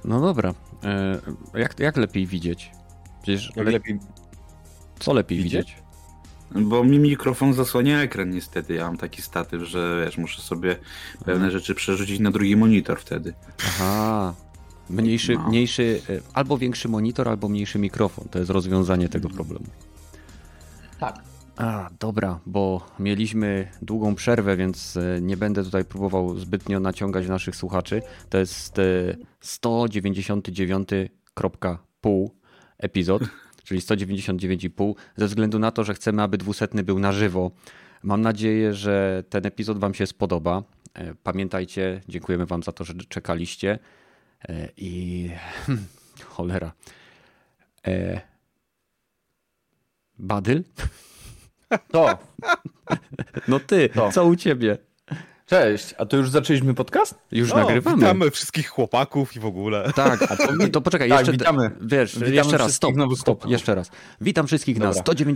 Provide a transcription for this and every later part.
No dobra. Jak lepiej widzieć? Przecież lepiej... Co lepiej widzieć? Bo mi mikrofon zasłania ekran niestety. Ja mam taki statyw, że wiesz, muszę sobie pewne rzeczy przerzucić na drugi monitor wtedy. Aha. Mniejszy, albo większy monitor, albo mniejszy mikrofon. To jest rozwiązanie tego problemu. Tak. Dobra, bo mieliśmy długą przerwę, więc nie będę tutaj próbował zbytnio naciągać naszych słuchaczy. To jest 199,5 epizod, czyli 199,5, ze względu na to, że chcemy, aby 200 był na żywo. Mam nadzieję, że ten epizod wam się spodoba. Pamiętajcie, dziękujemy wam za to, że czekaliście. I cholera. Badyl? To. No ty, co u ciebie? Cześć, a to już zaczęliśmy podcast? Już nagrywamy. Witamy wszystkich chłopaków i w ogóle. Tak, to poczekaj, tak, jeszcze, witamy. Wiesz, Witamy jeszcze raz, stop, jeszcze raz. Witam wszystkich na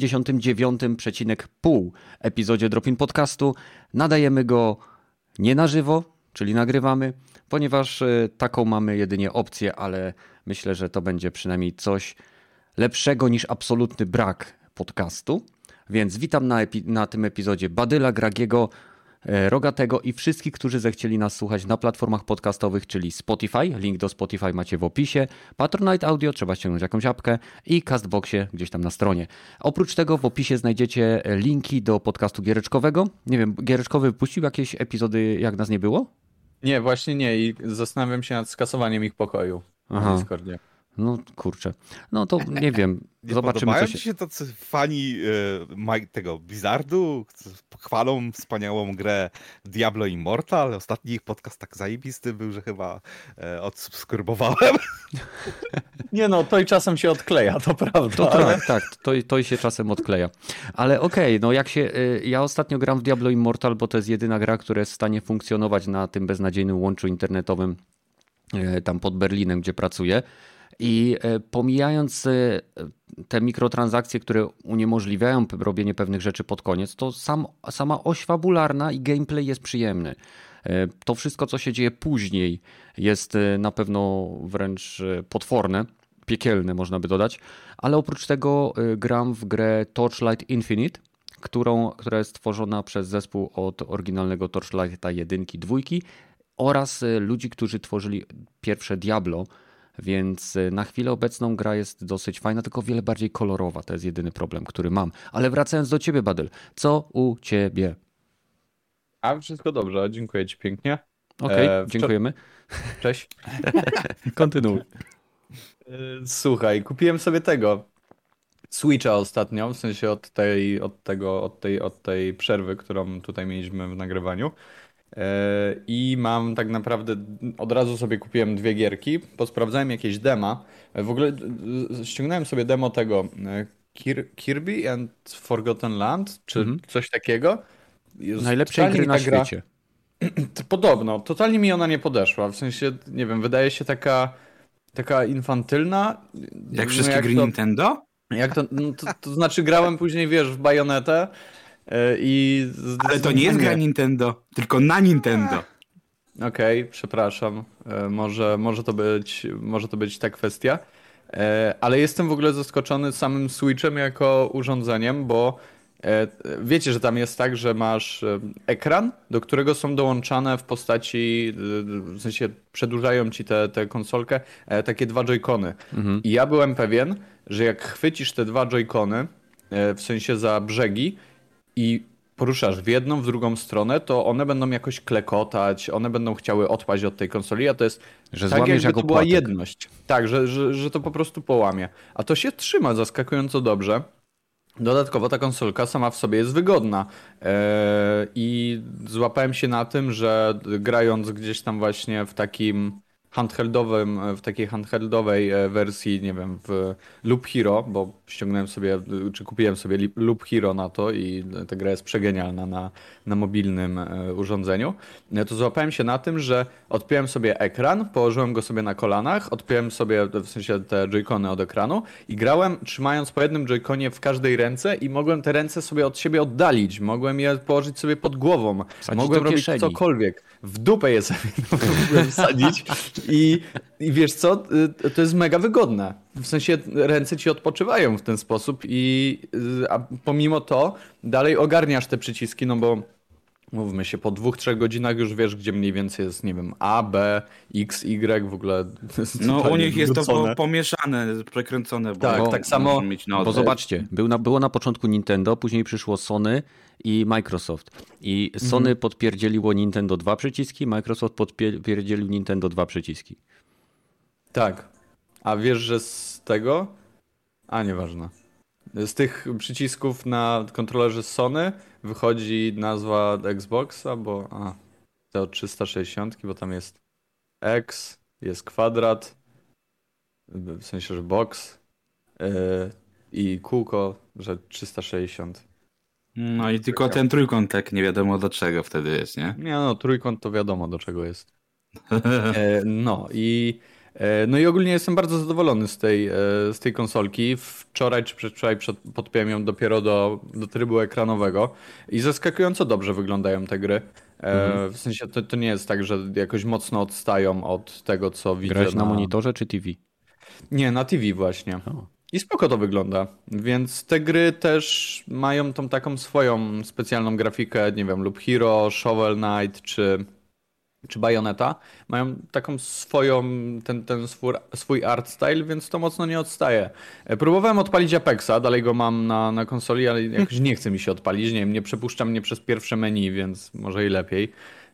199,5 epizodzie Drop-in Podcastu. Nadajemy go nie na żywo, czyli nagrywamy, ponieważ taką mamy jedynie opcję, ale myślę, że to będzie przynajmniej coś lepszego niż absolutny brak podcastu. Więc witam na tym epizodzie Badyla, Gragiego, Rogatego i wszystkich, którzy zechcieli nas słuchać na platformach podcastowych, czyli Spotify. Link do Spotify macie w opisie. Patronite Audio, trzeba ściągnąć jakąś apkę i Castboxie gdzieś tam na stronie. Oprócz tego w opisie znajdziecie linki do podcastu giereczkowego. Nie wiem, giereczkowy wypuścił jakieś epizody, jak nas nie było? Nie, właśnie nie i zastanawiam się nad skasowaniem ich pokoju na Discordzie. No kurczę. No to nie wiem. Zobaczymy, Podobają co ci się tacy fani tego Blizzardu, chwalą wspaniałą grę Diablo Immortal. Ostatni ich podcast tak zajebisty był, że chyba odsubskrybowałem. Nie no, to i czasem się odkleja, to prawda. To tak, to się czasem odkleja. Ale okej, no ja ostatnio gram w Diablo Immortal, bo to jest jedyna gra, która jest w stanie funkcjonować na tym beznadziejnym łączu internetowym tam pod Berlinem, gdzie pracuję. I pomijając te mikrotransakcje, które uniemożliwiają robienie pewnych rzeczy pod koniec, to sama oś fabularna i gameplay jest przyjemny. To wszystko, co się dzieje później, jest na pewno wręcz potworne, piekielne można by dodać, ale oprócz tego gram w grę Torchlight Infinite, która jest tworzona przez zespół od oryginalnego Torchlighta 1, 2 oraz ludzi, którzy tworzyli pierwsze Diablo. Więc na chwilę obecną gra jest dosyć fajna, tylko o wiele bardziej kolorowa. To jest jedyny problem, który mam. Ale wracając do ciebie, Badyl, co u ciebie? A wszystko dobrze, dziękuję ci pięknie. Okej, dziękujemy. Cześć. Kontynuuj. Słuchaj, kupiłem sobie tego Switcha ostatnio, w sensie od tej przerwy, którą tutaj mieliśmy w nagrywaniu. I mam tak naprawdę, od razu sobie kupiłem 2 gierki, posprawdzałem jakieś dema. W ogóle ściągnąłem sobie demo tego Kirby and Forgotten Land, czy coś takiego. Najlepszej gry na świecie. Podobno, totalnie mi ona nie podeszła, w sensie, nie wiem, wydaje się taka infantylna. Jak wszystkie gry Nintendo? To znaczy grałem później, wiesz, w Bajonetę. Ale to nie jest gra Nintendo, tylko na Nintendo. Okej, przepraszam. Może to być ta kwestia. Ale jestem w ogóle zaskoczony samym Switchem jako urządzeniem, bo wiecie, że tam jest tak, że masz ekran, do którego są dołączane w postaci, w sensie przedłużają ci tę konsolkę, takie 2 joycony. I ja byłem pewien, że jak chwycisz te 2 joycony, w sensie za brzegi, i poruszasz w jedną, w drugą stronę, to one będą jakoś klekotać, one będą chciały odpaść od tej konsoli, a to jest że tak, jakby to była opłatek. jedność. Tak, że to po prostu połamie. A to się trzyma zaskakująco dobrze. Dodatkowo ta konsolka sama w sobie jest wygodna. I złapałem się na tym, że grając gdzieś tam właśnie w takiej handheldowej wersji, nie wiem, w Loop Hero, bo ściągnąłem sobie, czy kupiłem sobie Loop Hero na to i ta gra jest przegenialna na mobilnym urządzeniu, to złapałem się na tym, że odpiąłem sobie ekran, położyłem go sobie na kolanach, odpiąłem sobie w sensie te joycony od ekranu i grałem trzymając po jednym joyconie w każdej ręce i mogłem te ręce sobie od siebie oddalić, mogłem je położyć sobie pod głową, mogłem robić cokolwiek. W dupę je sobie mogłem wsadzić I wiesz co, to jest mega wygodne. W sensie ręce ci odpoczywają w ten sposób a pomimo to dalej ogarniasz te przyciski, no bo mówmy się, po 2-3 godzinach już wiesz, gdzie mniej więcej jest, nie wiem, A, B, X, Y, w ogóle. No u nich jest to pomieszane, przekręcone. Tak, tak samo. Bo zobaczcie, było na początku Nintendo, później przyszło Sony i Microsoft. I Sony podpierdzieliło Nintendo 2 przyciski, Microsoft podpierdzielił Nintendo 2 przyciski. Tak. A wiesz, że z tego? A, nieważne. Z tych przycisków na kontrolerze Sony wychodzi nazwa Xboxa, bo te od 360, bo tam jest X, jest kwadrat, w sensie, że box i kółko, że 360. No i tylko ten trójkąt tak nie wiadomo do czego wtedy jest, nie? Nie no, trójkąt to wiadomo do czego jest. No i ogólnie jestem bardzo zadowolony z tej konsolki. Wczoraj czy przedwczoraj podpiąłem ją dopiero do trybu ekranowego i zaskakująco dobrze wyglądają te gry. W sensie to nie jest tak, że jakoś mocno odstają od tego, co widzę. Grałeś na monitorze czy TV? Nie, na TV właśnie. I spoko to wygląda. Więc te gry też mają tą taką swoją specjalną grafikę, nie wiem, lub Hero, Shovel Knight czy Bayonetta. Mają taką swoją, ten swój art style, więc to mocno nie odstaje. Próbowałem odpalić Apexa, dalej go mam na konsoli, ale jakoś nie chce mi się odpalić. Nie wiem, nie przepuszcza mnie przez pierwsze menu, więc może i lepiej.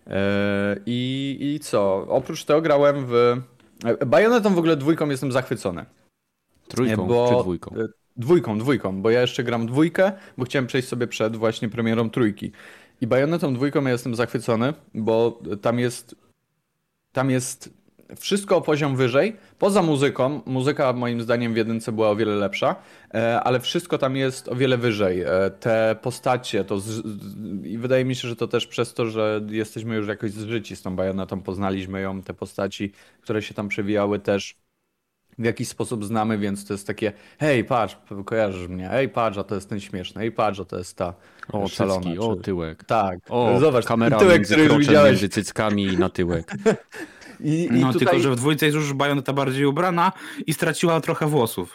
I co? Oprócz tego grałem w... Bayonettą w ogóle 2 jestem zachwycony. Trójką czy 2? 2, bo ja jeszcze gram 2, bo chciałem przejść sobie przed właśnie premierą 3. I Bayonettą 2 ja jestem zachwycony, bo tam jest wszystko o poziom wyżej. Poza muzyką, muzyka moim zdaniem w 1 była o wiele lepsza, ale wszystko tam jest o wiele wyżej. Te postacie, i wydaje mi się, że to też przez to, że jesteśmy już jakoś zżyci z tą Bayonettą, poznaliśmy ją, te postaci, które się tam przewijały też w jakiś sposób znamy, więc to jest takie hej, patrz, kojarzysz mnie, hej, patrz, a to jest ten śmieszny, hej, patrz, a to jest ta szalona. Cycki, o, tyłek. Tak, zobacz, kamera tyłek, między który już kroczem, widziałeś. między cyckami i na tyłek. I no tutaj... tylko, że w 2 jest już Bajoneta bardziej ubrana i straciła trochę włosów.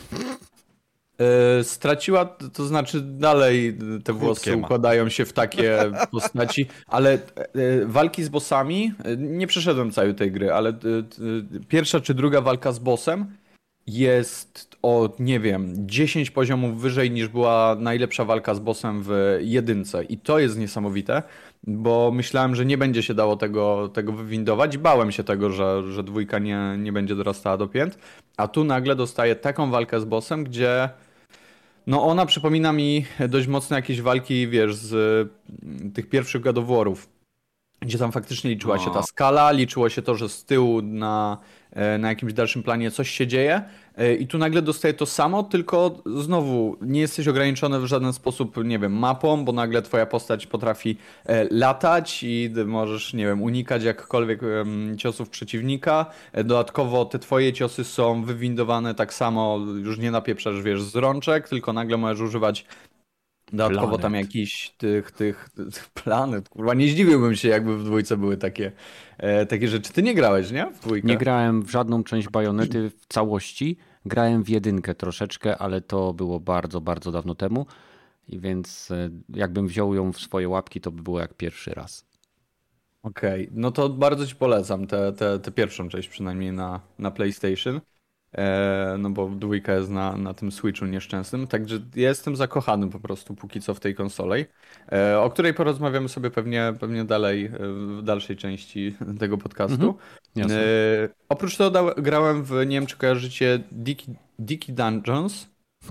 Straciła, to znaczy dalej te włosy układają się w takie postaci, ale walki z bossami, nie przeszedłem całej tej gry, ale pierwsza czy druga walka z bossem jest o, nie wiem, 10 poziomów wyżej niż była najlepsza walka z bossem w 1. I to jest niesamowite, bo myślałem, że nie będzie się dało tego wywindować. Bałem się tego, że 2 nie będzie dorastała do pięt, a tu nagle dostaję taką walkę z bossem, gdzie no ona przypomina mi dość mocno jakieś walki, wiesz, z tych pierwszych God of War'ów, gdzie tam faktycznie liczyła się ta skala, liczyło się to, że z tyłu na jakimś dalszym planie coś się dzieje i tu nagle dostaję to samo, tylko znowu nie jesteś ograniczony w żaden sposób, nie wiem, mapą, bo nagle twoja postać potrafi latać i możesz, nie wiem, unikać jakkolwiek ciosów przeciwnika. Dodatkowo te twoje ciosy są wywindowane tak samo, już nie napieprzasz, wiesz, z rączek, tylko nagle możesz używać dodatkowo tam jakiś tych planet. Kurwa, nie zdziwiłbym się, jakby w 2 były takie rzeczy. Ty nie grałeś, nie? W 2? Nie grałem w żadną część Bajonety w całości. Grałem w 1 troszeczkę, ale to było bardzo, bardzo dawno temu. I więc jakbym wziął ją w swoje łapki, to by było jak pierwszy raz. Okej, no to bardzo ci polecam tę pierwszą część przynajmniej na PlayStation. No bo 2 jest na tym Switchu nieszczęsnym, także jestem zakochany po prostu póki co w tej konsoli, o której porozmawiamy sobie pewnie dalej w dalszej części tego podcastu. Oprócz tego grałem w, nie wiem czy kojarzycie, Dicky Dungeons.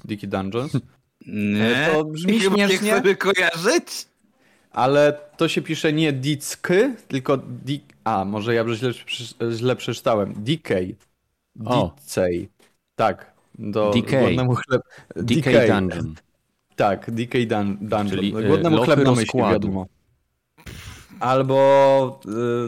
Nie, to brzmi śmiesznie, nie chcę kojarzyć. ale to się pisze nie Dick, tylko może ja źle przeczytałem. Decay. Dicej. Tak. Decay Dungeon. Tak, Decay Dungeon. Czyli Głodnemu chleb na myśli, wiadomo. Albo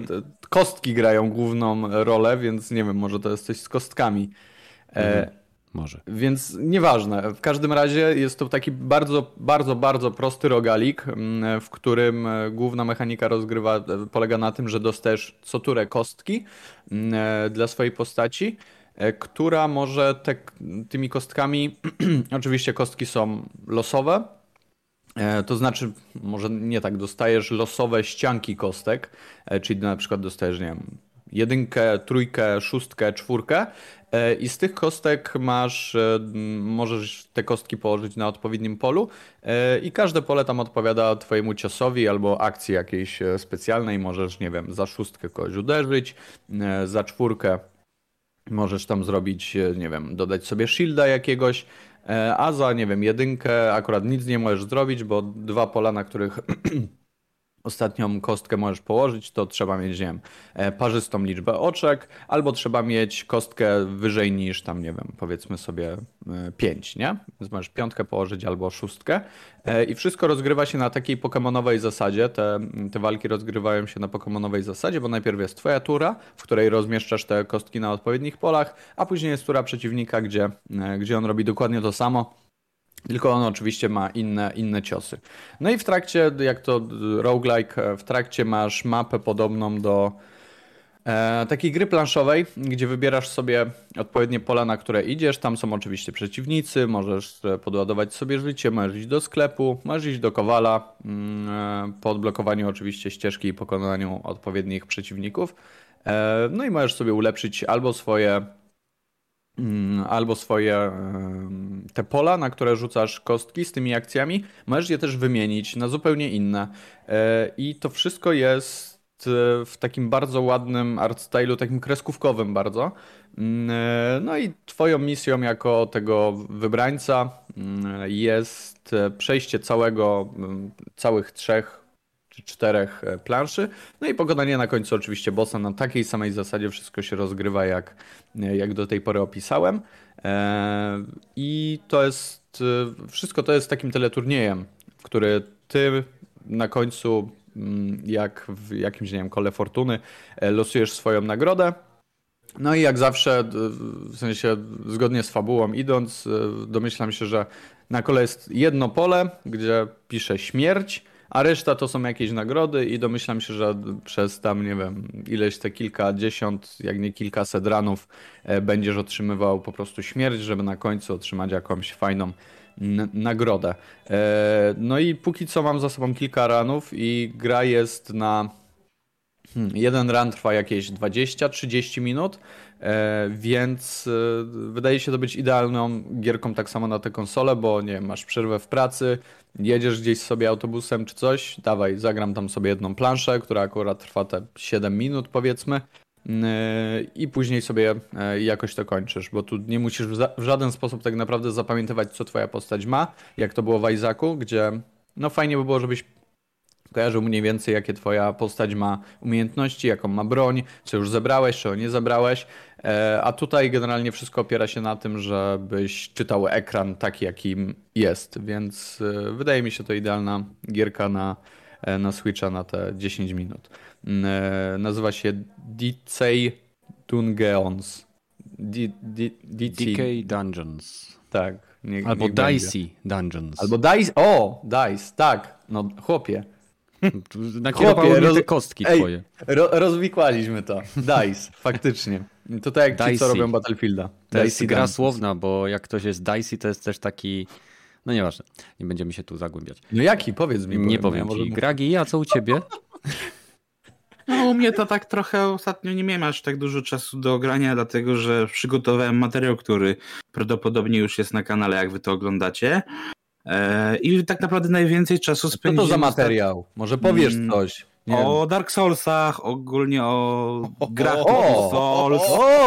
kostki grają główną rolę, więc nie wiem, może to jest coś z kostkami. Może. Więc nieważne. W każdym razie jest to taki bardzo, bardzo, bardzo prosty rogalik, w którym główna mechanika polega na tym, że dostajesz co turę kostki dla swojej postaci, która może tymi kostkami, oczywiście kostki są losowe, to znaczy, może nie tak, dostajesz losowe ścianki kostek, czyli na przykład dostajesz, nie wiem, 1, 3, 6, 4 i z tych kostek możesz te kostki położyć na odpowiednim polu i każde pole tam odpowiada twojemu ciosowi albo akcji jakiejś specjalnej. Możesz, nie wiem, za 6 kogoś uderzyć, za 4 możesz tam zrobić, nie wiem, dodać sobie shielda jakiegoś, a za, nie wiem, 1 akurat nic nie możesz zrobić, bo 2 pola, na których ostatnią kostkę możesz położyć, to trzeba mieć, nie wiem, parzystą liczbę oczek, albo trzeba mieć kostkę wyżej niż tam, nie wiem, powiedzmy sobie 5, nie? Więc możesz 5 położyć albo 6. I wszystko rozgrywa się na takiej pokemonowej zasadzie. Te walki rozgrywają się na pokemonowej zasadzie, bo najpierw jest twoja tura, w której rozmieszczasz te kostki na odpowiednich polach, a później jest tura przeciwnika, gdzie on robi dokładnie to samo. Tylko on oczywiście ma inne ciosy. No i w trakcie, jak to roguelike, w trakcie masz mapę podobną do takiej gry planszowej, gdzie wybierasz sobie odpowiednie pola, na które idziesz. Tam są oczywiście przeciwnicy, możesz podładować sobie życie, możesz iść do sklepu, możesz iść do kowala, po odblokowaniu oczywiście ścieżki i pokonaniu odpowiednich przeciwników. No i możesz sobie ulepszyć albo swoje te pola, na które rzucasz kostki z tymi akcjami, możesz je też wymienić na zupełnie inne. I to wszystko jest w takim bardzo ładnym art stylu, takim kreskówkowym bardzo. No i twoją misją jako tego wybrańca jest przejście całych 3 czy 4 planszy, no i pokonanie na końcu oczywiście bossa na takiej samej zasadzie. Wszystko się rozgrywa jak do tej pory opisałem. I wszystko to jest takim teleturniejem, w który ty na końcu, jak w jakimś, nie wiem, kole fortuny, losujesz swoją nagrodę. No i jak zawsze, w sensie zgodnie z fabułą idąc, domyślam się, że na kole jest jedno pole, gdzie pisze śmierć, a reszta to są jakieś nagrody i domyślam się, że przez tam, nie wiem, ileś te kilkadziesiąt, jak nie kilkaset ranów będziesz otrzymywał po prostu śmierć, żeby na końcu otrzymać jakąś fajną nagrodę. No i póki co mam za sobą kilka ranów i gra jest jeden run trwa jakieś 20-30 minut, więc wydaje się to być idealną gierką tak samo na tę konsolę, bo nie wiem, masz przerwę w pracy, jedziesz gdzieś sobie autobusem czy coś, dawaj, zagram tam sobie jedną planszę, która akurat trwa te 7 minut powiedzmy i później sobie jakoś to kończysz, bo tu nie musisz w żaden sposób tak naprawdę zapamiętywać, co twoja postać ma, jak to było w Isaacu, gdzie no fajnie by było, żebyś kojarzył mniej więcej, jakie twoja postać ma umiejętności, jaką ma broń, czy już zebrałeś, czy nie zebrałeś. A tutaj generalnie wszystko opiera się na tym, żebyś czytał ekran taki, jakim jest. Więc wydaje mi się to idealna gierka na Switcha na te 10 minut. Nazywa się Decay Dungeons. Decay Dungeons. Tak. Albo Dicey Dungeons. Albo Dice. O, Dice, tak. No chłopie. Nakierowały mnie te kostki twoje. Rozwikłaliśmy to. Dice, faktycznie. To tak jak ci, co robią Battlefielda. To jest gra słowna, bo jak ktoś jest Dicey, to jest też taki... No nieważne, nie będziemy się tu zagłębiać. No jaki? Powiedz mi. Nie powiem ci. Gragi, a co u ciebie? No u mnie to tak trochę ostatnio nie miałem aż tak dużo czasu do grania, dlatego że przygotowałem materiał, który prawdopodobnie już jest na kanale, jak wy to oglądacie. I tak naprawdę najwięcej czasu spędziłem... Co to za materiał? Może powiesz coś? O Dark Soulsach, ogólnie o grach Souls.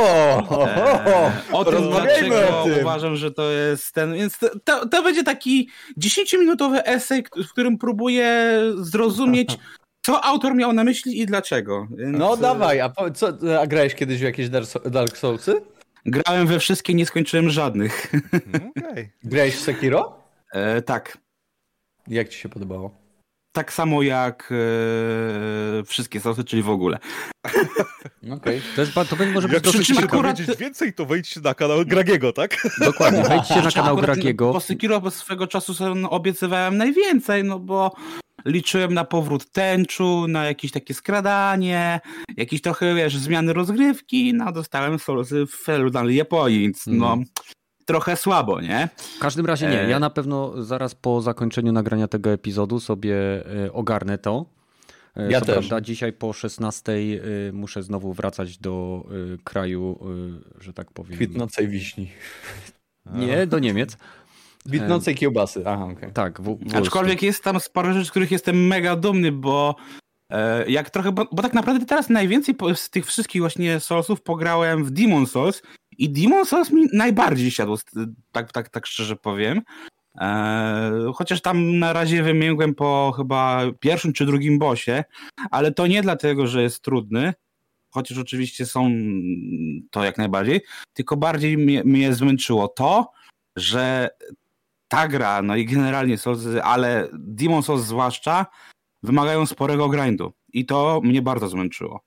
O tym, dlaczego uważam, że to jest ten... Więc to będzie taki 10-minutowy esej, w którym próbuję zrozumieć, co autor miał na myśli i dlaczego. Więc... No dawaj, a grałeś kiedyś w jakieś Dark Soulsy? Grałem we wszystkie, nie skończyłem żadnych. Grałeś w Sekiro? Tak. Jak ci się podobało? tak samo jak wszystkie sosy, czyli w ogóle. Okej. To może być Jak dosyć chcecie ciekawe. dowiedzieć więcej, to wejdźcie na kanał Gragiego, tak? Dokładnie, wejdźcie na kanał Gragiego. Po Sekiro swego czasu sobie obiecywałem najwięcej, no bo liczyłem na powrót tęczu, na jakieś takie skradanie, jakieś trochę, wiesz, zmiany rozgrywki, no dostałem solosy w feudalnej Japonii, więc no trochę słabo, nie? W każdym razie nie, ja na pewno zaraz po zakończeniu nagrania tego epizodu sobie ogarnę to. Ja Co też. prawda dzisiaj po 16 muszę znowu wracać do kraju, że tak powiem. Kwitnącej wiśni. Nie, do Niemiec. Kwitnącej kiełbasy. Aha, okej. Tak, Aczkolwiek jest tam sporo rzeczy, z których jestem mega dumny, bo jak trochę, bo tak naprawdę teraz najwięcej z tych wszystkich właśnie Soulsów pograłem w Demon Souls i Demon Souls mi najbardziej siadł, tak szczerze powiem. Chociaż tam na razie wymiękłem po chyba pierwszym czy drugim bossie, ale to nie dlatego, że jest trudny, chociaż oczywiście są to jak najbardziej, tylko bardziej mnie zmęczyło to, że ta gra, no i generalnie Souls, ale Demon Souls zwłaszcza, wymagają sporego grindu i to mnie bardzo zmęczyło.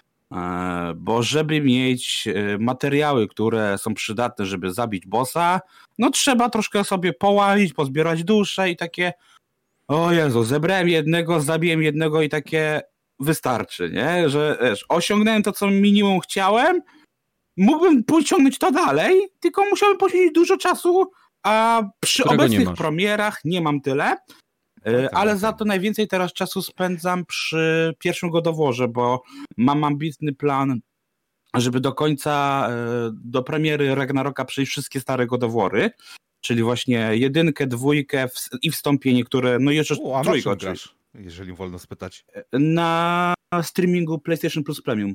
Bo żeby mieć materiały, które są przydatne, żeby zabić bossa, no trzeba troszkę sobie połazić, pozbierać dusze i takie o Jezu, zebrałem jednego, zabiłem jednego i takie wystarczy, nie? Że wiesz, osiągnąłem to, co minimum chciałem, mógłbym pociągnąć to dalej, tylko musiałem poświęcić dużo czasu, a przy obecnych premierach nie mam tyle. Ale za to najwięcej teraz czasu spędzam przy pierwszym God of Warze, bo mam ambitny plan, żeby do końca, do premiery Ragnaroka przejść wszystkie stare God of Wary, czyli właśnie 1, 2 i wstąpienie, które, no i jeszcze trójkę grasz, jeżeli wolno spytać. Na streamingu PlayStation Plus Premium.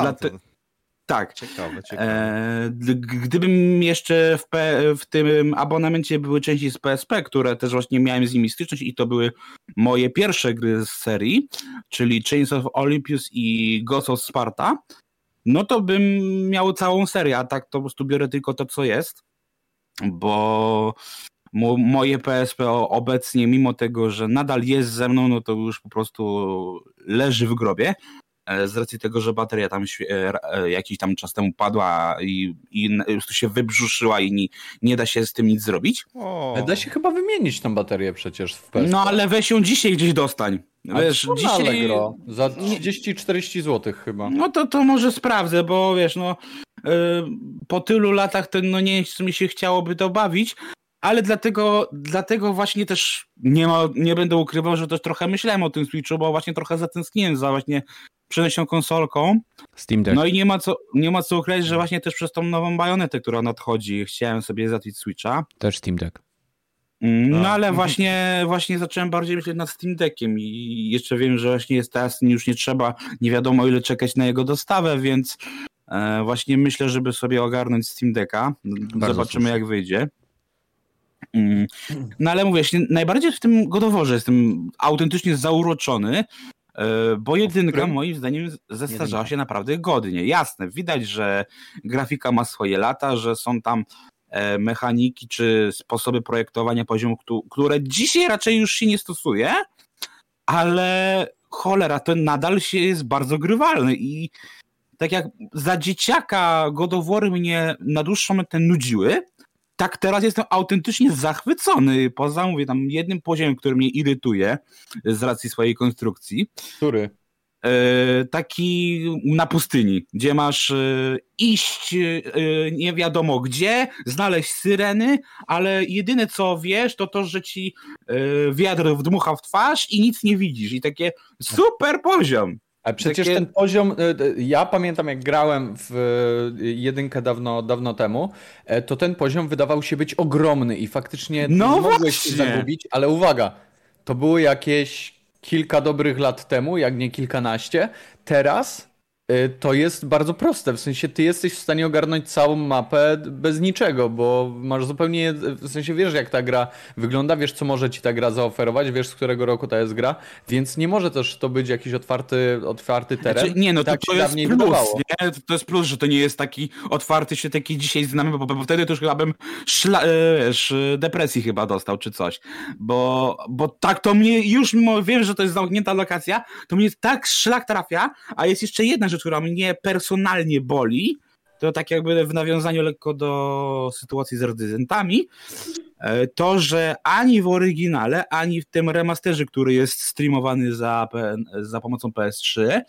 Tak. Ciekawe. Gdybym jeszcze w tym abonamencie były części z PSP, które też właśnie miałem z nimi styczność i to były moje pierwsze gry z serii, czyli Chains of Olympus i Ghost of Sparta, no to bym miał całą serię, a tak to po prostu biorę tylko to, co jest, bo moje PSP obecnie, mimo tego, że nadal jest ze mną, no to już po prostu leży w grobie. Z racji tego, że bateria tam jakiś tam czas temu padła i po prostu się wybrzuszyła i nie da się z tym nic zrobić. Da się chyba wymienić tą baterię przecież w PSP. No ale weź ją dzisiaj gdzieś dostań. Wiesz, dzisiaj Allegro za 30-40 zł chyba. No to może sprawdzę, bo wiesz, no po tylu latach to no nie mi się chciałoby to bawić, ale dlatego właśnie też nie będę ukrywał, że też trochę myślałem o tym Switchu, bo właśnie trochę zatęskniłem za właśnie przenośną konsolką. Steam Deck. No i nie ma co ukryć, że właśnie też przez tą nową bajonetę, która nadchodzi, chciałem sobie załatwić Switcha. Też Steam Deck. No ale właśnie zacząłem bardziej myśleć nad Steam Deckiem i jeszcze wiem, że właśnie jest teraz już nie trzeba nie wiadomo ile czekać na jego dostawę, więc właśnie myślę, żeby sobie ogarnąć Steam Decka. Zobaczymy jak wyjdzie. No ale mówię, najbardziej w tym God of Warze jestem autentycznie zauroczony, bo jedynka moim zdaniem zestarzała się naprawdę godnie. Jasne, widać, że grafika ma swoje lata, że są tam mechaniki czy sposoby projektowania poziomu, które dzisiaj raczej już się nie stosuje, ale cholera, to nadal jest bardzo grywalny i tak jak za dzieciaka God of War mnie na dłuższą metę nudziły, tak teraz jestem autentycznie zachwycony. Poza, mówię, tam jednym poziomem, który mnie irytuje z racji swojej konstrukcji. Który? Taki na pustyni, gdzie masz iść nie wiadomo gdzie, znaleźć syreny, ale jedyne co wiesz, to to, że ci wiatr wdmucha w twarz i nic nie widzisz. I takie super poziom. A przecież ten poziom, ja pamiętam jak grałem w jedynkę dawno temu, to ten poziom wydawał się być ogromny i faktycznie mogłeś się zagubić, ale uwaga, to było jakieś kilka dobrych lat temu, jak nie kilkanaście. Teraz To jest bardzo proste, w sensie ty jesteś w stanie ogarnąć całą mapę bez niczego, bo masz zupełnie, w sensie wiesz jak ta gra wygląda, wiesz co może ci ta gra zaoferować, wiesz z którego roku to jest gra, więc nie może też to być jakiś otwarty teren. Znaczy, nie, no tak to jest plus, wydawało. nie? To jest plus, że to nie jest taki otwarty się, taki dzisiaj znamy, bo wtedy to już chyba bym depresji chyba dostał, czy coś. Bo tak to mnie już, mimo wiem, że to jest zamknięta lokacja, to mnie tak szlak trafia, a jest jeszcze jedna rzecz, która mnie personalnie boli, to tak jakby w nawiązaniu lekko do sytuacji z Rdysentami, to, że ani w oryginale, ani w tym remasterze, który jest streamowany za pomocą PS3,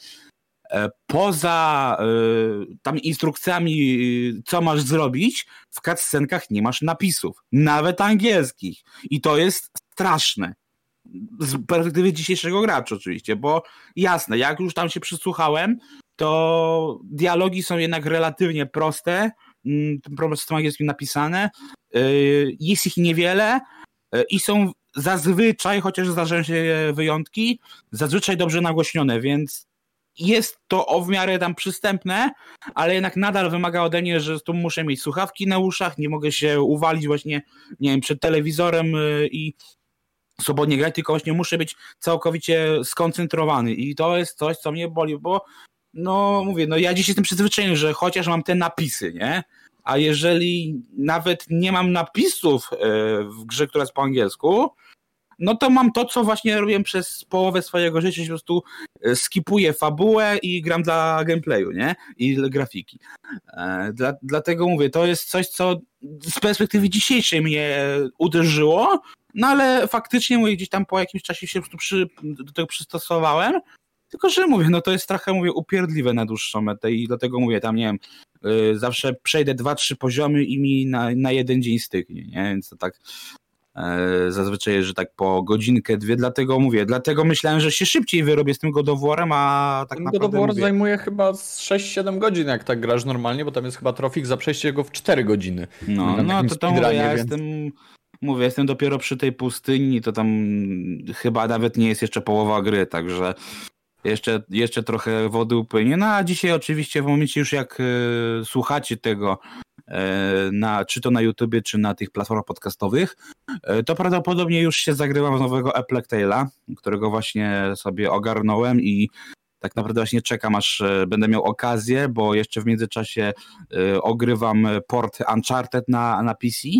poza tam instrukcjami, co masz zrobić, w cutscenkach nie masz napisów, nawet angielskich. I to jest straszne. Z perspektywy dzisiejszego gracza oczywiście, bo jasne, jak już tam się przysłuchałem, to dialogi są jednak relatywnie proste, ten problem z tym angielskim napisane, jest ich niewiele i są zazwyczaj, chociaż zdarzają się wyjątki, zazwyczaj dobrze nagłośnione, więc jest to w miarę tam przystępne, ale jednak nadal wymaga ode mnie, że tu muszę mieć słuchawki na uszach, nie mogę się uwalić właśnie, nie wiem, przed telewizorem i swobodnie grać, tylko właśnie muszę być całkowicie skoncentrowany i to jest coś, co mnie boli, bo no mówię, no ja dziś jestem przyzwyczajony, że chociaż mam te napisy, nie? A jeżeli nawet nie mam napisów w grze, która jest po angielsku, no to mam to, co właśnie robiłem przez połowę swojego życia, po prostu skipuję fabułę i gram dla gameplayu, nie? I grafiki. Dlatego mówię, to jest coś, co z perspektywy dzisiejszej mnie uderzyło, no ale faktycznie mówię, gdzieś tam po jakimś czasie się po prostu do tego przystosowałem, tylko że mówię, no to jest trochę, mówię, upierdliwe na dłuższą metę i dlatego mówię, tam nie wiem, zawsze przejdę 2-3 poziomy i mi na jeden dzień styknie, nie? Więc to tak zazwyczaj, że tak po godzinkę, dwie, dlatego myślałem, że się szybciej wyrobię z tym God of War'em, a tak naprawdę God of War mówię, zajmuje chyba z 6-7 godzin, jak tak grasz normalnie, bo tam jest chyba trofik za przejście go w 4 godziny. No to mówię, ja więc... jestem dopiero przy tej pustyni, to tam chyba nawet nie jest jeszcze połowa gry, także jeszcze trochę wody upłynie. No a dzisiaj oczywiście w momencie już jak słuchacie tego, czy to na YouTubie, czy na tych platformach podcastowych, to prawdopodobnie już się zagrywam z nowego A Plague Tale'a, którego właśnie sobie ogarnąłem i tak naprawdę właśnie czekam, aż będę miał okazję, bo jeszcze w międzyczasie ogrywam port Uncharted na PC.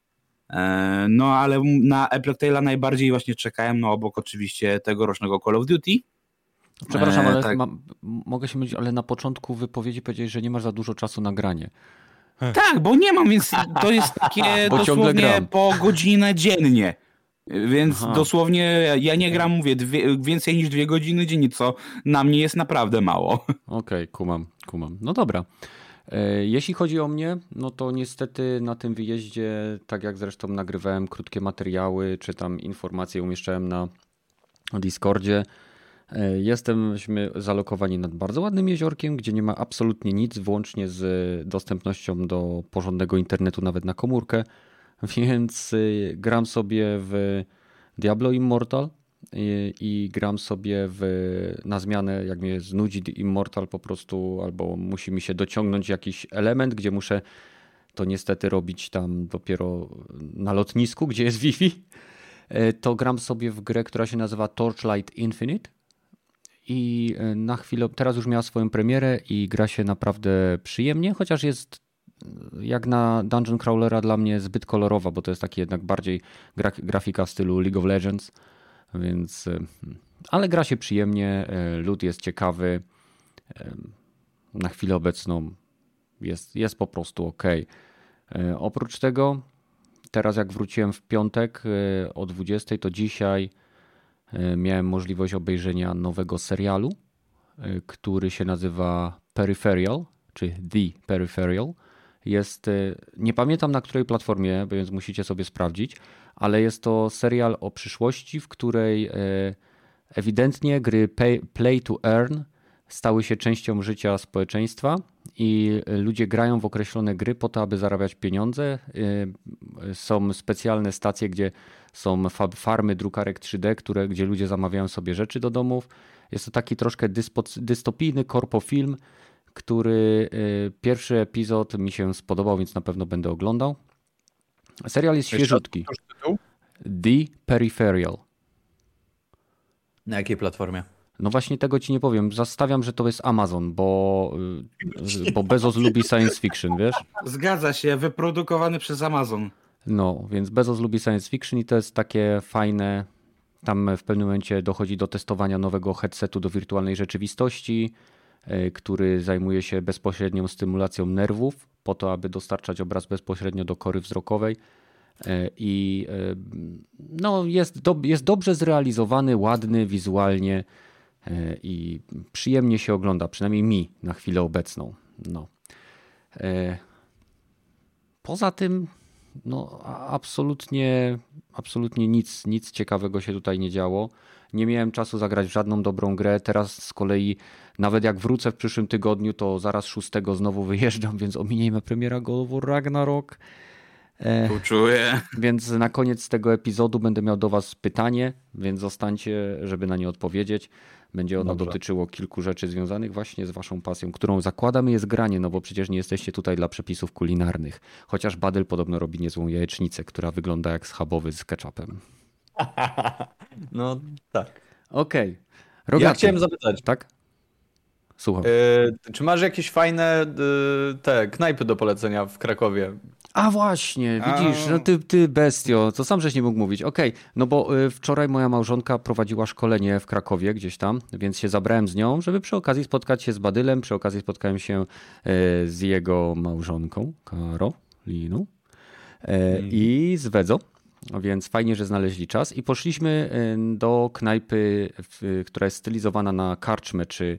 No ale na A Plague Tale'a najbardziej właśnie czekałem, no obok oczywiście tegorocznego Call of Duty. Przepraszam, ale tak. mogę się mylić, ale na początku wypowiedzi powiedziałeś, że nie masz za dużo czasu na granie. Tak, bo nie mam, więc to jest takie dosłownie po godzinę dziennie. Więc dosłownie ja nie gram, mówię, więcej niż 2 godziny dziennie, co na mnie jest naprawdę mało. Okej, kumam. No dobra. Jeśli chodzi o mnie, no to niestety na tym wyjeździe, tak jak zresztą nagrywałem krótkie materiały, czy tam informacje umieszczałem na Discordzie, jesteśmy zalokowani nad bardzo ładnym jeziorkiem, gdzie nie ma absolutnie nic, włącznie z dostępnością do porządnego internetu nawet na komórkę, więc gram sobie w Diablo Immortal i gram sobie na zmianę, jak mnie znudzi Immortal po prostu, albo musi mi się dociągnąć jakiś element, gdzie muszę to niestety robić tam dopiero na lotnisku, gdzie jest Wi-Fi, to gram sobie w grę, która się nazywa Torchlight Infinite. I na chwilę, teraz już miała swoją premierę i gra się naprawdę przyjemnie, chociaż jest jak na Dungeon Crawlera dla mnie zbyt kolorowa, bo to jest taki jednak bardziej grafika w stylu League of Legends, więc ale gra się przyjemnie, loot jest ciekawy, na chwilę obecną jest po prostu ok. Oprócz tego, teraz jak wróciłem w piątek o 20, to dzisiaj miałem możliwość obejrzenia nowego serialu, który się nazywa Peripheral, czy The Peripheral. Nie pamiętam na której platformie, więc musicie sobie sprawdzić, ale jest to serial o przyszłości, w której ewidentnie gry Play to Earn stały się częścią życia społeczeństwa i ludzie grają w określone gry po to, aby zarabiać pieniądze. Są specjalne stacje, gdzie są farmy drukarek 3D, gdzie ludzie zamawiają sobie rzeczy do domów Jest to taki troszkę dystopijny korpofilm, który pierwszy epizod mi się spodobał, więc na pewno będę oglądał. Serial jest świeżutki. The Peripheral. Na jakiej platformie? No właśnie tego ci nie powiem. Zastawiam, że to jest Amazon, bo Bezos lubi science fiction, wiesz? Zgadza się, wyprodukowany przez Amazon. No, więc Bezos lubi science fiction i to jest takie fajne. Tam w pewnym momencie dochodzi do testowania nowego headsetu do wirtualnej rzeczywistości, który zajmuje się bezpośrednią stymulacją nerwów po to, aby dostarczać obraz bezpośrednio do kory wzrokowej. I no, jest dobrze zrealizowany, ładny wizualnie i przyjemnie się ogląda, przynajmniej mi na chwilę obecną. No. Poza tym no, absolutnie nic ciekawego się tutaj nie działo. Nie miałem czasu zagrać w żadną dobrą grę. Teraz z kolei, nawet jak wrócę w przyszłym tygodniu, to zaraz 6 znowu wyjeżdżam, więc ominijmy premiera God of War Ragnarok. Uczuję. Więc na koniec tego epizodu będę miał do was pytanie, więc zostańcie, żeby na nie odpowiedzieć. Będzie ono dotyczyło kilku rzeczy związanych właśnie z waszą pasją, którą zakładamy jest granie, no bo przecież nie jesteście tutaj dla przepisów kulinarnych. Chociaż Badyl podobno robi niezłą jajecznicę, która wygląda jak schabowy z ketchupem. No tak. Okej. Ja chciałem zapytać. Tak? Słucham. Czy masz jakieś fajne te knajpy do polecenia w Krakowie? A właśnie, widzisz, no ty bestio, to sam żeś nie mógł mówić. Okej, no bo wczoraj moja małżonka prowadziła szkolenie w Krakowie gdzieś tam, więc się zabrałem z nią, żeby przy okazji spotkać się z Badylem, przy okazji spotkałem się z jego małżonką, Karoliną i z Wedzo, więc fajnie, że znaleźli czas i poszliśmy do knajpy, która jest stylizowana na karczmę, czy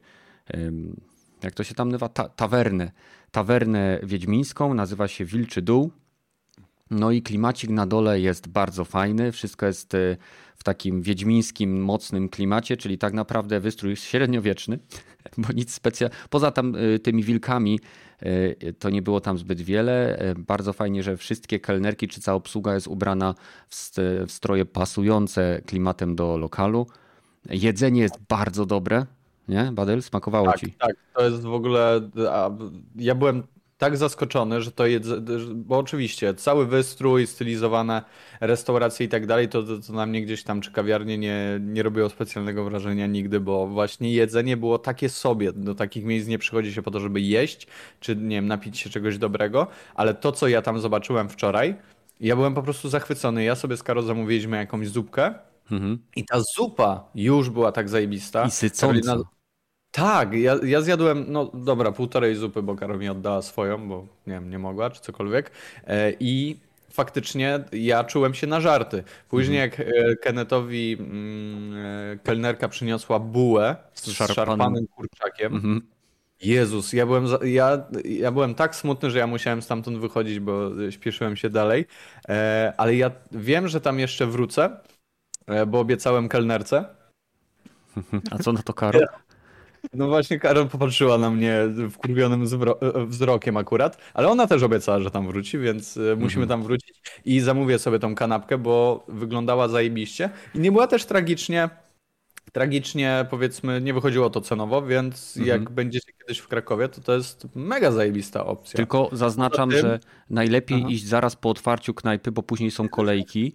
jak to się tam nazywa? Tawernę wiedźmińską, nazywa się Wilczy Dół. No i klimacik na dole jest bardzo fajny. Wszystko jest w takim wiedźmińskim, mocnym klimacie, czyli tak naprawdę wystrój średniowieczny, bo nic specjalnego. Poza tam tymi wilkami to nie było tam zbyt wiele. Bardzo fajnie, że wszystkie kelnerki czy cała obsługa jest ubrana w stroje pasujące klimatem do lokalu. Jedzenie jest bardzo dobre. Nie, Badyl? Smakowało ci? Tak, to jest w ogóle... Ja byłem tak zaskoczony, że to bo oczywiście cały wystrój, stylizowane restauracje i tak dalej, to na mnie gdzieś tam, czy kawiarnie nie robiło specjalnego wrażenia nigdy, bo właśnie jedzenie było takie sobie. Do takich miejsc nie przychodzi się po to, żeby jeść, czy nie wiem, napić się czegoś dobrego, ale to, co ja tam zobaczyłem wczoraj, ja byłem po prostu zachwycony. Ja sobie z Karol zamówiliśmy jakąś zupkę i ta zupa już była tak zajebista. I sycąca. Tak, ja zjadłem, no dobra, 1,5 zupy, bo Karol mi oddała swoją, bo nie wiem, nie mogła, czy cokolwiek. I faktycznie ja czułem się na żarty. Później jak Kennethowi kelnerka przyniosła bułę z szarpanym kurczakiem. Jezus, ja byłem tak smutny, że ja musiałem stamtąd wychodzić, bo śpieszyłem się dalej. Ale ja wiem, że tam jeszcze wrócę, bo obiecałem kelnerce. A co na to Karol? No właśnie Karol popatrzyła na mnie wkurwionym wzrokiem akurat, ale ona też obiecała, że tam wróci, więc musimy tam wrócić i zamówię sobie tą kanapkę, bo wyglądała zajebiście i nie była też tragicznie powiedzmy, nie wychodziło to cenowo, więc jak będziecie kiedyś w Krakowie, to jest mega zajebista opcja. Tylko zaznaczam, że najlepiej iść zaraz po otwarciu knajpy, bo później są kolejki.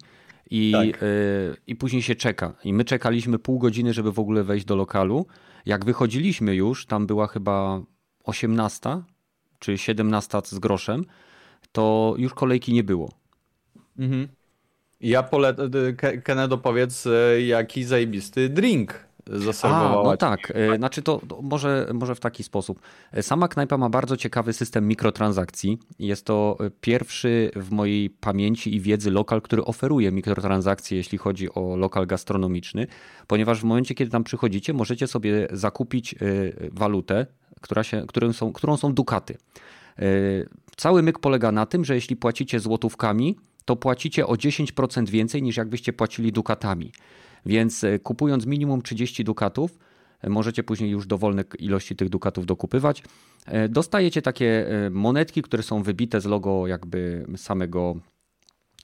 I później się czeka. I my czekaliśmy pół godziny, żeby w ogóle wejść do lokalu. Jak wychodziliśmy już, tam była chyba 18 czy 17 z groszem, to już kolejki nie było. Ja Kenedo, powiedz, jaki zajebisty drink zaserwowała. No tak, znaczy to może w taki sposób. Sama knajpa ma bardzo ciekawy system mikrotransakcji. Jest to pierwszy w mojej pamięci i wiedzy lokal, który oferuje mikrotransakcje, jeśli chodzi o lokal gastronomiczny, ponieważ w momencie, kiedy tam przychodzicie, możecie sobie zakupić walutę, którą są dukaty. Cały myk polega na tym, że jeśli płacicie złotówkami, to płacicie o 10% więcej niż jakbyście płacili dukatami. Więc kupując minimum 30 dukatów, możecie później już dowolne ilości tych dukatów dokupywać. Dostajecie takie monetki, które są wybite z logo jakby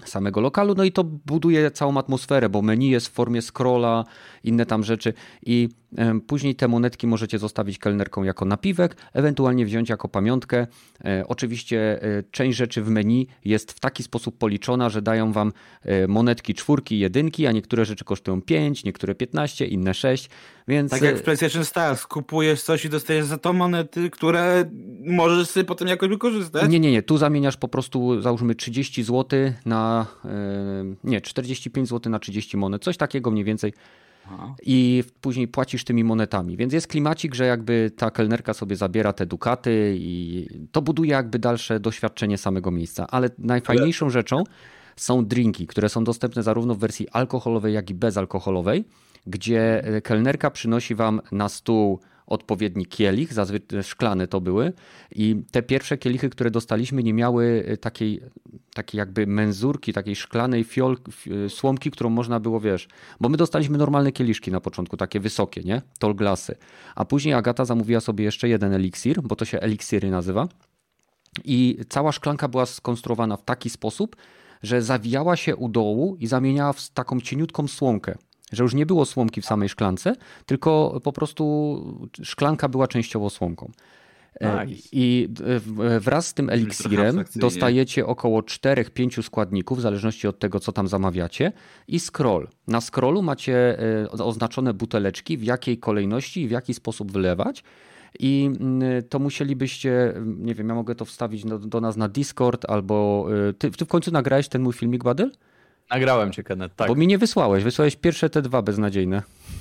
samego lokalu, no i to buduje całą atmosferę, bo menu jest w formie scrolla, inne tam rzeczy i później te monetki możecie zostawić kelnerką jako napiwek, ewentualnie wziąć jako pamiątkę. Oczywiście część rzeczy w menu jest w taki sposób policzona, że dają wam monetki 4, 1, a niektóre rzeczy kosztują 5, niektóre 15, inne 6, więc... Tak jak w PlayStation Stars, kupujesz coś i dostajesz za to monety, które możesz sobie potem jakoś wykorzystać? Nie, tu zamieniasz po prostu, załóżmy 30 zł na, 45 zł na 30 monet, coś takiego mniej więcej. Aha. I później płacisz tymi monetami, więc jest klimacik, że jakby ta kelnerka sobie zabiera te dukaty i to buduje jakby dalsze doświadczenie samego miejsca, ale najfajniejszą rzeczą są drinki, które są dostępne zarówno w wersji alkoholowej, jak i bezalkoholowej, gdzie kelnerka przynosi wam na stół odpowiedni kielich, zazwyczaj szklane to były i te pierwsze kielichy, które dostaliśmy, nie miały takiej jakby menzurki, takiej szklanej słomki, którą można było, bo my dostaliśmy normalne kieliszki na początku, takie wysokie, nie? Tall glassy, a później Agata zamówiła sobie jeszcze jeden eliksir, bo to się eliksiry nazywa i cała szklanka była skonstruowana w taki sposób, że zawijała się u dołu i zamieniała w taką cieniutką słomkę. Że już nie było słomki w samej szklance, tylko po prostu szklanka była częściowo słomką. Nice. I wraz z tym eliksirem dostajecie około 4-5 składników, w zależności od tego, co tam zamawiacie, i scroll. Na scrollu macie oznaczone buteleczki, w jakiej kolejności i w jaki sposób wylewać. I to musielibyście, nie wiem, ja mogę to wstawić do nas na Discord, albo ty w końcu nagrałeś ten mój filmik, Badyl? Nagrałem cię, Kenneth, tak. Bo mi nie wysłałeś pierwsze te 2 beznadziejne.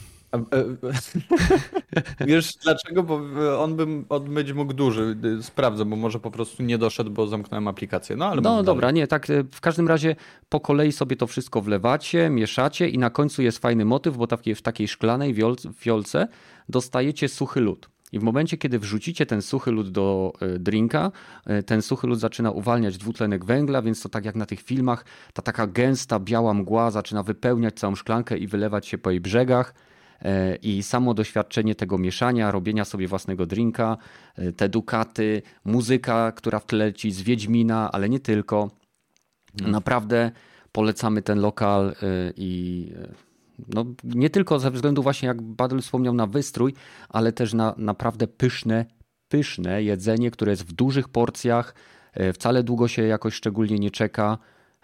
Wiesz dlaczego? Bo on by odmyć mógł duży. Sprawdzę, bo może po prostu nie doszedł, bo zamknąłem aplikację. No, ale no dobra, nie, tak w każdym razie po kolei sobie to wszystko wlewacie, mieszacie i na końcu jest fajny motyw, bo w takiej szklanej fiolce dostajecie suchy lód. I w momencie, kiedy wrzucicie ten suchy lód do drinka, ten suchy lód zaczyna uwalniać dwutlenek węgla, więc to tak jak na tych filmach, ta taka gęsta, biała mgła zaczyna wypełniać całą szklankę i wylewać się po jej brzegach. I samo doświadczenie tego mieszania, robienia sobie własnego drinka, te dukaty, muzyka, która w tle leci z Wiedźmina, ale nie tylko. Naprawdę polecamy ten lokal i... No, nie tylko ze względu właśnie, jak Badyl wspomniał, na wystrój, ale też na naprawdę pyszne jedzenie, które jest w dużych porcjach, wcale długo się jakoś szczególnie nie czeka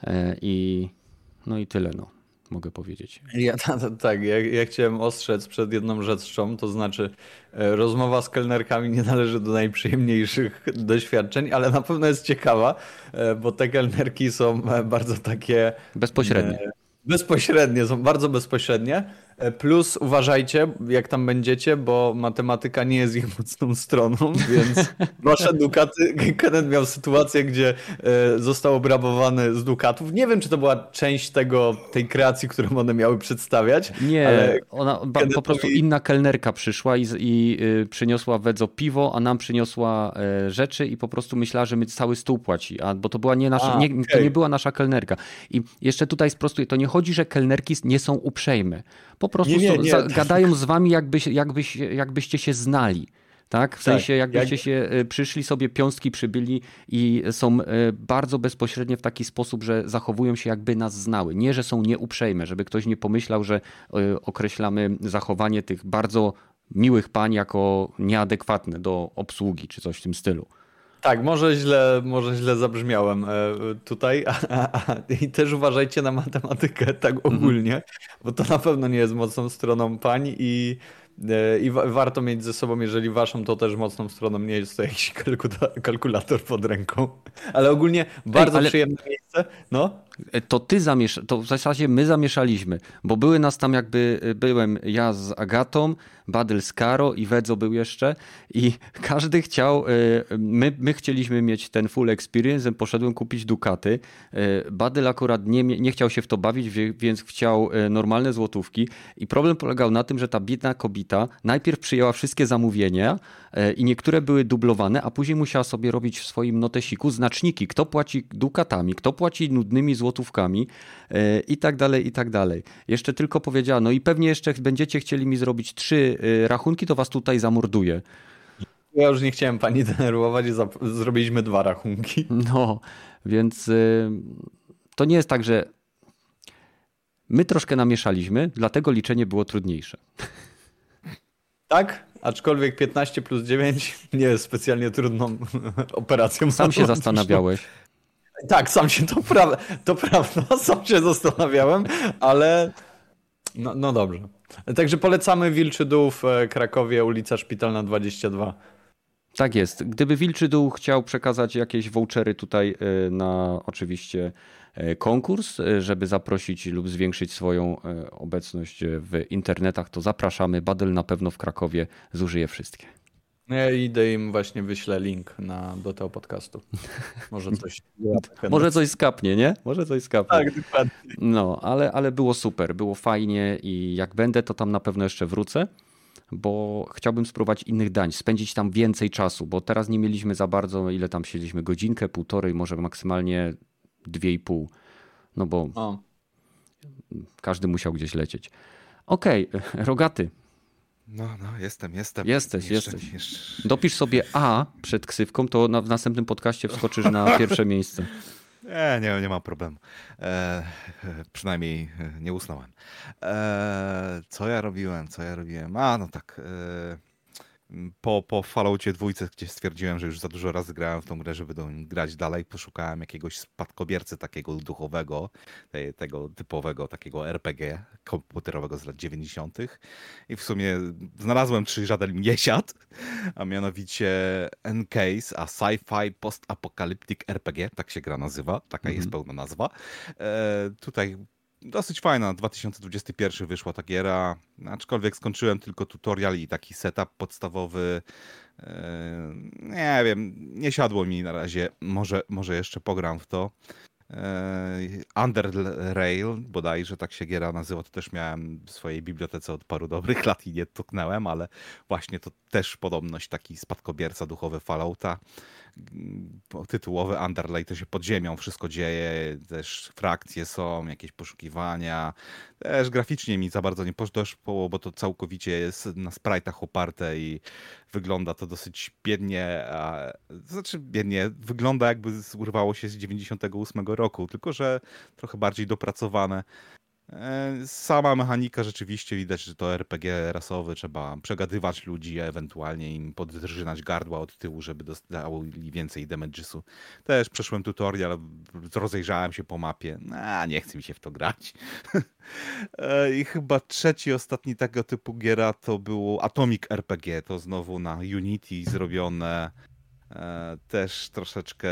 i tyle, mogę powiedzieć. Ja chciałem ostrzec przed jedną rzeczą, to znaczy rozmowa z kelnerkami nie należy do najprzyjemniejszych doświadczeń, ale na pewno jest ciekawa, bo te kelnerki są bardzo takie... Bezpośrednie, są bardzo bezpośrednie. Plus uważajcie, jak tam będziecie, bo matematyka nie jest ich mocną stroną, więc wasze dukaty... Kenneth miał sytuację, gdzie został obrabowany z dukatów. Nie wiem, czy to była część tej kreacji, którą one miały przedstawiać. Nie, ale po prostu inna kelnerka przyszła i przyniosła Wedzo piwo, a nam przyniosła rzeczy i po prostu myślała, że my cały stół płaci, bo to była to nie była nasza kelnerka. I jeszcze tutaj sprostuję, to nie chodzi, że kelnerki nie są uprzejme. Po prostu gadają z wami, jakbyście się znali. Tak? W sensie jakbyście się przyszli sobie, piąstki przybyli i są bardzo bezpośrednie w taki sposób, że zachowują się jakby nas znały. Nie, że są nieuprzejme, żeby ktoś nie pomyślał, że określamy zachowanie tych bardzo miłych pań jako nieadekwatne do obsługi czy coś w tym stylu. Tak, może źle zabrzmiałem tutaj i też uważajcie na matematykę tak ogólnie, bo to na pewno nie jest mocną stroną pań i warto mieć ze sobą, jeżeli waszą, to też mocną stroną nie jest to jakiś kalkulator pod ręką, ale ogólnie bardzo przyjemne miejsce. No. To w zasadzie my zamieszaliśmy, bo były nas tam byłem ja z Agatą, Badyl z Karo i Wedzo był jeszcze i każdy chciał, my chcieliśmy mieć ten full experience, poszedłem kupić dukaty, Badyl akurat nie chciał się w to bawić, więc chciał normalne złotówki i problem polegał na tym, że ta biedna kobieta najpierw przyjęła wszystkie zamówienia i niektóre były dublowane, a później musiała sobie robić w swoim notesiku znaczniki, kto płaci dukatami, kto płaci nudnymi złotówkami i tak dalej, i tak dalej. Jeszcze tylko powiedziała, no i pewnie jeszcze będziecie chcieli mi zrobić 3 rachunki, to was tutaj zamorduję. Ja już nie chciałem pani denerwować i zrobiliśmy 2 rachunki. No, więc to nie jest tak, że my troszkę namieszaliśmy, dlatego liczenie było trudniejsze. Tak, aczkolwiek 15 plus 9 nie jest specjalnie trudną operacją. Sam się zastanawiałeś. Tak, to prawda, sam się zastanawiałem, ale no dobrze. Także polecamy Wilczy Dół w Krakowie, ulica Szpitalna 22. Tak jest. Gdyby Wilczy Dół chciał przekazać jakieś vouchery tutaj na oczywiście konkurs, żeby zaprosić lub zwiększyć swoją obecność w internetach, to zapraszamy. Badel na pewno w Krakowie zużyje wszystkie. Ja idę im właśnie wyślę link do tego podcastu. Może coś skapnie, nie? Może coś skapnie. Tak, dokładnie. No, ale było super, było fajnie i jak będę, to tam na pewno jeszcze wrócę, bo chciałbym spróbować innych dań, spędzić tam więcej czasu, bo teraz nie mieliśmy za bardzo, ile tam siedzieliśmy, godzinkę, półtorej, może maksymalnie 2,5, no bo każdy musiał gdzieś lecieć. Okej, Rogaty. No, jestem. Jesteś. Dopisz sobie A przed ksywką, to w następnym podcaście wskoczysz na pierwsze miejsce. Nie mam problemu. Przynajmniej nie usnąłem. Co ja robiłem? No tak. Po Falloutie 2, gdzie stwierdziłem, że już za dużo razy grałem w tą grę, żeby do niej grać dalej, poszukałem jakiegoś spadkobiercy takiego duchowego, tego typowego takiego RPG komputerowego z lat 90. I w sumie znalazłem 3 żaden mi nie siadł, a mianowicie Encase, a Sci-Fi Post-Apocalyptic RPG, tak się gra nazywa, taka jest pełna nazwa. Tutaj dosyć fajna, 2021 wyszła ta giera, aczkolwiek skończyłem tylko tutorial i taki setup podstawowy. Nie wiem, nie siadło mi na razie, może jeszcze pogram w to. Under Rail, bodajże tak się giera nazywa, to też miałem w swojej bibliotece od paru dobrych lat i nie tknęłem, ale właśnie to też podobność taki spadkobierca duchowy Fallouta. Tytułowy Underlay, to się pod ziemią wszystko dzieje, też frakcje są, jakieś poszukiwania. Też graficznie mi za bardzo nie poszło, bo to całkowicie jest na sprite'ach oparte i wygląda to dosyć biednie, biednie, wygląda jakby urwało się z 98 roku, tylko że trochę bardziej dopracowane. Sama mechanika rzeczywiście widać, że to RPG rasowy, trzeba przegadywać ludzi, ewentualnie im podrżynać gardła od tyłu, żeby dostali więcej damage'u. Też przeszłem tutorial, rozejrzałem się po mapie, nie chce mi się w to grać. I chyba trzeci, ostatni tego typu giera to było Atomic RPG, to znowu na Unity zrobione, też troszeczkę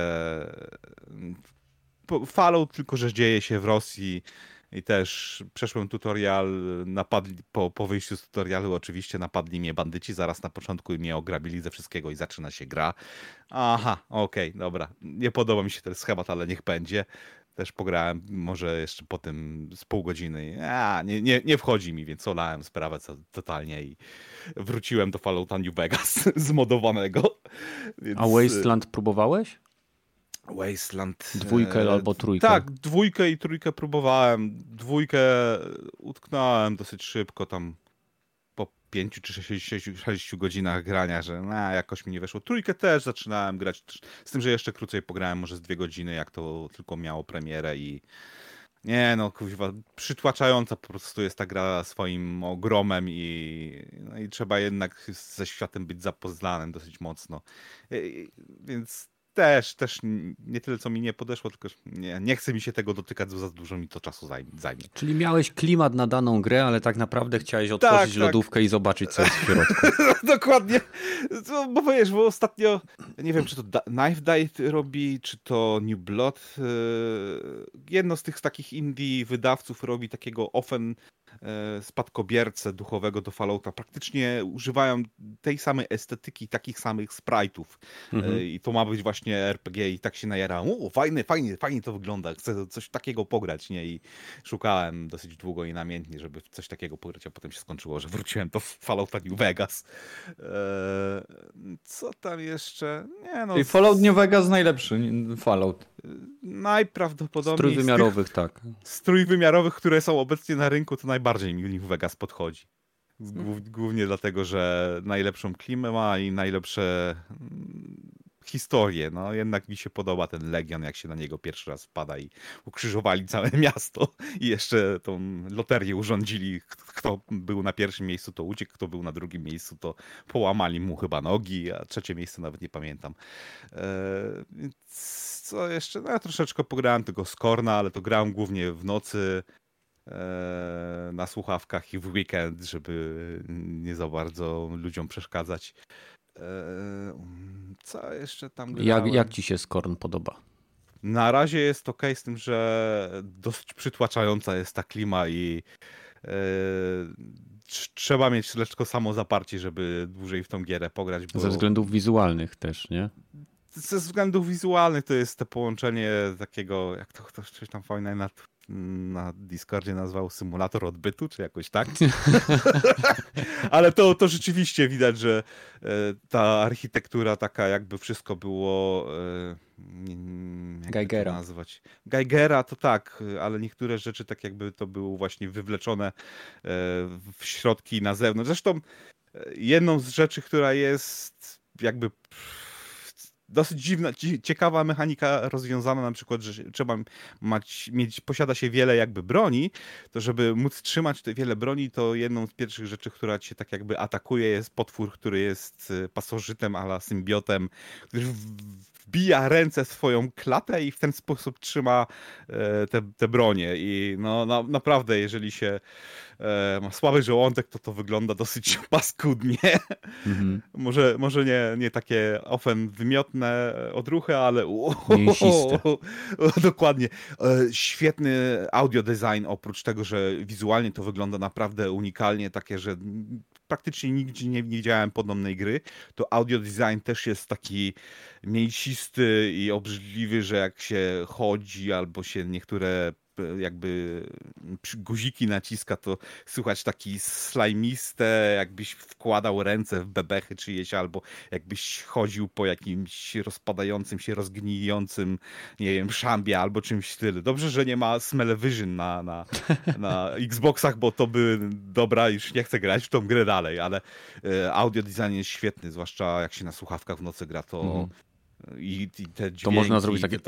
Fallout, tylko że dzieje się w Rosji. I też przeszłem tutorial, po wyjściu z tutorialu oczywiście napadli mnie bandyci, zaraz na początku mnie ograbili ze wszystkiego i zaczyna się gra. Aha, okej, dobra, nie podoba mi się ten schemat, ale niech będzie. Też pograłem może jeszcze po tym z pół godziny. Nie wchodzi mi, więc olałem sprawę totalnie i wróciłem do Fallouta New Vegas zmodowanego. Więc... A Wasteland próbowałeś? Wasteland. 2 albo 3. Tak, 2 i 3 próbowałem. 2 utknąłem dosyć szybko, tam po 5 czy 6 godzinach grania, że jakoś mi nie weszło. 3 też zaczynałem grać, z tym, że jeszcze krócej pograłem, może z 2 godziny, jak to tylko miało premierę i nie no, kurwa, przytłaczająca po prostu jest ta gra swoim ogromem i trzeba jednak ze światem być zapoznanym dosyć mocno. Więc też nie tyle, co mi nie podeszło, tylko nie chce mi się tego dotykać, za dużo mi to czasu zajmie. Czyli miałeś klimat na daną grę, ale tak naprawdę chciałeś otworzyć lodówkę i zobaczyć, co jest w środku. Dokładnie. Bo wiesz, bo ostatnio, nie wiem, czy to Knife Dive robi, czy to New Blood. Jedno z tych takich indie wydawców robi takiego spadkobiercę duchowego do Fallouta. Praktycznie używają tej samej estetyki, takich samych sprite'ów. I to ma być właśnie RPG i tak się najarałem. Fajnie to wygląda. Chcę coś takiego pograć, nie? I szukałem dosyć długo i namiętnie, żeby coś takiego pograć, a potem się skończyło, że wróciłem do Fallouta New Vegas. Co tam jeszcze? Nie, no, I Fallout New Vegas najlepszy Fallout. Najprawdopodobniej Z trójwymiarowych, tak. Z trójwymiarowych, które są obecnie na rynku, to najbardziej mi New Vegas podchodzi. Głównie dlatego, że najlepszą klimę ma i najlepsze historię. No jednak mi się podoba ten Legion, jak się na niego pierwszy raz wpada i ukrzyżowali całe miasto i jeszcze tą loterię urządzili. Kto był na pierwszym miejscu, to uciekł, kto był na drugim miejscu, to połamali mu chyba nogi, a trzecie miejsce nawet nie pamiętam. Co jeszcze? No ja troszeczkę pograłem tego Scorna, ale to grałem głównie w nocy na słuchawkach i w weekend, żeby nie za bardzo ludziom przeszkadzać. Co jeszcze tam grałem? Jak ci się Scorn podoba? Na razie jest ok, z tym, że dosyć przytłaczająca jest ta klima i trzeba mieć lekko samozaparcie, żeby dłużej w tą gierę pograć. Bo... Ze względów wizualnych też, nie? Ze względów wizualnych to jest to połączenie takiego, jak to ktoś tam fajnie na Discordzie nazwał symulator odbytu, czy jakoś tak. Ale to rzeczywiście widać, że ta architektura taka jakby wszystko było... jak Geigera. to nazwać? Geigera to tak, ale niektóre rzeczy tak jakby to było właśnie wywleczone w środki na zewnątrz. Zresztą jedną z rzeczy, która jest jakby... dosyć dziwna, ciekawa mechanika rozwiązana, na przykład, że trzeba posiada się wiele jakby broni, to żeby móc trzymać te wiele broni, to jedną z pierwszych rzeczy, która cię tak jakby atakuje, jest potwór, który jest pasożytem a la symbiotem, który wbija ręce w swoją klatę i w ten sposób trzyma te bronie. I no naprawdę, jeżeli się ma słaby żołądek, to wygląda dosyć paskudnie. Mhm. Może nie takie wymiotne odruchy, ale Mięsiste. dokładnie. Świetny audio design, oprócz tego, że wizualnie to wygląda naprawdę unikalnie, takie, że praktycznie nigdzie nie widziałem podobnej gry, to audio design też jest taki mięsisty i obrzydliwy, że jak się chodzi albo się niektóre jakby guziki naciska, to słychać taki slajmiste, jakbyś wkładał ręce w bebechy czyjeś, albo jakbyś chodził po jakimś rozpadającym się, rozgnijącym, nie wiem, szambie albo czymś w stylu. Dobrze, że nie ma Smell-O-Vision na Xboxach, bo to by dobra, już nie chcę grać w tą grę dalej, ale audio design jest świetny, zwłaszcza jak się na słuchawkach w nocy gra, to i te dźwięki... To można zrobić takie...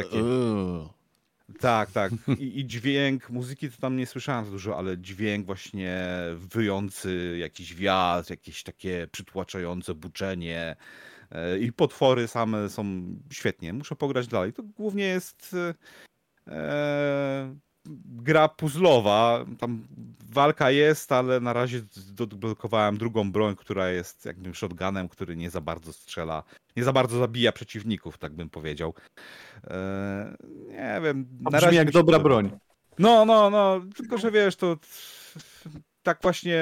Tak. I dźwięk muzyki to tam nie słyszałem za dużo, ale dźwięk właśnie wyjący, jakiś wiatr, jakieś takie przytłaczające buczenie i potwory same są świetnie. Muszę pograć dalej. To głównie jest gra puzzlowa. Tam walka jest, ale na razie odblokowałem drugą broń, która jest jakby shotgunem, który nie za bardzo strzela, nie za bardzo zabija przeciwników, tak bym powiedział. Nie wiem. Na razie jak dobra broń. No, tylko że wiesz, to tak właśnie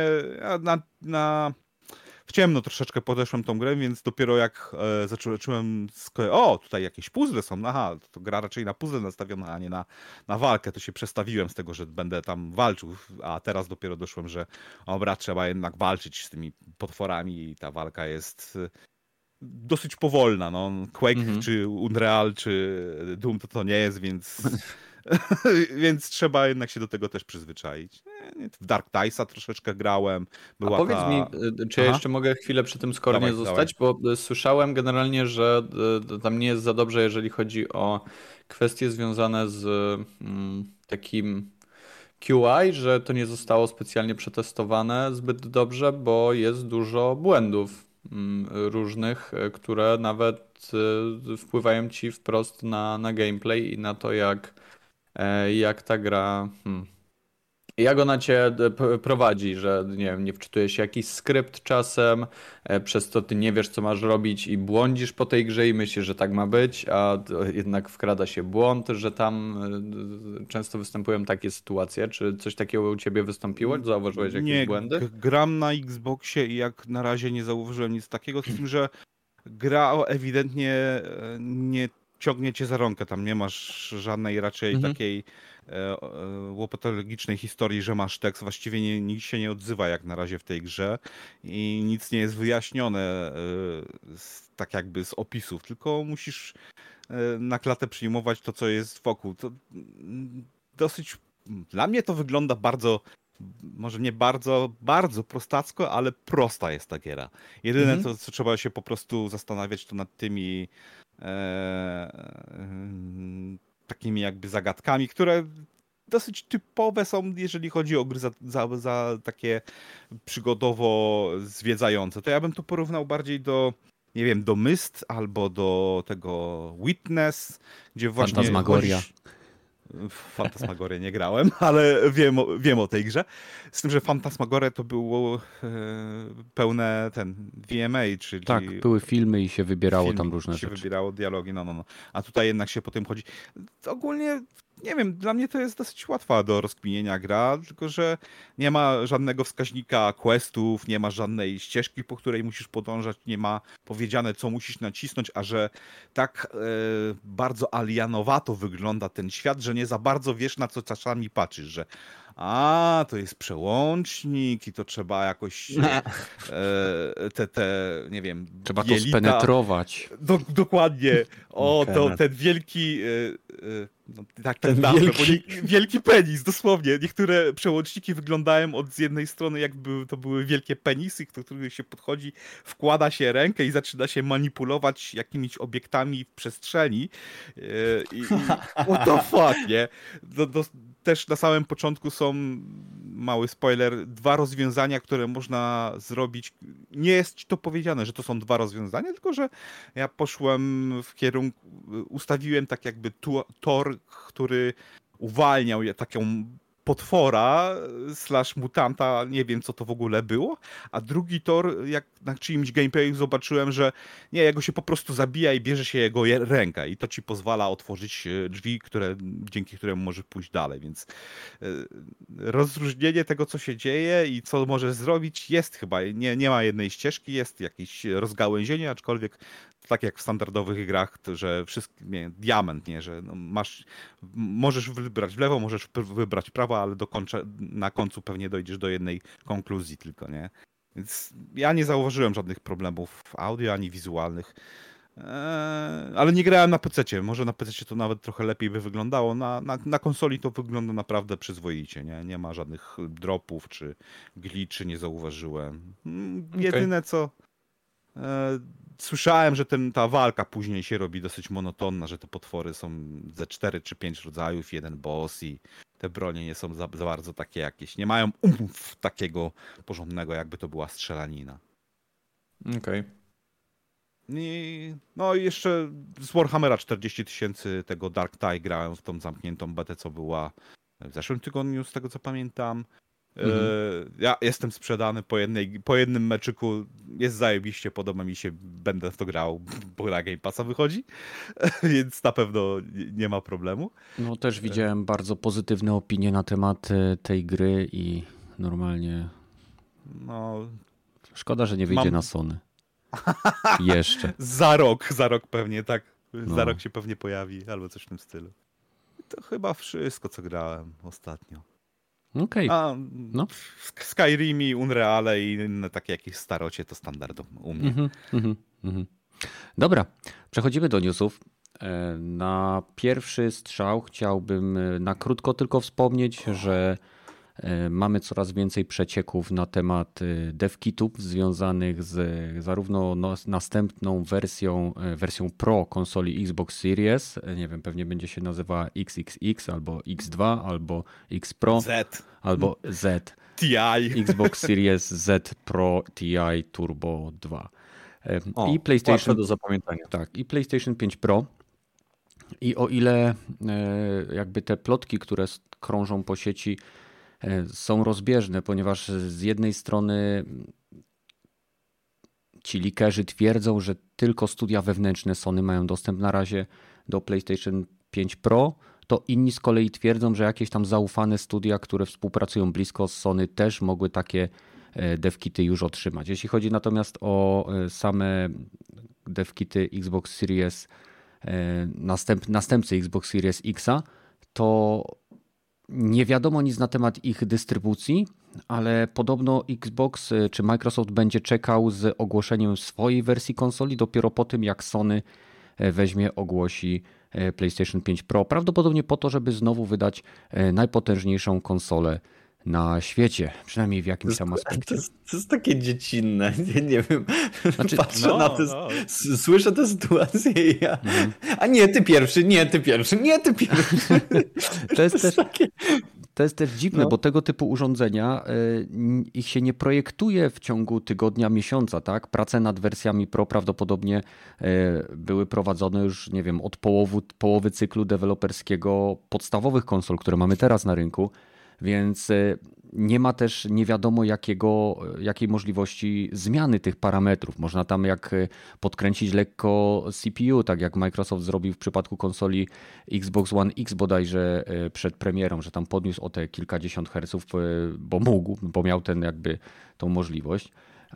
w ciemno troszeczkę podeszłem tą grę, więc dopiero jak zacząłem tutaj jakieś puzzle są, to gra raczej na puzzle nastawiona, a nie na walkę, to się przestawiłem z tego, że będę tam walczył, a teraz dopiero doszłem, że trzeba jednak walczyć z tymi potworami i ta walka jest dosyć powolna, no. Quake czy Unreal czy Doom to nie jest, więc więc trzeba jednak się do tego też przyzwyczaić. W Dark Dice'a troszeczkę grałem. A powiedz mi, czy ja jeszcze mogę chwilę przy tym Scornie zostać, bo słyszałem generalnie, że tam nie jest za dobrze, jeżeli chodzi o kwestie związane z takim QI, że to nie zostało specjalnie przetestowane zbyt dobrze, bo jest dużo błędów różnych, które nawet wpływają ci wprost na gameplay i na to, jak ta gra, jak ona cię prowadzi, że nie wiem, nie wczytuje się jakiś skrypt czasem, przez to ty nie wiesz, co masz robić i błądzisz po tej grze i myślisz, że tak ma być, a jednak wkrada się błąd, że tam często występują takie sytuacje. Czy coś takiego u ciebie wystąpiło? Zauważyłeś jakieś błędy? Nie, gram na Xboxie i jak na razie nie zauważyłem nic takiego, z tym, że gra ewidentnie nie ciągnie cię za rąkę, tam nie masz żadnej raczej takiej łopatologicznej historii, że masz tekst, właściwie nikt się nie odzywa jak na razie w tej grze i nic nie jest wyjaśnione tak jakby z opisów, tylko musisz na klatę przyjmować to, co jest wokół. To dosyć, dla mnie to wygląda bardzo, może nie bardzo, bardzo prostacko, ale prosta jest ta giera. Jedyne, co trzeba się po prostu zastanawiać, to nad tymi takimi jakby zagadkami, które dosyć typowe są, jeżeli chodzi o gry za takie przygodowo zwiedzające. To ja bym to porównał bardziej do, nie wiem, do Myst albo do tego Witness, gdzie właśnie... Fantasmagoria. W Fantasmagorię nie grałem, ale wiem o tej grze. Z tym, że Fantasmagoria to było pełne VMA, czyli... Tak, były filmy i się wybierało tam różne się rzeczy. wybierało dialogi, no. A tutaj jednak się po tym chodzi. Ogólnie, nie wiem, dla mnie to jest dosyć łatwa do rozkminienia gra, tylko że nie ma żadnego wskaźnika questów, nie ma żadnej ścieżki, po której musisz podążać, nie ma powiedziane, co musisz nacisnąć, a że tak bardzo alienowato wygląda ten świat, że nie za bardzo wiesz, na co czasami patrzysz, że to jest przełącznik i to trzeba jakoś nie wiem... Trzeba to spenetrować. Dokładnie. Ten wielki... ten wielki penis, dosłownie. Niektóre przełączniki wyglądają z jednej strony, jakby to były wielkie penisy, do których się podchodzi, wkłada się rękę i zaczyna się manipulować jakimiś obiektami w przestrzeni. What the fuck, nie? Też na samym początku są, mały spoiler, 2 rozwiązania, które można zrobić. Nie jest ci to powiedziane, że to są 2 rozwiązania, tylko że ja poszłem w kierunku, ustawiłem tak jakby tor, który uwalniał taką potwora / mutanta, nie wiem co to w ogóle było, a drugi tor, jak na czyimś gameplayu zobaczyłem, że nie, jego się po prostu zabija i bierze się jego rękę i to ci pozwala otworzyć drzwi, dzięki któremu możesz pójść dalej, więc rozróżnienie tego, co się dzieje i co możesz zrobić jest chyba, nie ma jednej ścieżki, jest jakieś rozgałęzienie, aczkolwiek tak jak w standardowych grach, że diament, nie, że możesz wybrać w lewo, możesz wybrać prawo, ale na końcu pewnie dojdziesz do jednej konkluzji tylko, nie? Więc ja nie zauważyłem żadnych problemów audio ani wizualnych. Ale nie grałem na PC-cie. Może na PC-cie to nawet trochę lepiej by wyglądało. Na konsoli to wygląda naprawdę przyzwoicie, nie? Nie ma żadnych dropów czy glitchy, nie zauważyłem. Jedyne co... Słyszałem, że ta walka później się robi dosyć monotonna, że te potwory są ze 4 czy 5 rodzajów, jeden boss i te bronie nie są za bardzo takie jakieś, nie mają takiego porządnego, jakby to była strzelanina. Okej. I jeszcze z Warhammera 40 000 tego Dark Tide grałem w tą zamkniętą betę, co była w zeszłym tygodniu, z tego co pamiętam. Ja jestem sprzedany po jednym meczyku, jest zajebiście, podoba mi się, będę w to grał, bo na Game Passa wychodzi, więc na pewno nie ma problemu. No też widziałem bardzo pozytywne opinie na temat tej gry i normalnie szkoda, że nie wyjdzie na Sony. Jeszcze. Za rok pewnie, tak. Za rok się pewnie pojawi, albo coś w tym stylu. I to chyba wszystko, co grałem ostatnio. Okej. No. Skyrimi, Unreale i inne takie jakieś starocie to standard u mnie. Dobra, przechodzimy do newsów. Na pierwszy strzał chciałbym na krótko tylko wspomnieć, że mamy coraz więcej przecieków na temat devkitów związanych z zarówno następną wersją Pro konsoli Xbox Series, nie wiem, pewnie będzie się nazywała XXX albo X2 albo X Pro albo Z. TI. Xbox Series Z Pro TI Turbo 2. I PlayStation do zapamiętania. Tak, i PlayStation 5 Pro. I o ile jakby te plotki, które krążą po sieci, są rozbieżne, ponieważ z jednej strony ci leakerzy twierdzą, że tylko studia wewnętrzne Sony mają dostęp na razie do PlayStation 5 Pro, to inni z kolei twierdzą, że jakieś tam zaufane studia, które współpracują blisko z Sony, też mogły takie devkity już otrzymać. Jeśli chodzi natomiast o same devkity Xbox Series, następcy Xbox Series X-a, to nie wiadomo nic na temat ich dystrybucji, ale podobno Xbox czy Microsoft będzie czekał z ogłoszeniem swojej wersji konsoli dopiero po tym, jak Sony ogłosi PlayStation 5 Pro. Prawdopodobnie po to, żeby znowu wydać najpotężniejszą konsolę na świecie, przynajmniej w jakimś tam aspekcie. To jest takie dziecinne, nie wiem, patrzę na to, słyszę tę sytuację i ja, a nie, ty pierwszy, nie, ty pierwszy. To jest też takie... To jest też dziwne, bo tego typu urządzenia ich się nie projektuje w ciągu tygodnia, miesiąca, tak? Prace nad wersjami Pro prawdopodobnie były prowadzone już, nie wiem, od połowy cyklu deweloperskiego podstawowych konsol, które mamy teraz na rynku, więc nie ma też nie wiadomo jakiej możliwości zmiany tych parametrów. Można tam podkręcić lekko CPU, tak jak Microsoft zrobił w przypadku konsoli Xbox One X bodajże przed premierą, że tam podniósł o te kilkadziesiąt herców, bo mógł, bo miał tą możliwość.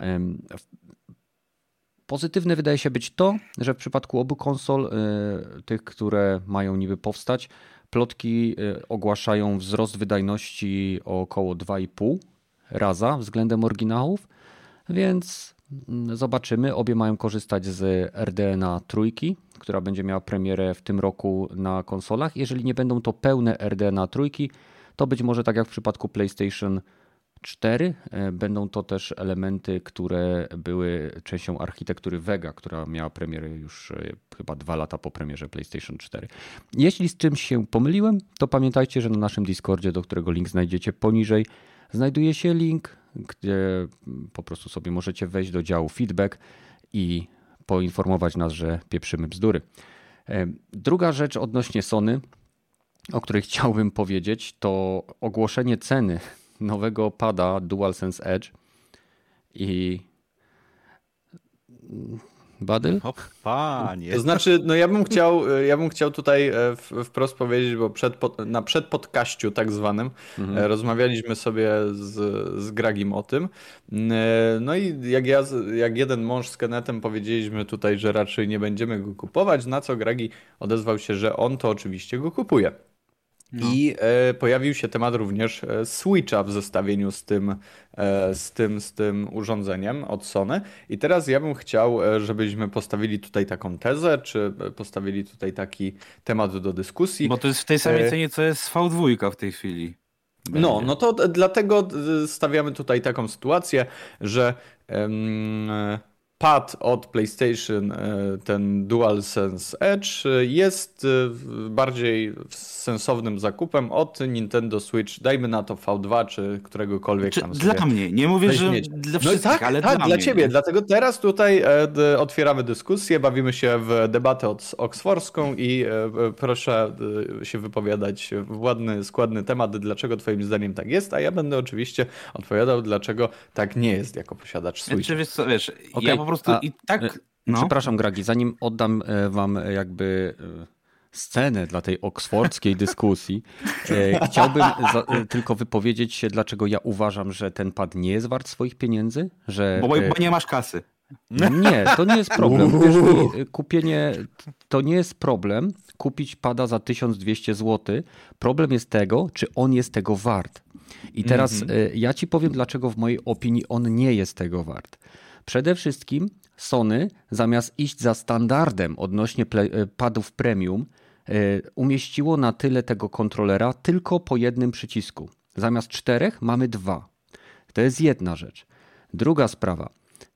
Pozytywne wydaje się być to, że w przypadku obu konsol, tych, które mają niby powstać, plotki ogłaszają wzrost wydajności o około 2,5 raza względem oryginałów, więc zobaczymy. Obie mają korzystać z RDNA 3, która będzie miała premierę w tym roku na konsolach. Jeżeli nie będą to pełne RDNA 3, to być może tak jak w przypadku PlayStation 4 będą to też elementy, które były częścią architektury Vega, która miała premierę już chyba 2 lata po premierze PlayStation 4. Jeśli z czymś się pomyliłem, to pamiętajcie, że na naszym Discordzie, do którego link znajdziecie poniżej, znajduje się link, gdzie po prostu sobie możecie wejść do działu feedback i poinformować nas, że pieprzymy bzdury. Druga rzecz odnośnie Sony, o której chciałbym powiedzieć, to ogłoszenie ceny nowego pada DualSense Edge i Badyl? O panie. To znaczy, no ja bym chciał tutaj wprost powiedzieć, bo na przedpodcaściu tak zwanym rozmawialiśmy sobie z Gragim o tym. No i jak jeden mąż z Kenetem powiedzieliśmy tutaj, że raczej nie będziemy go kupować, na co Gragi odezwał się, że on to oczywiście go kupuje. No. I pojawił się temat również Switcha w zestawieniu z tym urządzeniem od Sony. I teraz ja bym chciał, żebyśmy postawili tutaj taką tezę, czy postawili tutaj taki temat do dyskusji. Bo to jest w tej samej cenie, co jest V2 w tej chwili. Będzie. No to dlatego stawiamy tutaj taką sytuację, że pad od PlayStation, ten DualSense Edge, jest bardziej sensownym zakupem od Nintendo Switch, dajmy na to V2 czy któregokolwiek tam sobie. Dla mnie, nie mówię, że dla wszystkich, ale dla mnie. Ciebie, dlatego teraz tutaj otwieramy dyskusję, bawimy się w debatę oksfordzką i proszę się wypowiadać w ładny, składny temat, dlaczego twoim zdaniem tak jest, a ja będę oczywiście odpowiadał, dlaczego tak nie jest jako posiadacz Switcha. Wiesz, okay. Ja po prostu i tak... Przepraszam, Gragi, zanim oddam wam jakby scenę dla tej oksfordzkiej dyskusji, chciałbym tylko wypowiedzieć się, dlaczego ja uważam, że ten pad nie jest wart swoich pieniędzy. Bo nie masz kasy. Nie, to nie jest problem. To nie jest problem kupić pada za 1200 zł. Problem jest tego, czy on jest tego wart. I teraz ja ci powiem, dlaczego w mojej opinii on nie jest tego wart. Przede wszystkim Sony zamiast iść za standardem odnośnie padów premium umieściło na tyle tego kontrolera tylko po jednym przycisku. Zamiast 4 mamy 2. To jest jedna rzecz. Druga sprawa.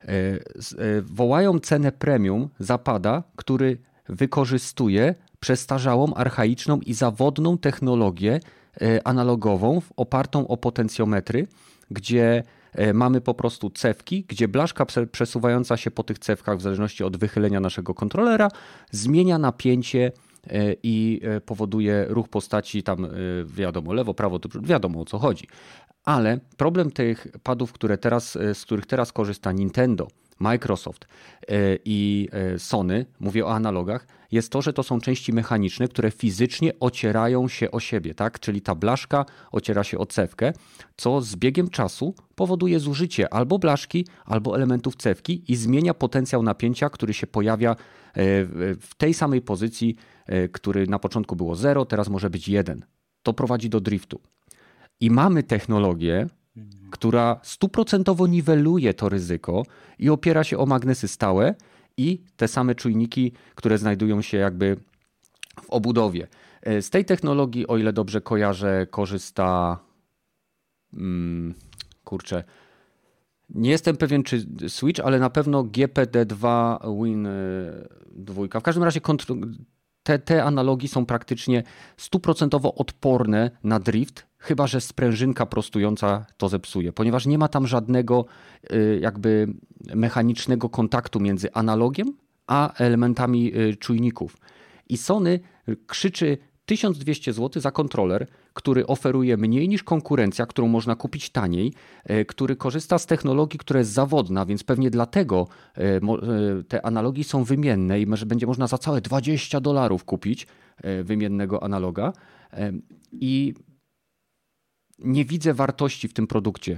Wołają cenę premium za pada, który wykorzystuje przestarzałą, archaiczną i zawodną technologię analogową opartą o potencjometry, gdzie mamy po prostu cewki, gdzie blaszka przesuwająca się po tych cewkach w zależności od wychylenia naszego kontrolera zmienia napięcie i powoduje ruch postaci tam wiadomo lewo, prawo, wiadomo o co chodzi. Ale problem tych padów, z których teraz korzysta Nintendo, Microsoft i Sony, mówię o analogach, jest to, że to są części mechaniczne, które fizycznie ocierają się o siebie, tak? Czyli ta blaszka ociera się o cewkę, co z biegiem czasu powoduje zużycie albo blaszki, albo elementów cewki i zmienia potencjał napięcia, który się pojawia w tej samej pozycji, który na początku było 0, teraz może być 1. To prowadzi do driftu. I mamy technologię, która 100% niweluje to ryzyko i opiera się o magnesy stałe i te same czujniki, które znajdują się jakby w obudowie. Z tej technologii, o ile dobrze kojarzę, korzysta kurczę, nie jestem pewien czy Switch, ale na pewno GPD2 Win 2. W każdym razie te analogi są praktycznie 100% odporne na drift, chyba że sprężynka prostująca to zepsuje, ponieważ nie ma tam żadnego jakby mechanicznego kontaktu między analogiem a elementami czujników. I Sony krzyczy 1200 zł za kontroler, który oferuje mniej niż konkurencja, którą można kupić taniej, który korzysta z technologii, która jest zawodna, więc pewnie dlatego te analogi są wymienne i będzie można za całe $20 kupić wymiennego analoga. I nie widzę wartości w tym produkcie.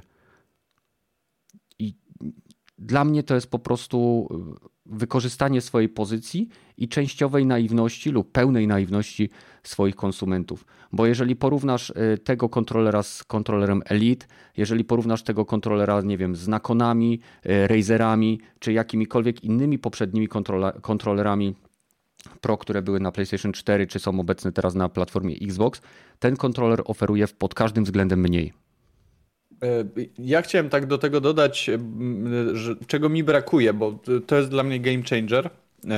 I dla mnie to jest po prostu wykorzystanie swojej pozycji i częściowej naiwności lub pełnej naiwności swoich konsumentów. Bo jeżeli porównasz tego kontrolera z kontrolerem Elite, jeżeli porównasz tego kontrolera, nie wiem, z Naconami, Razerami, czy jakimikolwiek innymi poprzednimi kontrolerami Pro, które były na PlayStation 4, czy są obecne teraz na platformie Xbox, ten kontroler oferuje pod każdym względem mniej. Ja chciałem tak do tego dodać, czego mi brakuje, bo to jest dla mnie game changer.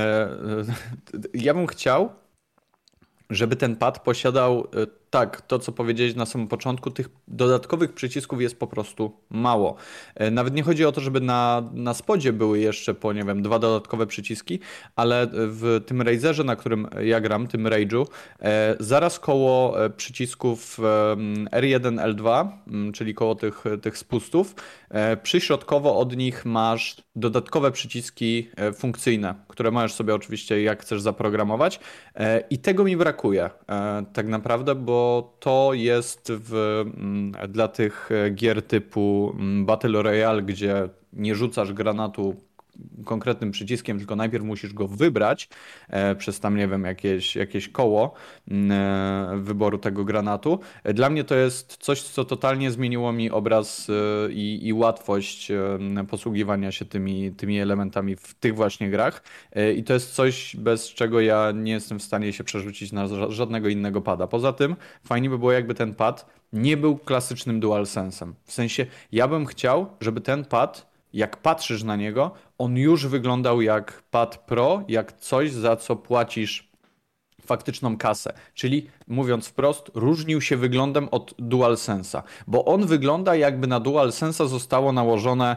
Ja bym chciał, żeby ten pad posiadał, tak, to co powiedziałeś na samym początku, tych dodatkowych przycisków jest po prostu mało. Nawet nie chodzi o to, żeby na spodzie były jeszcze po, nie wiem, 2 dodatkowe przyciski, ale w tym Razerze, na którym ja gram, tym Rage'u, zaraz koło przycisków R1, L2, czyli koło tych spustów, przyśrodkowo od nich masz dodatkowe przyciski funkcyjne, które możesz sobie oczywiście jak chcesz zaprogramować i tego mi brakuje tak naprawdę, bo to jest dla tych gier typu Battle Royale, gdzie nie rzucasz granatu konkretnym przyciskiem, tylko najpierw musisz go wybrać przez tam, nie wiem, jakieś koło wyboru tego granatu. Dla mnie to jest coś, co totalnie zmieniło mi obraz i łatwość posługiwania się tymi elementami w tych właśnie grach. I to jest coś, bez czego ja nie jestem w stanie się przerzucić na żadnego innego pada. Poza tym fajnie by było, jakby ten pad nie był klasycznym DualSense'em. W sensie, ja bym chciał, żeby ten pad, jak patrzysz na niego, on już wyglądał jak pad Pro, jak coś, za co płacisz faktyczną kasę. Czyli mówiąc wprost, różnił się wyglądem od DualSense'a, bo on wygląda, jakby na DualSense'a zostało nałożone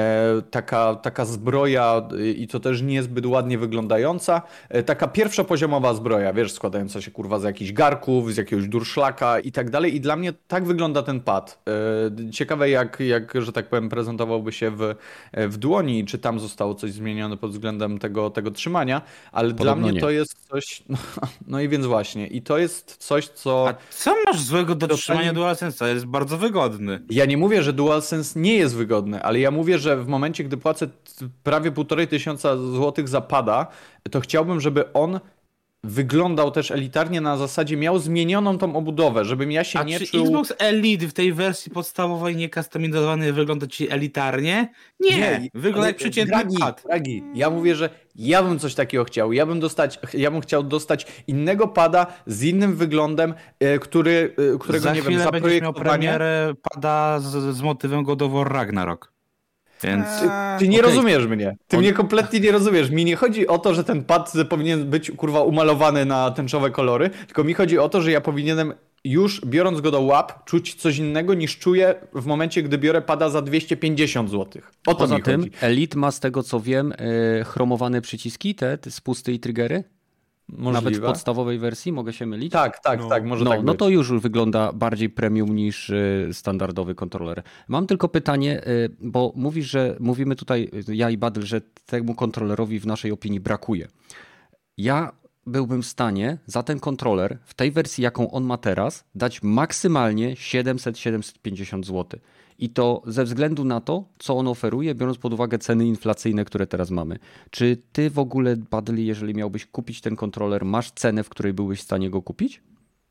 taka zbroja i to też niezbyt ładnie wyglądająca, taka pierwszopoziomowa zbroja, wiesz, składająca się kurwa z jakichś garków, z jakiegoś durszlaka i tak dalej, i dla mnie tak wygląda ten pad. Ciekawe jak że tak powiem, prezentowałby się w dłoni, czy tam zostało coś zmienione pod względem tego trzymania, ale Podobno dla mnie nie. to jest coś, no i więc właśnie, i to jest coś, co... A co masz złego do trzymania DualSense'a? Jest bardzo wygodny. Ja nie mówię, że DualSense nie jest wygodny, ale ja mówię, że w momencie, gdy płacę prawie 1500 złotych za pada, to chciałbym, żeby on wyglądał też elitarnie, na zasadzie miał zmienioną tą obudowę, żebym ja się nie czy czuł... Xbox Elite w tej wersji podstawowej nie-customizowanej wygląda ci elitarnie? Nie, wygląda jak przeciętny pad. Dragi, ja mówię, że ja bym coś takiego chciał. Ja bym chciał dostać innego pada z innym wyglądem, którego Za nie wiem, chwilę będziesz miał zaprojektowanie... premierę pada z motywem God of War Ragnarok. Więc... Ty nie Okej. rozumiesz mnie. Ty mnie kompletnie nie rozumiesz. Mi nie chodzi o to, że ten pad powinien być kurwa umalowany na tęczowe kolory, tylko mi chodzi o to, że ja powinienem już biorąc go do łap czuć coś innego niż czuję w momencie, gdy biorę pada za 250 zł. O to Poza mi tym chodzi. Elite ma z tego co wiem chromowane przyciski, te spusty i triggery. Nawet w Możliwe. podstawowej wersji, mogę się mylić? Tak, może tak No być. to już wygląda bardziej premium niż standardowy kontroler. Mam tylko pytanie, bo mówisz, że mówimy tutaj, ja i Badl, że temu kontrolerowi w naszej opinii brakuje. Ja byłbym w stanie za ten kontroler w tej wersji, jaką on ma teraz, dać maksymalnie 700-750 zł. I to ze względu na to, co on oferuje, biorąc pod uwagę ceny inflacyjne, które teraz mamy. Czy ty w ogóle, Badli, jeżeli miałbyś kupić ten kontroler, masz cenę, w której byłbyś w stanie go kupić?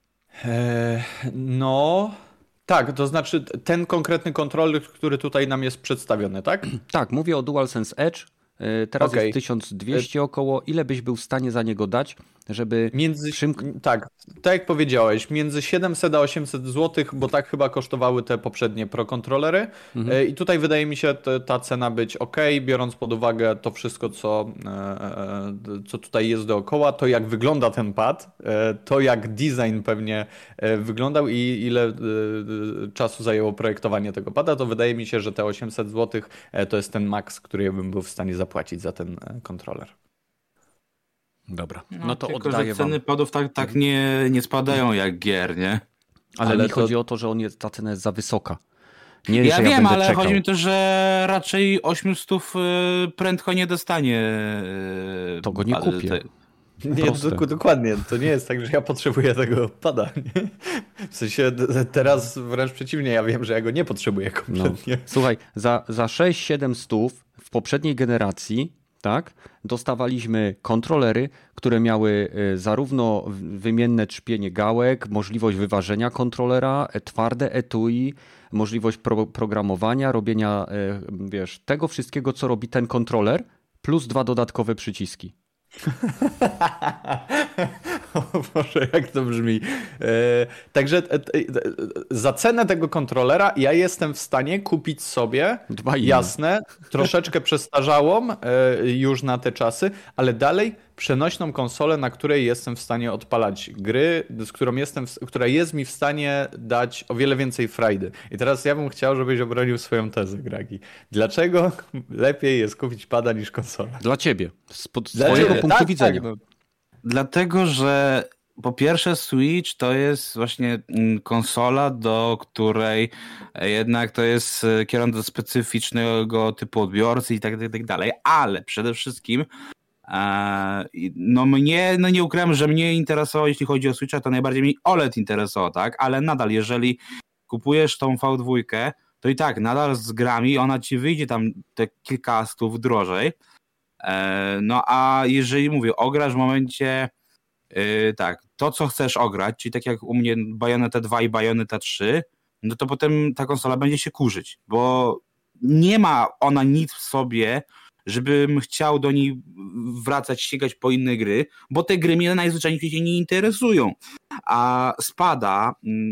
No... Tak, to znaczy ten konkretny kontroler, który tutaj nam jest przedstawiony, tak? Tak, mówię o DualSense Edge. Teraz Okej. jest 1200 około. Ile byś był w stanie za niego dać? żeby... Tak jak powiedziałeś, między 700 a 800 zł, bo tak chyba kosztowały te poprzednie Pro kontrolery. I tutaj wydaje mi się ta cena być ok, biorąc pod uwagę to wszystko, co tutaj jest dookoła, to jak wygląda ten pad, to jak design pewnie wyglądał i ile czasu zajęło projektowanie tego pada, to wydaje mi się, że te 800 zł to jest ten maks, który ja bym był w stanie zapłacić za ten kontroler. Dobra, no to tylko, oddaję że ceny wam. padów tak nie spadają jak gier, nie? Ale mi chodzi o to, że ta cena jest za wysoka. Nie, Ja że wiem, będę ale czekał. chodzi mi to, że raczej 800 prędko nie dostanie. To go nie kupię. Nie, dokładnie. To nie jest tak, że ja potrzebuję tego pada. Nie? W sensie teraz wręcz przeciwnie, ja wiem, że ja go nie potrzebuję kompletnie. No. Słuchaj, za 6-7 stów w poprzedniej generacji, tak, dostawaliśmy kontrolery, które miały zarówno wymienne trzpienie gałek, możliwość wyważenia kontrolera, twarde etui, możliwość programowania, robienia, tego wszystkiego, co robi ten kontroler, plus 2 dodatkowe przyciski. O Boże, jak to brzmi. Także za cenę tego kontrolera ja jestem w stanie kupić sobie, jasne, troszeczkę przestarzałą już na te czasy, ale dalej przenośną konsolę, na której jestem w stanie odpalać gry, która jest mi w stanie dać o wiele więcej frajdy. I teraz ja bym chciał, żebyś obronił swoją tezę, Gragi. Dlaczego lepiej jest kupić pada niż konsolę? Dla ciebie, z swojego punktu widzenia. Tak. Dlatego, że po pierwsze Switch to jest właśnie konsola, do której jednak to jest kierowana do specyficznego typu odbiorcy i tak dalej, ale przede wszystkim nie ukrywam, że mnie interesowało, jeśli chodzi o Switcha, to najbardziej mnie OLED interesował, tak? Ale nadal, jeżeli kupujesz tą V2, to i tak nadal z grami ona ci wyjdzie tam te kilka stów drożej. No a jeżeli mówię, ograsz w momencie tak, to co chcesz ograć, czyli tak jak u mnie Bayonetta 2 i Bayonetta 3, no to potem ta konsola będzie się kurzyć, bo nie ma ona nic w sobie, żebym chciał do niej wracać, sięgać po inne gry, bo te gry mnie najzwyczajniej w świecie nie interesują. A spada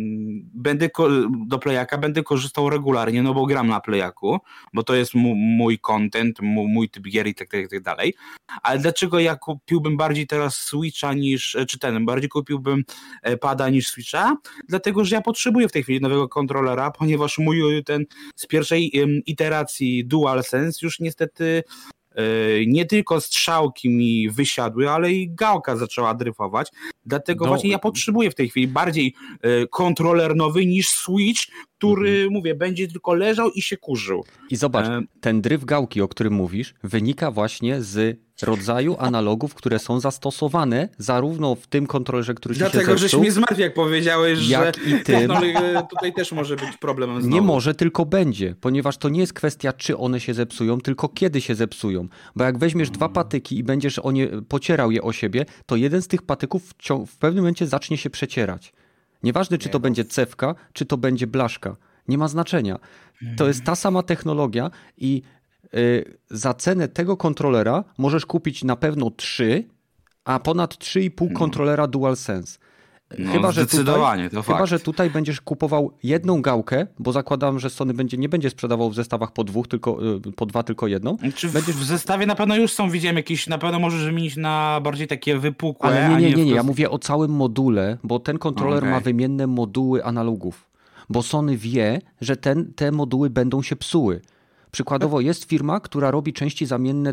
do Playaka będę korzystał regularnie, no bo gram na Playaku, bo to jest mój content, mój typ gier i tak dalej. Ale dlaczego ja kupiłbym bardziej teraz Switcha bardziej kupiłbym pada niż Switcha? Dlatego, że ja potrzebuję w tej chwili nowego kontrolera, ponieważ mój ten z pierwszej iteracji DualSense już niestety nie tylko strzałki mi wysiadły, ale i gałka zaczęła dryfować. Dlatego właśnie ja potrzebuję w tej chwili bardziej kontroler nowy niż Switch, który, mówię, będzie tylko leżał i się kurzył. I zobacz, ten dryf gałki, o którym mówisz, wynika właśnie z rodzaju analogów, które są zastosowane zarówno w tym kontrolerze, który ci się zepsuł. Dlatego, żeś mnie zmartwił, jak powiedziałeś, że i tym. Tutaj też może być problem znowu. Nie może, tylko będzie, ponieważ to nie jest kwestia, czy one się zepsują, tylko kiedy się zepsują. Bo jak weźmiesz 2 patyki i będziesz pocierał je o siebie, to jeden z tych patyków w pewnym momencie zacznie się przecierać. Nieważne, czy to będzie cewka, czy to będzie blaszka. Nie ma znaczenia. To jest ta sama technologia i za cenę tego kontrolera możesz kupić na pewno 3, a ponad 3,5 kontrolera DualSense. Chyba, że tutaj będziesz kupował jedną gałkę, bo zakładam, że Sony nie będzie sprzedawał w zestawach po 2, tylko po 2, tylko jedną. Czy w zestawie na pewno już są, widziałem jakieś, na pewno możesz wymienić na bardziej takie wypukłe. Ale nie, ja mówię o całym module, bo ten kontroler ma wymienne moduły analogów, bo Sony wie, że te moduły będą się psuły. Przykładowo jest firma, która robi części zamienne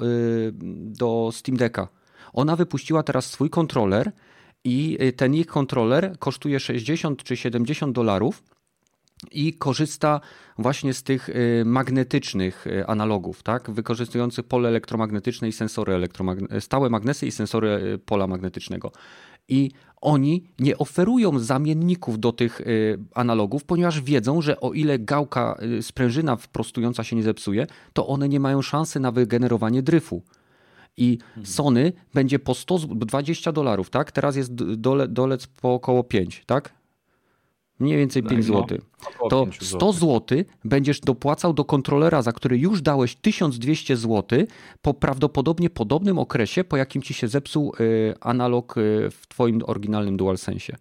do Steam Decka. Ona wypuściła teraz swój kontroler i ten ich kontroler kosztuje 60 czy $70 i korzysta właśnie z tych magnetycznych analogów, tak? Wykorzystujących pole elektromagnetyczne i sensory stałe magnesy i sensory pola magnetycznego. I oni nie oferują zamienników do tych analogów, ponieważ wiedzą, że o ile gałka, sprężyna prostująca się nie zepsuje, to one nie mają szansy na wygenerowanie dryfu. I Sony będzie po $20, tak? Teraz jest dolec po około 5, tak? Mniej więcej 5 zł. To 100 zł będziesz dopłacał do kontrolera, za który już dałeś 1200 zł po prawdopodobnie podobnym okresie, po jakim ci się zepsuł analog w twoim oryginalnym DualSensie.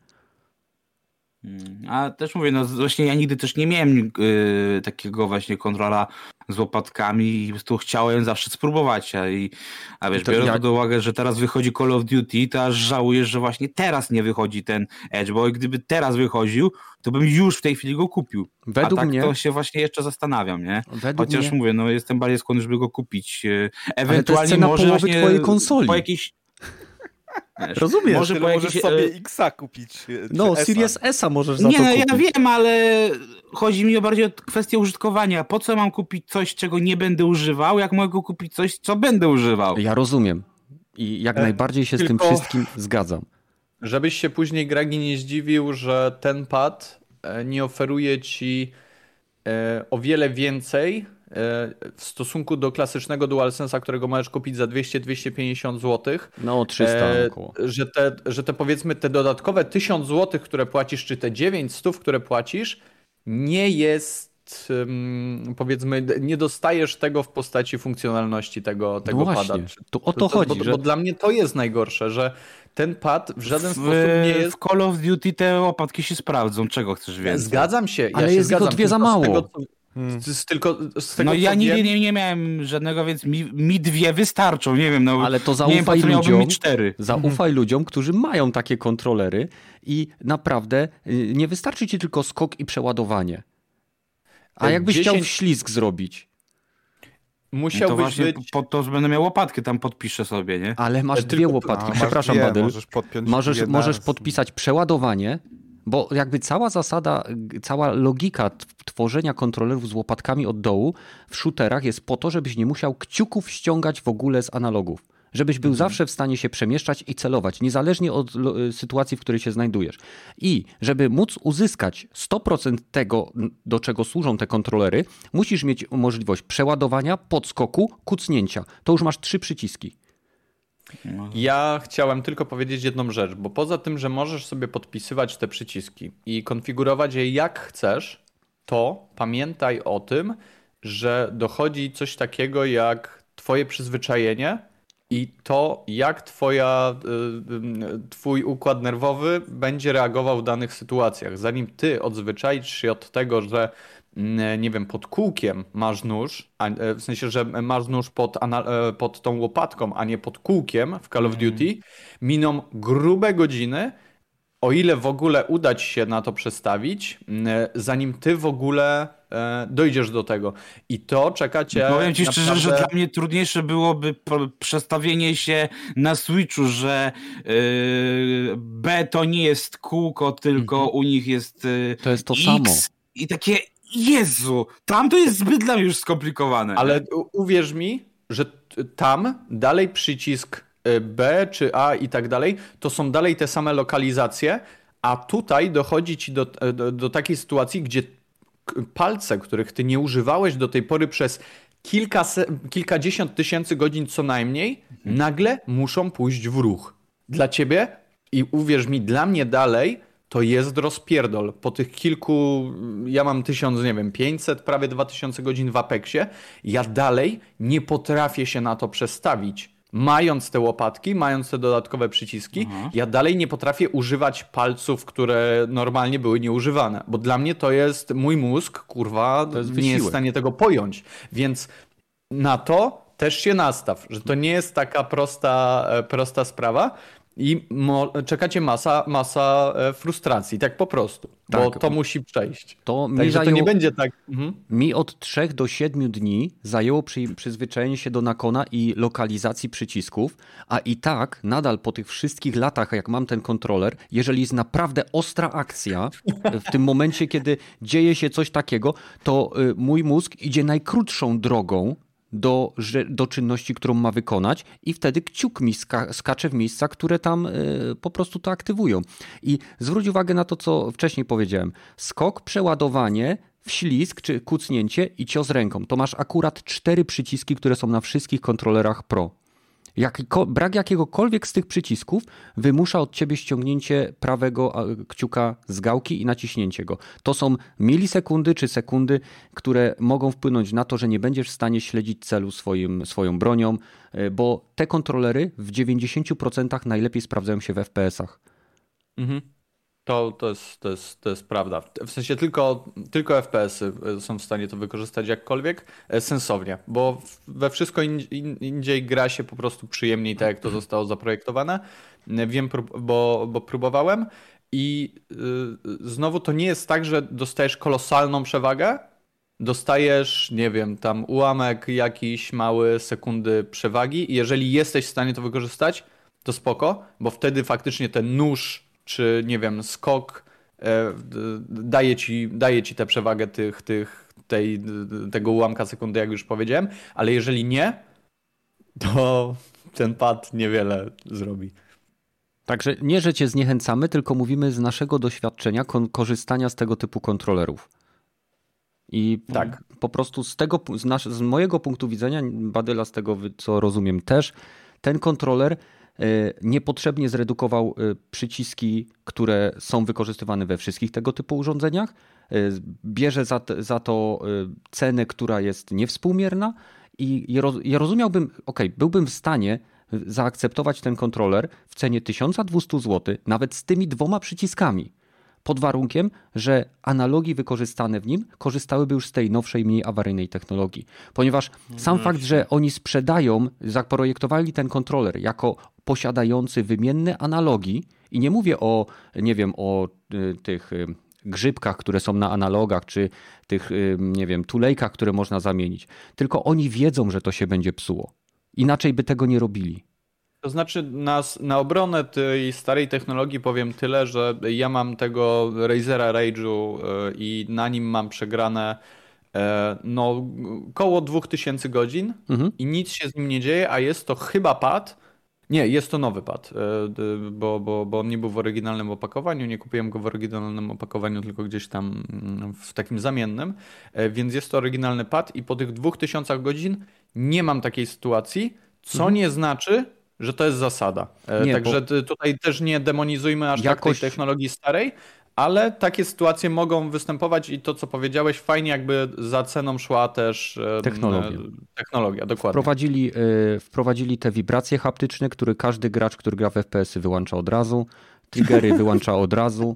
A też mówię, no właśnie ja nigdy też nie miałem takiego właśnie kontrola z łopatkami i po prostu chciałem zawsze spróbować. A wiesz, biorąc pod uwagę, że teraz wychodzi Call of Duty, to aż żałujesz, że właśnie teraz nie wychodzi ten Edge, bo gdyby teraz wychodził, to bym już w tej chwili go kupił. Według a tak mnie, to się właśnie jeszcze zastanawiam, nie? Chociaż mnie, mówię, no jestem bardziej skłonny, żeby go kupić. Ewentualnie może właśnie twojej konsoli. Po jakiejś... Rozumiesz, może możesz sobie X-a kupić. No, Series S-a możesz za to kupić. Ja wiem, ale chodzi mi bardziej o kwestię użytkowania. Po co mam kupić coś, czego nie będę używał, jak mogę kupić coś, co będę używał? Ja rozumiem. I jak najbardziej się z tym wszystkim zgadzam. Żebyś się później, Gragi, nie zdziwił, że ten pad nie oferuje ci o wiele więcej w stosunku do klasycznego DualSense'a, którego możesz kupić za 200-250 zł. No 300 około. Że te powiedzmy te dodatkowe 1000 zł, które płacisz, czy te 900, które płacisz, nie jest, powiedzmy, nie dostajesz tego w postaci funkcjonalności tego no pada. Właśnie, to o to chodzi. Bo dla mnie to jest najgorsze, że ten pad w żaden sposób nie jest... W Call of Duty te łopatki się sprawdzą. Czego chcesz więcej? Zgadzam się. Ale jest tylko 2 za mało. No ja nigdy nie miałem żadnego, więc mi 2 wystarczą, nie wiem. No, ale to zaufaj ludziom, którzy mają takie kontrolery i naprawdę nie wystarczy ci tylko skok i przeładowanie. A jakbyś chciał ślizg zrobić? Musiałbyś to być... Po to, że będę miał łopatkę, tam podpiszę sobie, nie? Ale masz 2 łopatki. Przepraszam, Badyl. Możesz podpisać przeładowanie, bo jakby cała zasada, cała logika tworzenia kontrolerów z łopatkami od dołu w shooterach jest po to, żebyś nie musiał kciuków ściągać w ogóle z analogów. Żebyś był zawsze w stanie się przemieszczać i celować, niezależnie od sytuacji, w której się znajdujesz. I żeby móc uzyskać 100% tego, do czego służą te kontrolery, musisz mieć możliwość przeładowania, podskoku, kucnięcia. To już masz 3 przyciski. Ja chciałem tylko powiedzieć jedną rzecz, bo poza tym, że możesz sobie podpisywać te przyciski i konfigurować je jak chcesz, to pamiętaj o tym, że dochodzi coś takiego jak twoje przyzwyczajenie i to, jak twój układ nerwowy będzie reagował w danych sytuacjach. Zanim ty odzwyczaisz się od tego, że nie wiem, pod kółkiem masz nóż, w sensie, że masz nóż pod tą łopatką, a nie pod kółkiem w Call of Duty, miną grube godziny, o ile w ogóle uda ci się na to przestawić, zanim ty w ogóle dojdziesz do tego. I to czeka cię. Powiem ci szczerze, że dla mnie trudniejsze byłoby przestawienie się na Switchu, że B to nie jest kółko, tylko u nich jest to jest to X samo. I takie Jezu, tam to jest zbyt dla mnie już skomplikowane. Ale uwierz mi, że tam dalej przycisk B czy A i tak dalej, to są dalej te same lokalizacje, a tutaj dochodzi ci do takiej sytuacji, gdzie palce, których ty nie używałeś do tej pory przez kilkadziesiąt tysięcy godzin co najmniej, nagle muszą pójść w ruch. Dla ciebie i uwierz mi, dla mnie dalej to jest rozpierdol. Po tych ja mam 1500, prawie 2000 godzin w Apexie, ja dalej nie potrafię się na to przestawić. Mając te łopatki, mając te dodatkowe przyciski, ja dalej nie potrafię używać palców, które normalnie były nieużywane. Bo dla mnie to jest, mój mózg, kurwa, nie jest w stanie tego pojąć. Więc na to też się nastaw, że to nie jest taka prosta sprawa. I czekacie masa frustracji, tak po prostu, bo to musi przejść. Także to nie będzie tak. Mi od 3 do 7 dni zajęło przyzwyczajenie się do nakona i lokalizacji przycisków, a i tak nadal po tych wszystkich latach, jak mam ten kontroler, jeżeli jest naprawdę ostra akcja, w tym momencie, kiedy dzieje się coś takiego, to mój mózg idzie najkrótszą drogą do czynności, którą ma wykonać i wtedy kciuk mi skacze w miejsca, które tam po prostu to aktywują. I zwróć uwagę na to, co wcześniej powiedziałem. Skok, przeładowanie, wślizg czy kucnięcie i cios ręką. To masz akurat 4 przyciski, które są na wszystkich kontrolerach Pro. Brak jakiegokolwiek z tych przycisków wymusza od ciebie ściągnięcie prawego kciuka z gałki i naciśnięcie go. To są milisekundy czy sekundy, które mogą wpłynąć na to, że nie będziesz w stanie śledzić celu swoją bronią, bo te kontrolery w 90% najlepiej sprawdzają się w FPS-ach. Mhm. To jest prawda. W sensie tylko FPS-y są w stanie to wykorzystać jakkolwiek sensownie, bo we wszystko indziej gra się po prostu przyjemniej, tak jak to zostało zaprojektowane. Wiem, bo próbowałem i znowu to nie jest tak, że dostajesz kolosalną przewagę, dostajesz, nie wiem, tam ułamek jakiś mały sekundy przewagi i jeżeli jesteś w stanie to wykorzystać, to spoko, bo wtedy faktycznie ten nóż czy nie wiem, skok daje ci tę przewagę tego ułamka sekundy, jak już powiedziałem, ale jeżeli nie, to ten pad niewiele zrobi. Także nie, że cię zniechęcamy, tylko mówimy z naszego doświadczenia korzystania z tego typu kontrolerów. I tak, po prostu z mojego punktu widzenia, Badyla, z tego co rozumiem też, ten kontroler niepotrzebnie zredukował przyciski, które są wykorzystywane we wszystkich tego typu urządzeniach. Bierze za to cenę, która jest niewspółmierna i ja rozumiałbym, byłbym w stanie zaakceptować ten kontroler w cenie 1200 zł, nawet z tymi 2 przyciskami, pod warunkiem, że analogi wykorzystane w nim korzystałyby już z tej nowszej, mniej awaryjnej technologii. Ponieważ sam fakt, że oni zaprojektowali ten kontroler jako posiadający wymienne analogi i nie mówię o, nie wiem, o tych grzybkach, które są na analogach, czy tych, nie wiem, tulejkach, które można zamienić, tylko oni wiedzą, że to się będzie psuło. Inaczej by tego nie robili. To znaczy na obronę tej starej technologii powiem tyle, że ja mam tego Razera Rage'u i na nim mam przegrane koło 2000 godzin i nic się z nim nie dzieje, a jest to chyba pad. Nie, jest to nowy pad, bo on nie był w oryginalnym opakowaniu, nie kupiłem go w oryginalnym opakowaniu, tylko gdzieś tam w takim zamiennym, więc jest to oryginalny pad i po tych 2000 godzin nie mam takiej sytuacji, co nie znaczy, że to jest zasada. Także tutaj też nie demonizujmy aż tak tej technologii starej, ale takie sytuacje mogą występować i to, co powiedziałeś, fajnie jakby za ceną szła też technologia, dokładnie. Wprowadzili te wibracje haptyczne, które każdy gracz, który gra w FPS-y wyłącza od razu, triggery wyłącza od razu.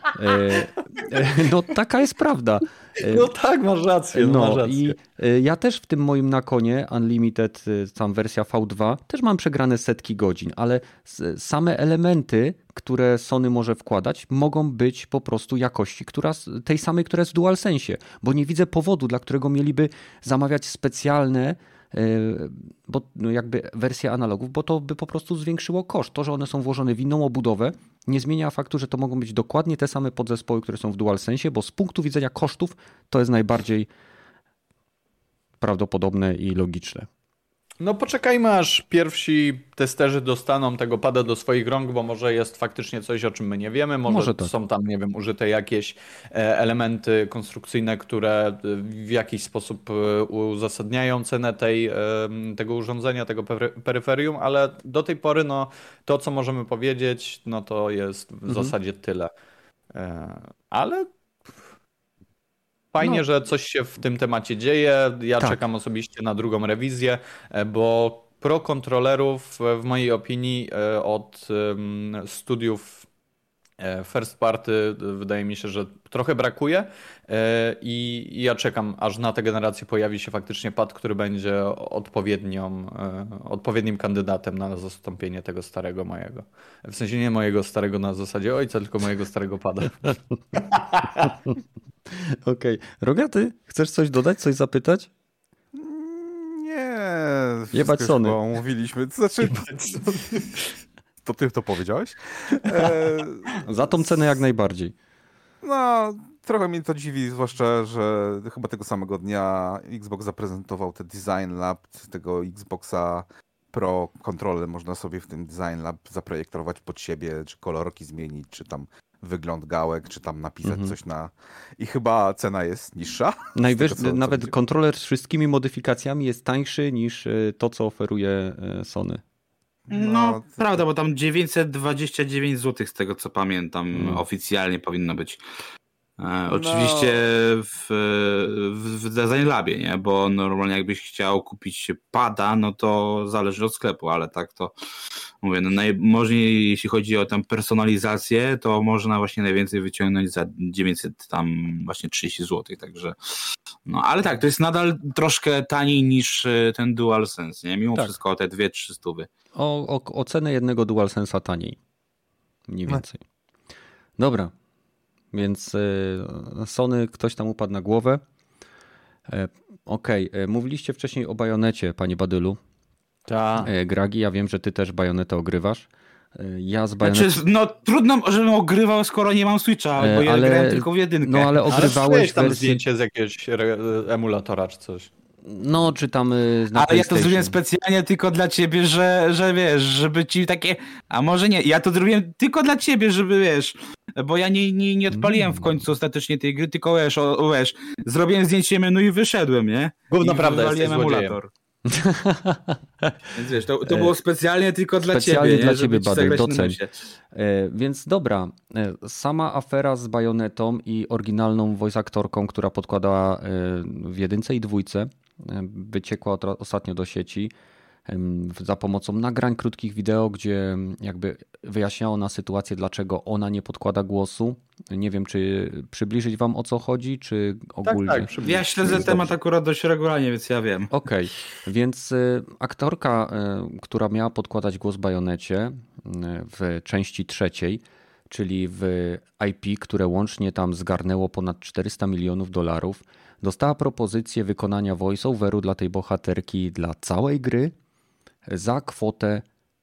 No taka jest prawda. No tak, masz rację. I ja też w tym moim Nakonie Unlimited, tam wersja V2, też mam przegrane setki godzin, ale same elementy, które Sony może wkładać, mogą być po prostu jakości tej samej, która jest w DualSensie, bo nie widzę powodu, dla którego mieliby zamawiać specjalne jakby wersje analogów, bo to by po prostu zwiększyło koszt. To, że one są włożone w inną obudowę, nie zmienia faktu, że to mogą być dokładnie te same podzespoły, które są w DualSensie, bo z punktu widzenia kosztów to jest najbardziej prawdopodobne i logiczne. No poczekajmy, aż pierwsi testerzy dostaną tego pada do swoich rąk, bo może jest faktycznie coś, o czym my nie wiemy. Może tak. Są tam, nie wiem, użyte jakieś elementy konstrukcyjne, które w jakiś sposób uzasadniają cenę tego urządzenia, tego peryferium, ale do tej pory to, co możemy powiedzieć, no to jest w zasadzie tyle. Ale fajnie, że coś się w tym temacie dzieje. Ja czekam osobiście na drugą rewizję, bo pro kontrolerów w mojej opinii od studiów first party wydaje mi się, że trochę brakuje i ja czekam, aż na tę generację pojawi się faktycznie pad, który będzie odpowiednim kandydatem na zastąpienie tego starego mojego. W sensie nie mojego starego na zasadzie ojca, tylko mojego starego pada. Okej. Rogaty, chcesz coś dodać, coś zapytać? Nie. Jebać Sony. Mówiliśmy. To znaczy, to ty to powiedziałeś? Za tą cenę jak najbardziej. No, trochę mnie to dziwi, zwłaszcza, że chyba tego samego dnia Xbox zaprezentował te Design Lab tego Xboxa Pro kontroler. Można sobie w tym Design Lab zaprojektować pod siebie, czy kolorki zmienić, czy tam wygląd gałek, czy tam napisać coś na... I chyba cena jest niższa. Nawet kontroler z wszystkimi modyfikacjami jest tańszy niż to, co oferuje Sony. No, prawda, bo tam 929 zł z tego co pamiętam oficjalnie powinno być. Oczywiście w Design Labie, nie? Bo normalnie jakbyś chciał kupić pada, no to zależy od sklepu, ale tak to mówię, no jeśli chodzi o tam personalizację, to można właśnie najwięcej wyciągnąć za 900 tam właśnie 30 zł, także no ale tak, to jest nadal troszkę taniej niż ten DualSense, nie? Mimo wszystko o te 2-3 stówy. O cenę jednego DualSense'a taniej. Mniej więcej. Dobra. Więc Sony ktoś tam upadł na głowę. Okej, mówiliście wcześniej o Bajonecie, panie Badylu. Tak. Gragi, ja wiem, że ty też Bajonetę ogrywasz. Ja z Bajonetem... Znaczy, no trudno, żebym ogrywał, skoro nie mam Switcha, bo ja grałem tylko w jedynkę. No ale ogrywałeś tam wersję... zdjęcie z jakiegoś emulatora czy coś. No, czy tam na Ale ja to zrobiłem specjalnie tylko dla ciebie, że wiesz, żeby ci takie... A może nie, ja to zrobiłem tylko dla ciebie, żeby wiesz... Bo ja nie odpaliłem w końcu ostatecznie tej gry, tylko wiesz, zrobiłem zdjęcie menu i wyszedłem, nie? Gówno prawda, jesteś emulator. Więc wiesz, to było specjalnie tylko dla ciebie. Specjalnie dla ciebie, Badyl, Badyl, doceń. Więc dobra, sama afera z Bajonetą i oryginalną voice aktorką, która podkładała w jedynce i dwójce, wyciekła ostatnio do sieci za pomocą nagrań krótkich wideo, gdzie jakby wyjaśniała ona sytuację, dlaczego ona nie podkłada głosu. Nie wiem, czy przybliżyć wam o co chodzi, czy ogólnie. Tak, ja śledzę temat akurat dość regularnie, więc ja wiem. Okej, więc aktorka, która miała podkładać głos Bajonecie w części trzeciej, czyli w IP, które łącznie tam zgarnęło ponad $400 milionów, dostała propozycję wykonania voice-overu dla tej bohaterki dla całej gry za kwotę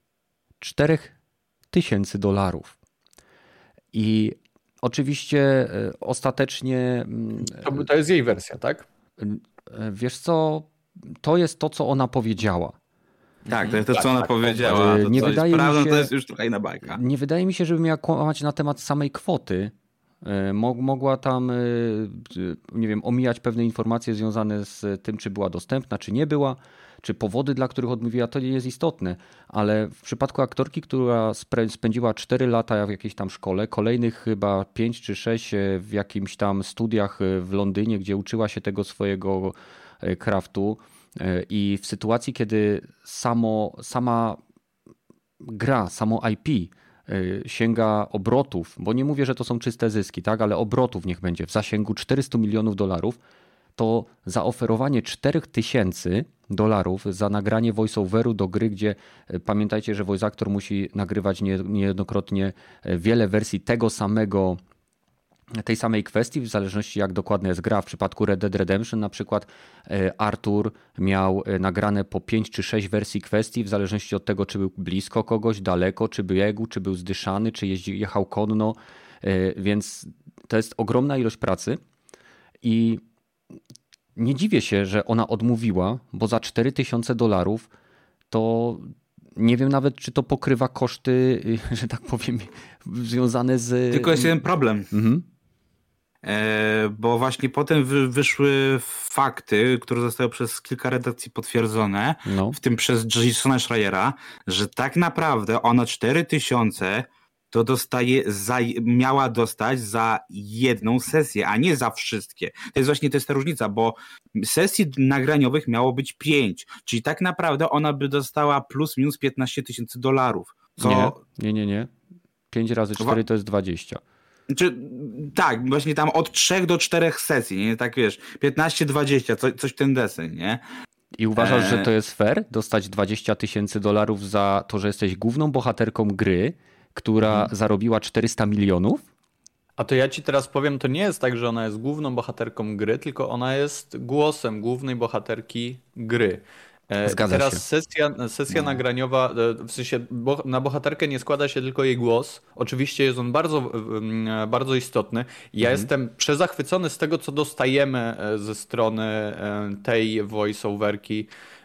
$4000. I oczywiście ostatecznie... To jest jej wersja, tak? Wiesz co, to jest to, co ona powiedziała. Tak, to jest to, co ona powiedziała. Nie wydaje mi się, to jest już trochę inna bajka. Nie wydaje mi się, żeby miała kłamać na temat samej kwoty. Mogła tam, nie wiem, omijać pewne informacje związane z tym, czy była dostępna, czy nie była, czy powody, dla których odmówiła, to nie jest istotne. Ale w przypadku aktorki, która spędziła 4 lata w jakiejś tam szkole, kolejnych chyba 5 czy 6 w jakimś tam studiach w Londynie, gdzie uczyła się tego swojego craftu i w sytuacji, kiedy sama gra, samo IP sięga obrotów, bo nie mówię, że to są czyste zyski, tak, ale obrotów niech będzie w zasięgu $400 milionów, to zaoferowanie $4000 za nagranie voice-overu do gry, gdzie pamiętajcie, że voice actor musi nagrywać niejednokrotnie wiele wersji tej samej kwestii, w zależności jak dokładna jest gra. W przypadku Red Dead Redemption na przykład Arthur miał nagrane po 5 czy 6 wersji kwestii, w zależności od tego, czy był blisko kogoś, daleko, czy biegł, czy był zdyszany, czy jechał konno, więc to jest ogromna ilość pracy i nie dziwię się, że ona odmówiła, bo za $4000 to nie wiem nawet, czy to pokrywa koszty, że tak powiem, związane z... Tylko jest jeden problem. Bo właśnie potem wyszły fakty, które zostały przez kilka redakcji potwierdzone, w tym przez Jasona Schreiera, że tak naprawdę ona 4000 to miała dostać za jedną sesję, a nie za wszystkie. To jest ta różnica, bo sesji nagraniowych miało być 5, czyli tak naprawdę ona by dostała plus minus $15,000. Nie. 5 razy 4 to jest 20. Tak, właśnie tam od 3 do 4 sesji, nie? Tak wiesz, 15-20, coś w ten deseń, nie? I uważasz, że to jest fair? Dostać $20,000 za to, że jesteś główną bohaterką gry, która zarobiła $400 milionów? A to ja ci teraz powiem, to nie jest tak, że ona jest główną bohaterką gry, tylko ona jest głosem głównej bohaterki gry. Zgadza teraz się. Sesja nagraniowa, w sensie na bohaterkę nie składa się tylko jej głos. Oczywiście jest on bardzo, bardzo istotny. Ja jestem przezachwycony z tego, co dostajemy ze strony tej voice-overki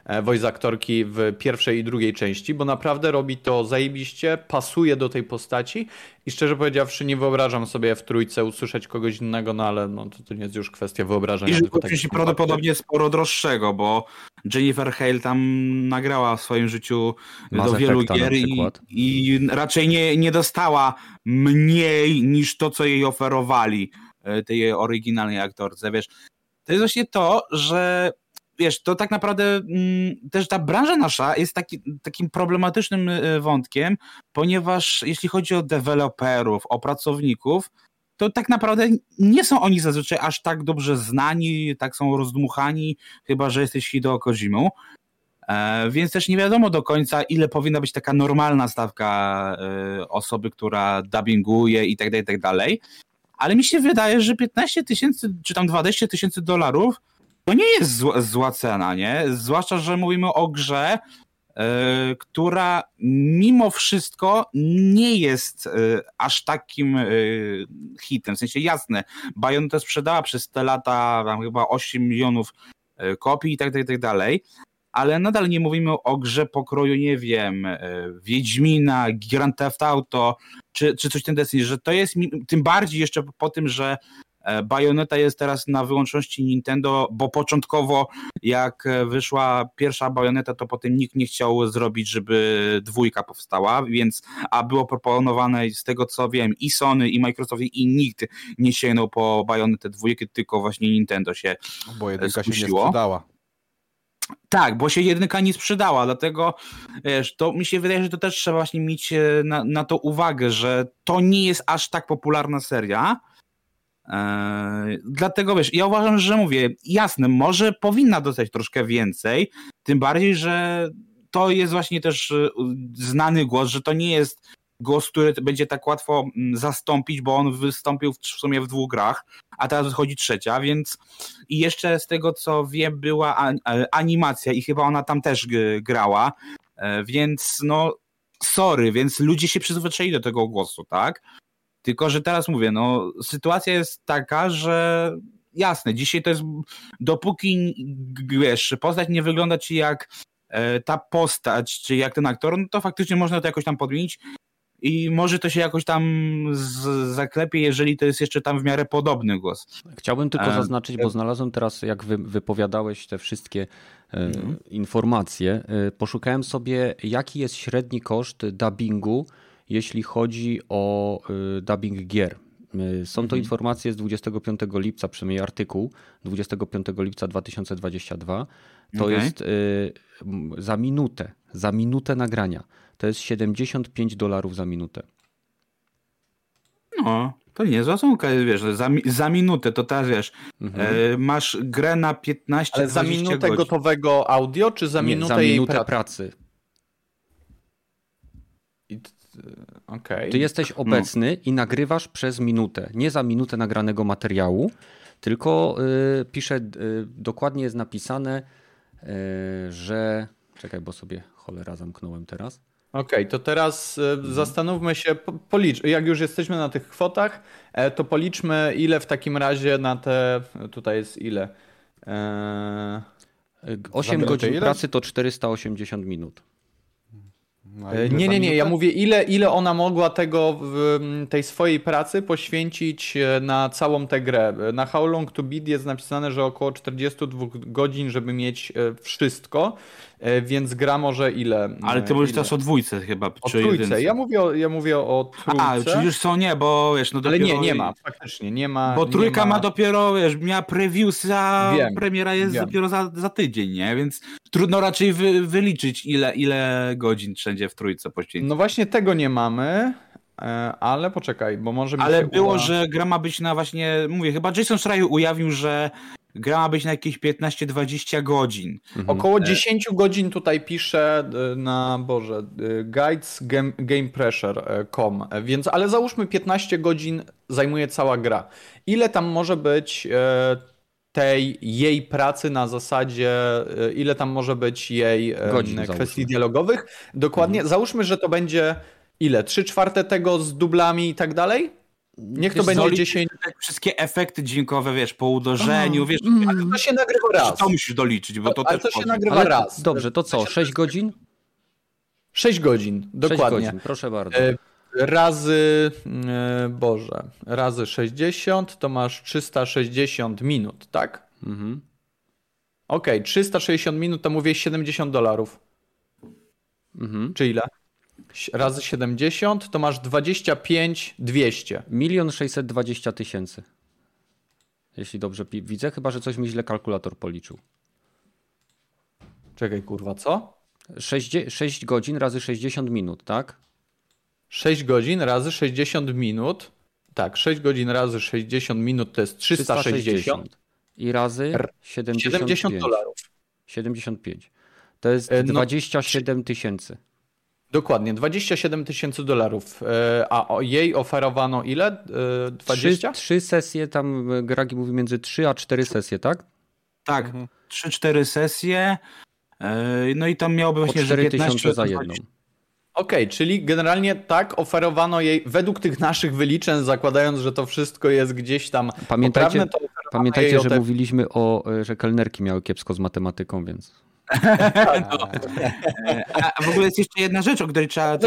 voice aktorki w pierwszej i drugiej części, bo naprawdę robi to zajebiście, pasuje do tej postaci i szczerze powiedziawszy nie wyobrażam sobie w trójce usłyszeć kogoś innego, no ale no, to nie jest już kwestia wyobrażenia. I że oczywiście prawdopodobnie sporo droższego, bo Jennifer Hale tam nagrała w swoim życiu Mass do wielu Effecta gier na przykład. i raczej nie dostała mniej niż to, co jej oferowali tej oryginalnej aktorce, wiesz. To jest właśnie to, że wiesz, to tak naprawdę też ta branża nasza jest takim problematycznym wątkiem, ponieważ jeśli chodzi o deweloperów, o pracowników, to tak naprawdę nie są oni zazwyczaj aż tak dobrze znani, tak są rozdmuchani, chyba że jesteś Hideo Kojimą. Więc też nie wiadomo do końca, ile powinna być taka normalna stawka osoby, która dubbinguje i tak dalej. Ale mi się wydaje, że 15 000 czy tam 20 000 dolarów to nie jest zła cena, nie? Zwłaszcza, że mówimy o grze, która mimo wszystko nie jest aż takim hitem. W sensie jasne, Bayonetta sprzedała przez te lata tam chyba 8 milionów kopii i tak dalej, ale nadal nie mówimy o grze pokroju, nie wiem, Wiedźmina, Grand Theft Auto, czy coś ten deseń, że to jest, tym bardziej jeszcze po tym, że Bayonetta jest teraz na wyłączności Nintendo, bo początkowo jak wyszła pierwsza Bayonetta, to potem nikt nie chciał zrobić, żeby dwójka powstała, a było proponowane z tego co wiem i Sony i Microsoft i nikt nie sięgnął po Bayonettę dwójkę, tylko właśnie Nintendo się Bo jedynka się nie skusiło. sprzedała. Tak, bo się jedynka nie sprzedała, dlatego wiesz, to mi się wydaje, że to też trzeba właśnie mieć na to uwagę, że to nie jest aż tak popularna seria. Dlatego wiesz, ja uważam, że mówię, jasne, może powinna dostać troszkę więcej, tym bardziej, że to jest właśnie też znany głos, że to nie jest głos, który będzie tak łatwo zastąpić, bo on wystąpił w sumie w 2 grach, a teraz wychodzi 3, więc i jeszcze z tego co wiem była animacja i chyba ona tam też grała, więc no sorry, więc ludzie się przyzwyczaili do tego głosu, tak? Tylko, że teraz mówię, no sytuacja jest taka, że jasne, dzisiaj to jest, dopóki wiesz, postać nie wygląda ci jak ta postać, czy jak ten aktor, no to faktycznie można to jakoś tam podmienić i może to się jakoś tam zaklepie, jeżeli to jest jeszcze tam w miarę podobny głos. Chciałbym tylko zaznaczyć, bo znalazłem teraz, jak wypowiadałeś te wszystkie informacje, poszukałem sobie, jaki jest średni koszt dubbingu, jeśli chodzi o dubbing gier. Są to informacje z 25 lipca, przynajmniej artykuł 25 lipca 2022. To jest za minutę nagrania. To jest $75 za minutę. No, to niezła sumka, wiesz, za minutę to teraz wiesz, masz grę na 15-20 Ale za minutę godzin. gotowego audio, czy za minutę za jej minutę pracy. Okay. Ty jesteś obecny i nagrywasz przez minutę. Nie za minutę nagranego materiału, tylko pisze, dokładnie jest napisane, że... Czekaj, bo sobie cholera zamknąłem teraz. Okej, to teraz zastanówmy się, jak już jesteśmy na tych kwotach, to policzmy ile w takim razie na te, tutaj jest ile? 8 godzin pracy to 480 minut. No, Nie, ja mówię ile ona mogła tej swojej pracy poświęcić na całą tę grę. Na How Long to Beat jest napisane, że około 42 godzin, żeby mieć wszystko, więc gra może ile? Ale ty mówisz teraz o dwójce chyba, o czy trójce. jedynce? Ja mówię o trójce. A, czyli już są nie, bo wiesz, no ale dopiero... nie ma, faktycznie nie ma. Bo trójka nie ma... ma dopiero, wiesz, miała previews, a premiera jest wiem. dopiero za tydzień, nie? Więc trudno raczej wyliczyć ile godzin wszędzie w trójce poświęcić. No właśnie tego nie mamy, ale poczekaj, bo może mi ale się było, że gra ma być na właśnie, mówię, chyba Jason Schreier ujawnił, że gra ma być na jakieś 15-20 godzin. Około 10 godzin tutaj pisze na, guides gamepressure.com, więc, ale załóżmy 15 godzin zajmuje cała gra. Ile tam może być tej jej pracy na zasadzie, ile tam może być jej godzin, kwestii dialogowych? Dokładnie, załóżmy, że to będzie ile? 3/4 tego z dublami i tak dalej? Niech to będzie 10... Wszystkie efekty dźwiękowe, wiesz, po uderzeniu, wiesz. Ale to się nagrywa raz. To musisz doliczyć, bo to ale też to się nagrywa raz. Dobrze, to co, 6 godzin? 6 godzin, dokładnie. 6 godzin, proszę bardzo. Razy 60 to masz 360 minut, tak? Mhm. Okej, 360 minut to mówię $70. Mhm. Czy ile? Razy 70 to masz 25 200. 1 620 000. Jeśli dobrze widzę, chyba że coś mi źle kalkulator policzył. Czekaj, kurwa, co? 6 godzin razy 60 minut, tak? 6 godzin razy 60 minut. Tak, 6 godzin razy 60 minut to jest 360. I razy $75. 75. To jest 27 000. Dokładnie, $27,000. A jej oferowano ile? 20? 3 sesje, tam Gragi mówi między 3 a 4 sesje, tak? Tak, 3-4 sesje. No i tam miałoby Po właśnie 4 15 000 za jedną. Okej, czyli generalnie tak oferowano jej, według tych naszych wyliczeń, zakładając, że to wszystko jest gdzieś tam poprawne, to Pamiętajcie, że mówiliśmy że kelnerki miały kiepsko z matematyką, więc... No. A w ogóle jest jeszcze jedna rzecz, o której trzeba...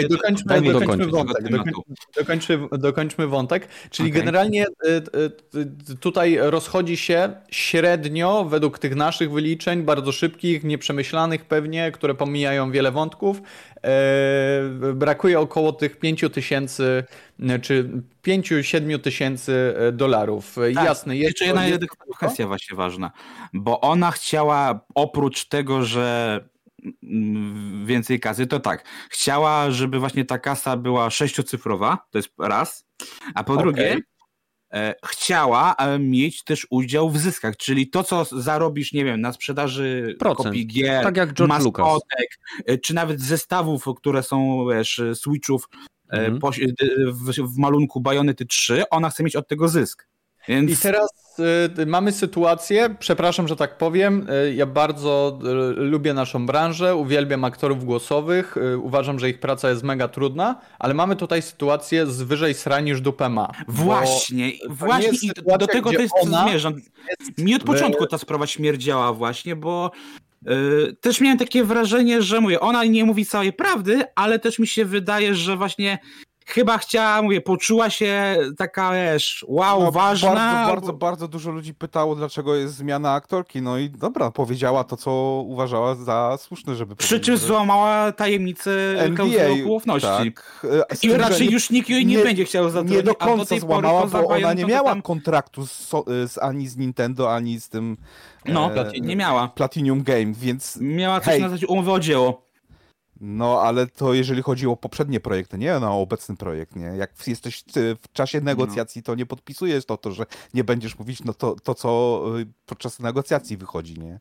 Dokończmy wątek. Czyli generalnie tutaj rozchodzi się średnio, według tych naszych wyliczeń, bardzo szybkich, nieprzemyślanych pewnie, które pomijają wiele wątków. Brakuje około tych 5,000 czy 5-7 tysięcy dolarów. Tak, jasne. Jeszcze jedna kwestia właśnie ważna, bo ona chciała oprócz tego, że więcej kasy, to tak, chciała, żeby właśnie ta kasa była 6-cyfrowa, to jest raz, a po drugie chciała mieć też udział w zyskach, czyli to, co zarobisz, nie wiem, na sprzedaży kopii gier, tak jak George maskotek, czy nawet zestawów, które są, wiesz, Switchów w malunku Bayonety 3, ona chce mieć od tego zysk. Więc... I teraz mamy sytuację, przepraszam, że tak powiem, ja bardzo lubię naszą branżę, uwielbiam aktorów głosowych, uważam, że ich praca jest mega trudna, ale mamy tutaj sytuację z wyżej sra niż dupę ma. Właśnie i do tego to jest zmierzam. Mi od początku ta sprawa śmierdziała właśnie, bo też miałem takie wrażenie, że mówię, ona nie mówi całej prawdy, ale też mi się wydaje, że właśnie chyba chciała, poczuła się taka, wiesz, ważna. Bardzo dużo ludzi pytało, dlaczego jest zmiana aktorki. No i dobra, powiedziała to, co uważała za słuszne, żeby powiedzieć. Przy czym złamała tajemnicę klauzuli ufności. Tak. I raczej już nikt jej nie będzie chciał zatrudnić. Nie do końca złamała, bo ona nie miała kontraktu ani z Nintendo, ani z tym nie miała. Platinum Game, więc... Miała coś na zasadzie umowy o dzieło. No, ale to jeżeli chodzi o poprzednie projekty, nie o obecny projekt, nie? Jak jesteś w czasie negocjacji, to nie podpisujesz to, że nie będziesz mówić to, co podczas negocjacji wychodzi, nie?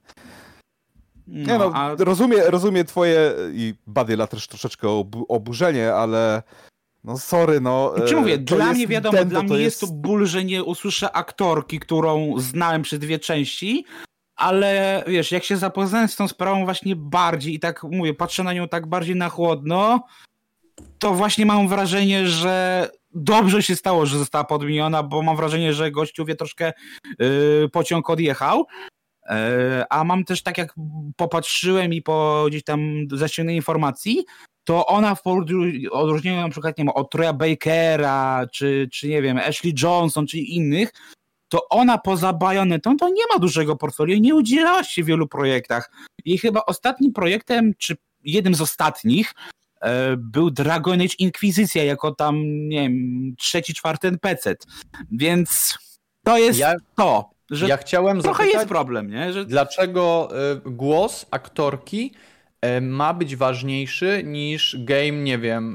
Rozumiem twoje i Badyla też troszeczkę oburzenie, ale sorry, Czy mówię, dla mnie wiadomo, dla mnie jest to ból, że nie usłyszę aktorki, którą znałem przez 2 części, ale wiesz, jak się zapoznałem z tą sprawą właśnie bardziej i tak mówię, patrzę na nią tak bardziej na chłodno, to właśnie mam wrażenie, że dobrze się stało, że została podmieniona, bo mam wrażenie, że gościu troszkę pociąg odjechał. A mam też, tak jak popatrzyłem i po gdzieś tam zaściągnięciu informacji, to ona w odróżnieniu na przykład od Troya Bakera, czy nie wiem, Ashley Johnson, czy innych, to ona poza Bayonetą to nie ma dużego portfolio i nie udzielała się w wielu projektach. I chyba ostatnim projektem, czy jednym z ostatnich, był Dragon Age Inkwizycja, jako tam, nie wiem, 3., 4. NPC. Więc to jest że ja chciałem trochę zapytać, jest problem, nie? Że... Dlaczego głos aktorki ma być ważniejszy niż game, nie wiem,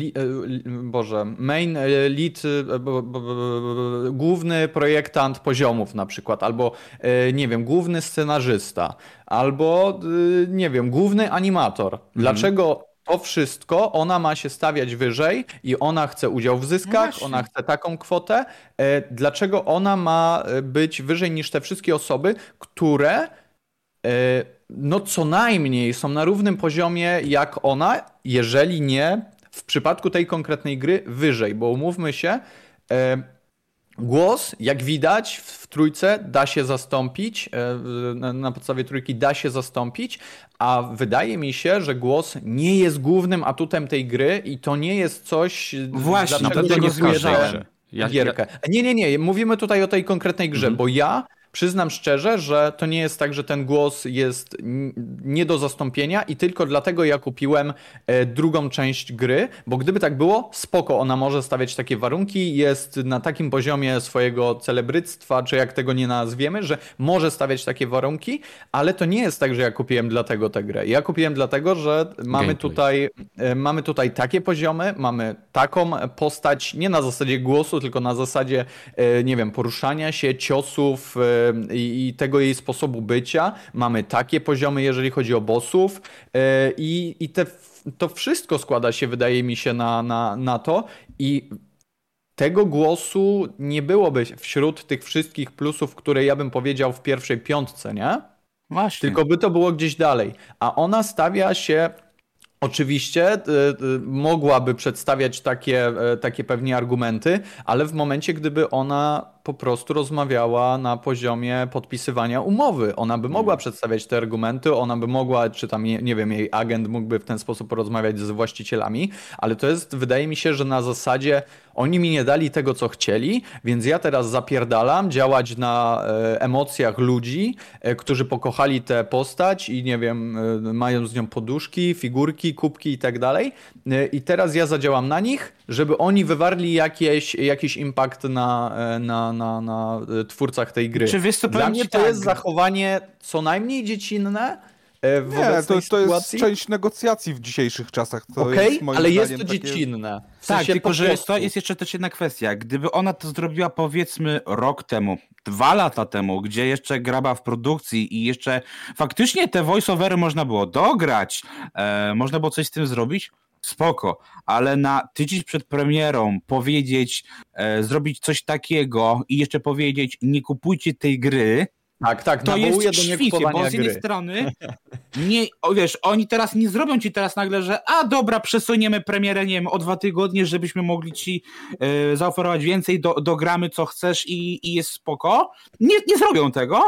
main lead, główny projektant poziomów na przykład, albo nie wiem, główny scenarzysta, albo nie wiem, główny animator. Dlaczego to wszystko ona ma się stawiać wyżej i ona chce udział w zyskach, ona chce taką kwotę. Dlaczego ona ma być wyżej niż te wszystkie osoby, które co najmniej są na równym poziomie jak ona, jeżeli nie w przypadku tej konkretnej gry wyżej, bo umówmy się, Głos, jak widać w trójce, da się zastąpić, na podstawie trójki da się zastąpić, a wydaje mi się, że głos nie jest głównym atutem tej gry i to nie jest coś, Właśnie, dlaczego dlatego nie zmierzałem Ja- gierkę. Nie, mówimy tutaj o tej konkretnej grze, bo ja przyznam szczerze, że to nie jest tak, że ten głos jest nie do zastąpienia i tylko dlatego ja kupiłem drugą część gry, bo gdyby tak było, spoko, ona może stawiać takie warunki, jest na takim poziomie swojego celebryctwa, czy jak tego nie nazwiemy, że może stawiać takie warunki, ale to nie jest tak, że ja kupiłem dlatego tę grę. Ja kupiłem dlatego, że mamy tutaj takie poziomy, mamy taką postać, nie na zasadzie głosu, tylko na zasadzie, nie wiem, poruszania się, ciosów, i tego jej sposobu bycia. Mamy takie poziomy, jeżeli chodzi o bossów i to wszystko składa się, wydaje mi się, na to i tego głosu nie byłoby wśród tych wszystkich plusów, które ja bym powiedział w pierwszej 5, nie? Właśnie. Tylko by to było gdzieś dalej. A ona stawia się... Oczywiście mogłaby przedstawiać takie pewnie argumenty, ale w momencie, gdyby ona po prostu rozmawiała na poziomie podpisywania umowy, ona by mogła przedstawiać te argumenty, ona by mogła, czy tam, nie wiem, jej agent mógłby w ten sposób porozmawiać z właścicielami, ale to jest, wydaje mi się, że na zasadzie oni mi nie dali tego, co chcieli, więc ja teraz zapierdalam działać na emocjach ludzi, którzy pokochali tę postać i nie wiem, mają z nią poduszki, figurki, kubki i tak dalej. I teraz ja zadziałam na nich, żeby oni wywarli jakiś impact na twórcach tej gry. Czy wiesz, co Dla powiem mnie ci to tak? jest zachowanie co najmniej dziecinne w Nie, obecnej to sytuacji. jest część negocjacji w dzisiejszych czasach. Okej, moim ale jest zdaniem to dziecinne. W Tak, sensie tylko po że prostu. to jest jeszcze też jedna kwestia. Gdyby ona to zrobiła powiedzmy rok temu, 2 lata temu, gdzie jeszcze gra była w produkcji i jeszcze faktycznie te voice-overy można było dograć, można było coś z tym zrobić, spoko, ale na tydzień przed premierą powiedzieć, zrobić coś takiego i jeszcze powiedzieć, nie kupujcie tej gry, Tak, to nawołuje jest do świcie, niekupowania bo z jednej gry. strony wiesz, oni teraz nie zrobią ci teraz nagle, że dobra, przesuniemy premierę, nie wiem, o 2 tygodnie, żebyśmy mogli ci zaoferować więcej, dogramy co chcesz i jest spoko. Nie zrobią tego,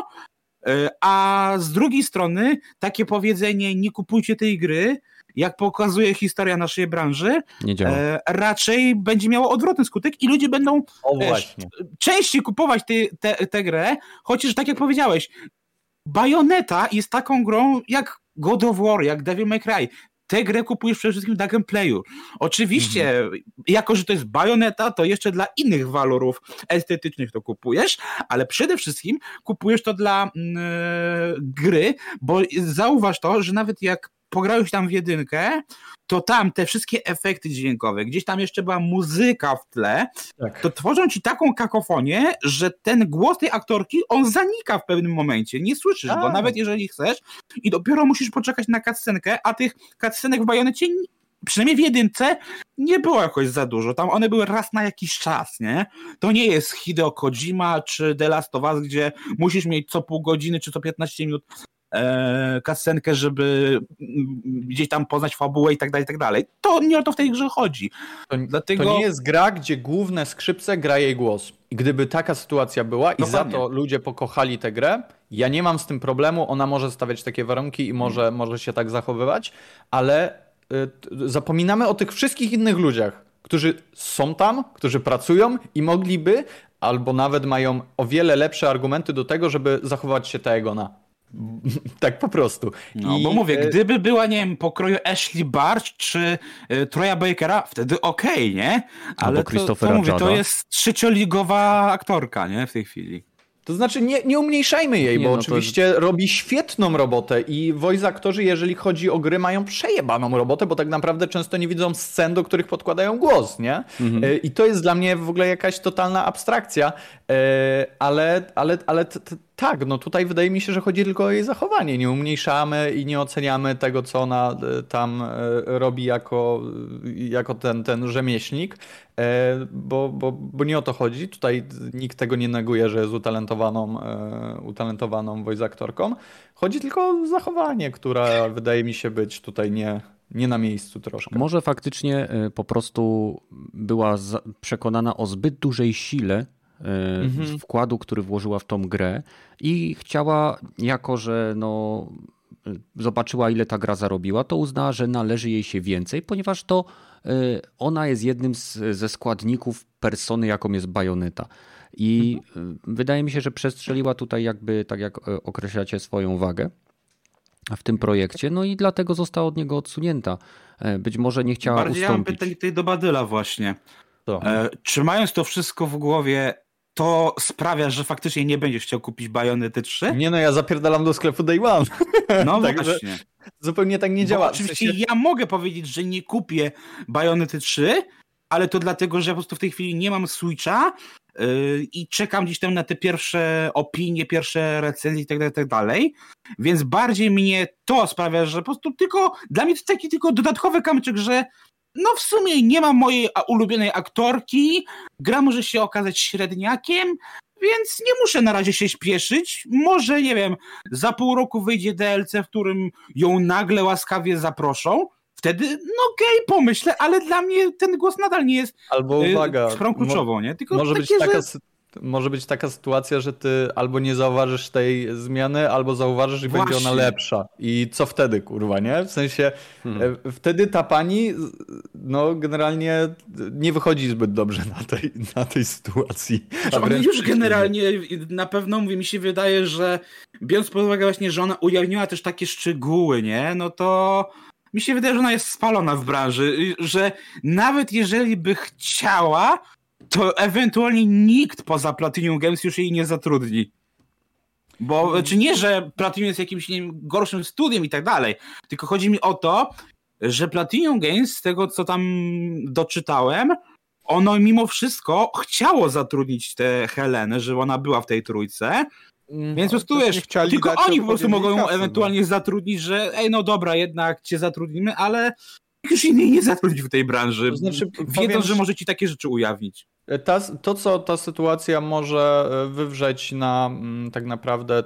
a z drugiej strony takie powiedzenie, nie kupujcie tej gry, jak pokazuje historia naszej branży, Nie działa. raczej będzie miało odwrotny skutek i ludzie będą Właśnie. częściej kupować tę grę, chociaż tak jak powiedziałeś, Bayonetta jest taką grą jak God of War, jak Devil May Cry. Tę grę kupujesz przede wszystkim dla gameplayu. Oczywiście, jako że to jest Bayonetta, to jeszcze dla innych walorów estetycznych to kupujesz, ale przede wszystkim kupujesz to dla gry, bo zauważ to, że nawet jak pograłeś tam w 1, to tam te wszystkie efekty dźwiękowe, gdzieś tam jeszcze była muzyka w tle, Tak. to tworzą ci taką kakofonię, że ten głos tej aktorki, on zanika w pewnym momencie. Nie słyszysz go, nawet jeżeli chcesz i dopiero musisz poczekać na cutscenkę, a tych cutscenek w Bayonecie przynajmniej w 1 nie było jakoś za dużo. Tam one były raz na jakiś czas, nie? To nie jest Hideo Kojima czy The Last of Us, gdzie musisz mieć co pół godziny czy co 15 minut cutscenkę, żeby gdzieś tam poznać fabułę i tak dalej. To nie o to w tej grze chodzi. Dlatego... To nie jest gra, gdzie główne skrzypce gra jej głos. I gdyby taka sytuacja była i za to ludzie pokochali tę grę, ja nie mam z tym problemu, ona może stawiać takie warunki i może się tak zachowywać, ale zapominamy o tych wszystkich innych ludziach, którzy są tam, którzy pracują i mogliby, albo nawet mają o wiele lepsze argumenty do tego, żeby zachować się ta Egona. Tak po prostu. No, bo mówię, gdyby była, nie wiem, pokroju Ashley Barch czy Troya Bakera, wtedy okej, nie? Ale to mówię, to jest 3-ligowa aktorka, nie? W tej chwili. To znaczy nie umniejszajmy jej, bo oczywiście robi świetną robotę i voice aktorzy, jeżeli chodzi o gry, mają przejebaną robotę, bo tak naprawdę często nie widzą scen, do których podkładają głos, nie? I to jest dla mnie w ogóle jakaś totalna abstrakcja, ale Tak, no tutaj wydaje mi się, że chodzi tylko o jej zachowanie. Nie umniejszamy i nie oceniamy tego, co ona tam robi jako ten rzemieślnik, bo nie o to chodzi. Tutaj nikt tego nie neguje, że jest utalentowaną voice aktorką. Chodzi tylko o zachowanie, które wydaje mi się być tutaj nie na miejscu troszkę. Może faktycznie po prostu była przekonana o zbyt dużej sile wkładu, który włożyła w tą grę i chciała, jako że zobaczyła, ile ta gra zarobiła, to uznała, że należy jej się więcej, ponieważ to ona jest jednym ze składników persony, jaką jest Bayonetta. I wydaje mi się, że przestrzeliła tutaj jakby, tak jak określacie, swoją wagę w tym projekcie, no i dlatego została od niego odsunięta. Być może nie chciała Bardziej ustąpić. ja mam pytanie tutaj do Badyla właśnie. To. Czy mając to wszystko w głowie, to sprawia, że faktycznie nie będziesz chciał kupić Bayonety 3? Nie no, ja zapierdalam do sklepu Day One. No Także właśnie. zupełnie tak nie działa. Bo oczywiście ja mogę powiedzieć, że nie kupię Bayonety 3, ale to dlatego, że ja po prostu w tej chwili nie mam Switcha i czekam gdzieś tam na te pierwsze opinie, pierwsze recenzje i tak dalej. Więc bardziej mnie to sprawia, że po prostu tylko dla mnie to taki tylko dodatkowy kamyczek, że no w sumie nie mam mojej ulubionej aktorki, gra może się okazać średniakiem, więc nie muszę na razie się śpieszyć. Może, nie wiem, za pół roku wyjdzie DLC, w którym ją nagle łaskawie zaproszą. Wtedy, no okej, pomyślę, ale dla mnie ten głos nadal nie jest Albo uwaga, sprawą kluczową, nie? Tylko może takie, może być taka sytuacja, że ty albo nie zauważysz tej zmiany, albo zauważysz i będzie ona lepsza. I co wtedy, kurwa, nie? W sensie wtedy ta pani no generalnie nie wychodzi zbyt dobrze na tej sytuacji. Ona już generalnie na pewno mi się wydaje, że biorąc pod uwagę właśnie, że ona ujawniła też takie szczegóły, nie? No to mi się wydaje, że ona jest spalona w branży, że nawet jeżeli by chciała, to ewentualnie nikt poza Platinum Games już jej nie zatrudni. Bo, czy nie, że Platinum jest jakimś nie wiem, gorszym studiem i tak dalej, tylko chodzi mi o to, że Platinum Games, z tego co tam doczytałem, ono mimo wszystko chciało zatrudnić tę Helenę, żeby ona była w tej trójce, więc po prostu wiesz, tylko oni po prostu mogą ją ewentualnie zatrudnić, że no dobra, jednak cię zatrudnimy, ale już innej nie zatrudnić w tej branży, to znaczy, wiedząc, że może ci takie rzeczy ujawnić. To, co ta sytuacja może wywrzeć na tak naprawdę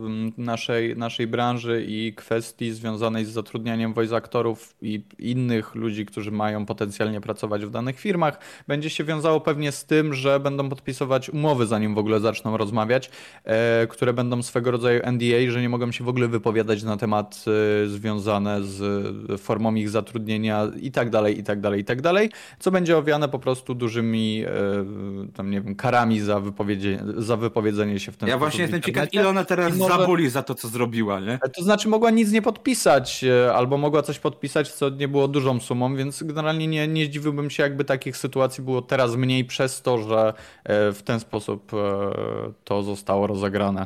naszej branży i kwestii związanej z zatrudnianiem voice aktorów i innych ludzi, którzy mają potencjalnie pracować w danych firmach, będzie się wiązało pewnie z tym, że będą podpisywać umowy, zanim w ogóle zaczną rozmawiać, które będą swego rodzaju NDA, że nie mogą się w ogóle wypowiadać na temat związane z formą ich zatrudnienia i tak dalej, i tak dalej, i tak dalej, co będzie owiane po prostu dużymi tam nie wiem, karami za wypowiedzenie się w ten sposób. Ja właśnie jestem ciekaw, ile ona teraz zaboli za to, co zrobiła, nie? To znaczy mogła nic nie podpisać, albo mogła coś podpisać, co nie było dużą sumą, więc generalnie nie zdziwiłbym się, jakby takich sytuacji było teraz mniej przez to, że w ten sposób to zostało rozegrane.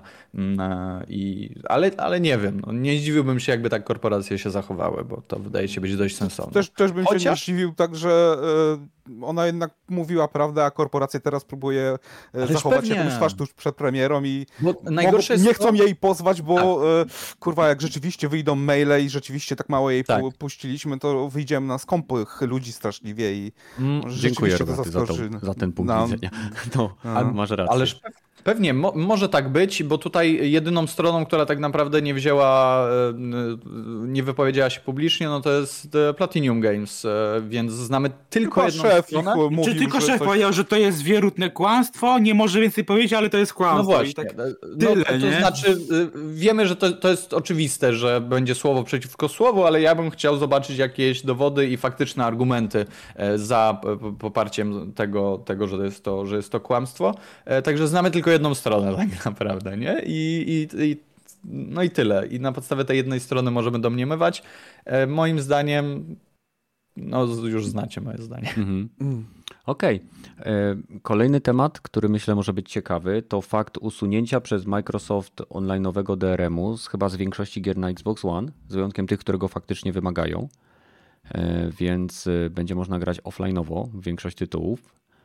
Ale nie wiem, nie zdziwiłbym się, jakby tak korporacje się zachowały, bo to wydaje się być dość sensowne. Też bym się nie zdziwił, tak, że ona jednak mówiła prawdę, a korporacja teraz próbuje zachować jakąś twarz tuż przed premierą i nie chcą jej pozwać, bo kurwa, jak rzeczywiście wyjdą maile i rzeczywiście tak mało jej puściliśmy, to wyjdziemy na skąpych ludzi straszliwie i dziękuję Rogaty za ten punkt widzenia. Masz rację. Ależ pewnie, może tak być, bo tutaj jedyną stroną, która tak naprawdę nie wypowiedziała się publicznie, no to jest Platinum Games, więc znamy tylko jedną stronę. Czy tylko szef powiedział, że to jest wierutne kłamstwo, nie może więcej powiedzieć, ale to jest kłamstwo. No właśnie, tak tyle, to znaczy wiemy, że to jest oczywiste, że będzie słowo przeciwko słowu, ale ja bym chciał zobaczyć jakieś dowody i faktyczne argumenty za poparciem tego, że jest to kłamstwo. Także znamy tylko jedną stronę tak naprawdę, nie? No i tyle. I na podstawie tej jednej strony możemy domniemywać. Moim zdaniem, no już znacie moje zdanie. Okej. Kolejny temat, który myślę może być ciekawy, to fakt usunięcia przez Microsoft online'owego DRM-u chyba z większości gier na Xbox One, z wyjątkiem tych, które go faktycznie wymagają, więc będzie można grać offline'owo w większość tytułów.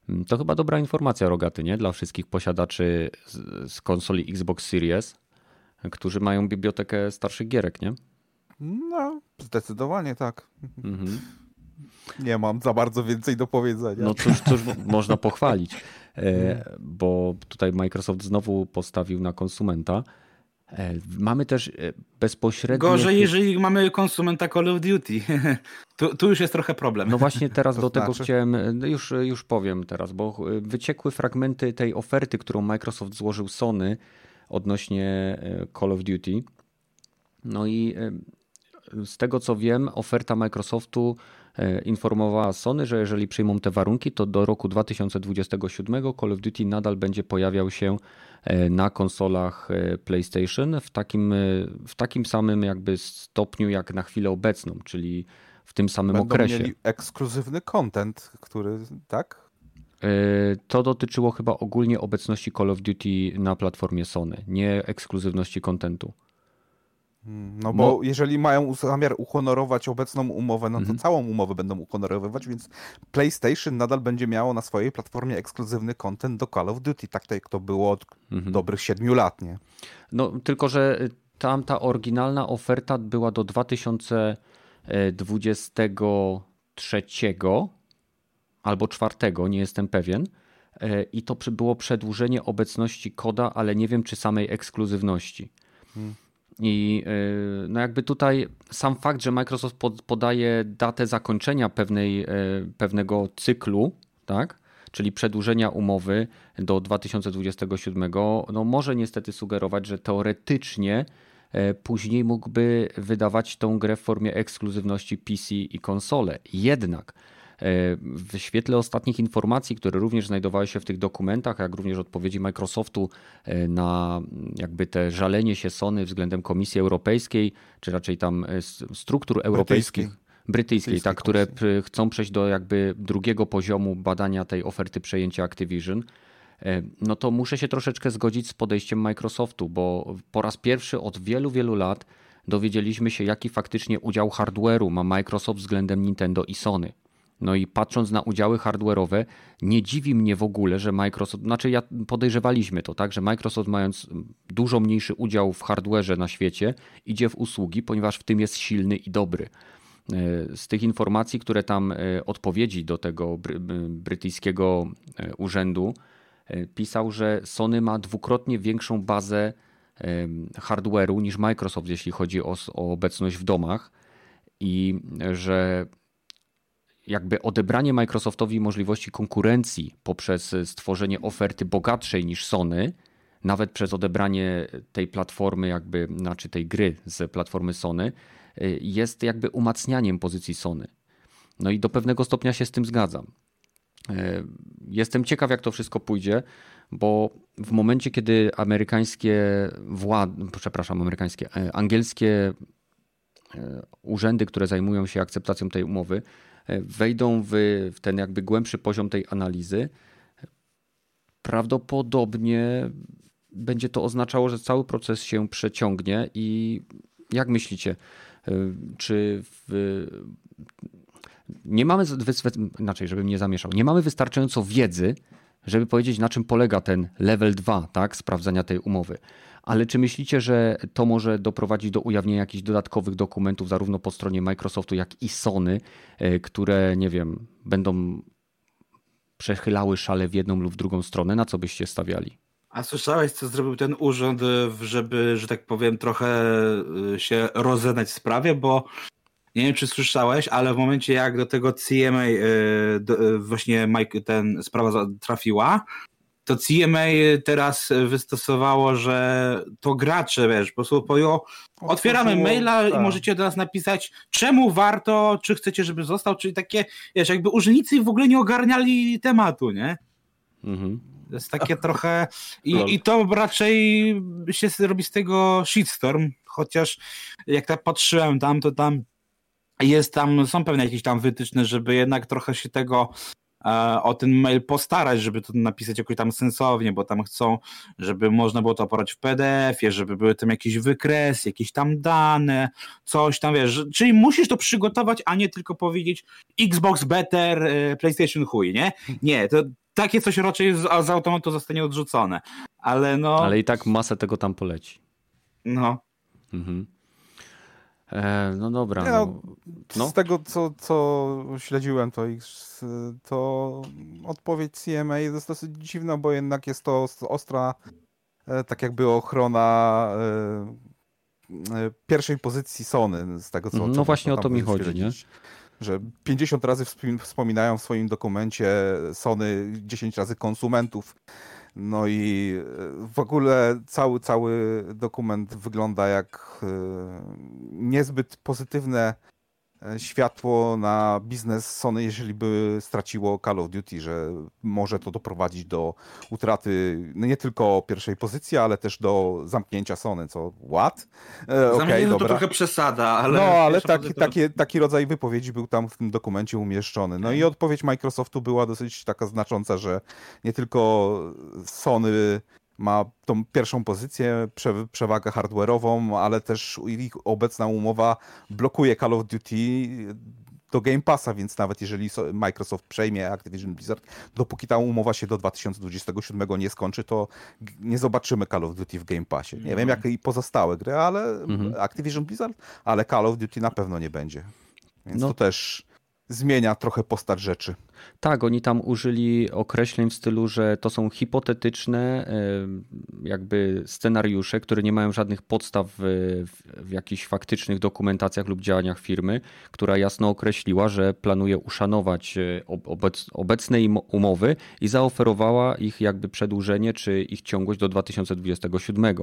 To chyba dobra informacja, Rogaty, nie? Dla wszystkich posiadaczy z konsoli Xbox Series, którzy mają bibliotekę starszych gierek, nie? No, zdecydowanie tak. Mhm. Nie mam za bardzo więcej do powiedzenia. No cóż można pochwalić, bo tutaj Microsoft znowu postawił na konsumenta. Mamy też bezpośrednio... Gorzej, jeżeli mamy konsumenta Call of Duty. Tu już jest trochę problem. No właśnie teraz To do tego znaczy? chciałem, już powiem teraz, bo wyciekły fragmenty tej oferty, którą Microsoft złożył Sony odnośnie Call of Duty. No i z tego co wiem, oferta Microsoftu informowała Sony, że jeżeli przyjmą te warunki, to do roku 2027 Call of Duty nadal będzie pojawiał się na konsolach PlayStation w takim samym jakby stopniu jak na chwilę obecną, czyli w tym samym Będą okresie. mieli ekskluzywny content, który, tak? To dotyczyło chyba ogólnie obecności Call of Duty na platformie Sony, nie ekskluzywności kontentu. No bo jeżeli mają zamiar uhonorować obecną umowę, no to całą umowę będą uhonorowywać, więc PlayStation nadal będzie miało na swojej platformie ekskluzywny content do Call of Duty, tak jak to było od dobrych 7 lat, nie? No tylko, że tamta oryginalna oferta była do 2023 albo 2024, nie jestem pewien. I to było przedłużenie obecności koda, ale nie wiem, czy samej ekskluzywności. I no jakby tutaj sam fakt, że Microsoft podaje datę zakończenia pewnego cyklu, tak? Czyli przedłużenia umowy do 2027, no może niestety sugerować, że teoretycznie później mógłby wydawać tą grę w formie ekskluzywności PC i konsole. Jednak w świetle ostatnich informacji, które również znajdowały się w tych dokumentach, jak również odpowiedzi Microsoftu na jakby te żalenie się Sony względem Komisji Europejskiej, czy raczej tam struktur europejskich, brytyjskiej, tak, które chcą przejść do jakby drugiego poziomu badania tej oferty przejęcia Activision, no to muszę się troszeczkę zgodzić z podejściem Microsoftu, bo po raz pierwszy od wielu, wielu lat dowiedzieliśmy się, jaki faktycznie udział hardware'u ma Microsoft względem Nintendo i Sony. No i patrząc na udziały hardware'owe, nie dziwi mnie w ogóle, że Microsoft, podejrzewaliśmy to, tak, że Microsoft mając dużo mniejszy udział w hardware'ze na świecie, idzie w usługi, ponieważ w tym jest silny i dobry. Z tych informacji, które tam odpowiedzi do tego brytyjskiego urzędu pisał, że Sony ma dwukrotnie większą bazę hardware'u niż Microsoft, jeśli chodzi o obecność w domach i że jakby odebranie Microsoftowi możliwości konkurencji poprzez stworzenie oferty bogatszej niż Sony, nawet przez odebranie tej platformy tej gry z platformy Sony, jest jakby umacnianiem pozycji Sony. No i do pewnego stopnia się z tym zgadzam. Jestem ciekaw, jak to wszystko pójdzie, bo w momencie, kiedy angielskie urzędy, które zajmują się akceptacją tej umowy, wejdą w ten jakby głębszy poziom tej analizy, prawdopodobnie będzie to oznaczało, że cały proces się przeciągnie i jak myślicie, czy nie mamy, żebym nie zamieszał, nie mamy wystarczająco wiedzy, żeby powiedzieć, na czym polega ten level 2, tak, sprawdzania tej umowy. Ale czy myślicie, że to może doprowadzić do ujawnienia jakichś dodatkowych dokumentów zarówno po stronie Microsoftu, jak i Sony, które, nie wiem, będą przechylały szale w jedną lub w drugą stronę? Na co byście stawiali? A słyszałeś, co zrobił ten urząd, żeby, że tak powiem, trochę się rozeznać w sprawie? Bo nie wiem, czy słyszałeś, ale w momencie jak do tego CMA właśnie ten sprawa trafiła, to CMA teraz wystosowało, że to gracze, wiesz, po prostu otwieramy maila i możecie do nas napisać, czemu warto, czy chcecie, żeby został, czyli takie, wiesz, jakby urzędnicy w ogóle nie ogarniali tematu, nie? To jest takie trochę i to raczej się robi z tego shitstorm, chociaż jak tak patrzyłem tam, to są pewne jakieś tam wytyczne, żeby jednak trochę się tego o ten mail postarać, żeby to napisać jakoś tam sensownie, bo tam chcą, żeby można było to operać w PDF-ie, żeby były tam jakieś wykresy, jakieś tam dane, coś tam, wiesz, czyli musisz to przygotować, a nie tylko powiedzieć Xbox better, PlayStation chuj, nie? Nie, to takie coś raczej z automatu zostanie odrzucone, ale no... Ale i tak masę tego tam poleci. No. Mhm. No dobra. No. Z tego, co śledziłem, to odpowiedź CMA jest dosyć dziwna, bo jednak jest to ostra, tak jakby ochrona pierwszej pozycji Sony, z tego co... No właśnie o to mi chodzi, nie? Że 50 razy wspominają w swoim dokumencie Sony, 10 razy konsumentów. No i w ogóle cały dokument wygląda jak niezbyt pozytywne światło na biznes Sony, jeżeli by straciło Call of Duty, że może to doprowadzić do utraty no nie tylko pierwszej pozycji, ale też do zamknięcia Sony, co what? Okej, dobra. To trochę przesada, ale... No, ale taki rodzaj wypowiedzi był tam w tym dokumencie umieszczony. No i odpowiedź Microsoftu była dosyć taka znacząca, że nie tylko Sony ma tą pierwszą pozycję, przewagę hardware'ową, ale też ich obecna umowa blokuje Call of Duty do Game Passa, więc nawet jeżeli Microsoft przejmie Activision Blizzard, dopóki ta umowa się do 2027 nie skończy, to nie zobaczymy Call of Duty w Game Passie. Nie wiem, jak i pozostałe gry, ale Activision Blizzard, ale Call of Duty na pewno nie będzie. Więc to też zmienia trochę postać rzeczy. Tak, oni tam użyli określeń w stylu, że to są hipotetyczne jakby scenariusze, które nie mają żadnych podstaw w jakichś faktycznych dokumentacjach lub działaniach firmy, która jasno określiła, że planuje uszanować obecne umowy i zaoferowała ich jakby przedłużenie czy ich ciągłość do 2027.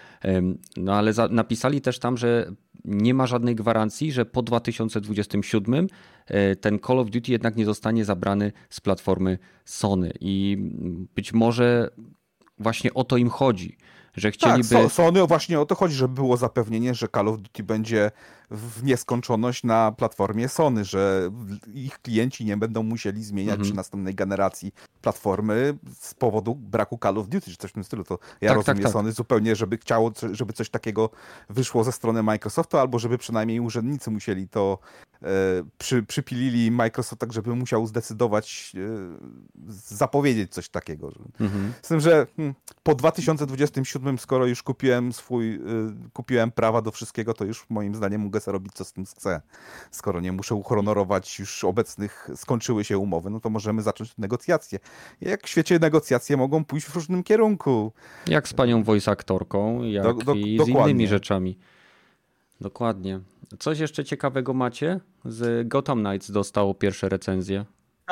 No ale napisali też tam, że nie ma żadnej gwarancji, że po 2027 ten Call of Duty jednak nie zostanie zabrany z platformy Sony i być może właśnie o to im chodzi, że chcieliby... Tak, Sony właśnie o to chodzi, żeby było zapewnienie, że Call of Duty będzie w nieskończoność na platformie Sony, że ich klienci nie będą musieli zmieniać przy następnej generacji platformy z powodu braku Call of Duty, czy coś w tym stylu. To ja rozumiem Sony zupełnie, żeby chciało, żeby coś takiego wyszło ze strony Microsoftu, albo żeby przynajmniej urzędnicy musieli to przypilili Microsoft tak, żeby musiał zdecydować, zapowiedzieć coś takiego. Z tym, że po 2027, skoro już kupiłem prawa do wszystkiego, to już moim zdaniem mogę sobie robić, co z tym chcę. Skoro nie muszę uhonorować już obecnych, skończyły się umowy, no to możemy zacząć negocjacje. Jak w świecie negocjacje mogą pójść w różnym kierunku. Jak z panią voice aktorką, jak i z innymi rzeczami. Dokładnie. Coś jeszcze ciekawego macie? Z Gotham Knights dostało pierwsze recenzje.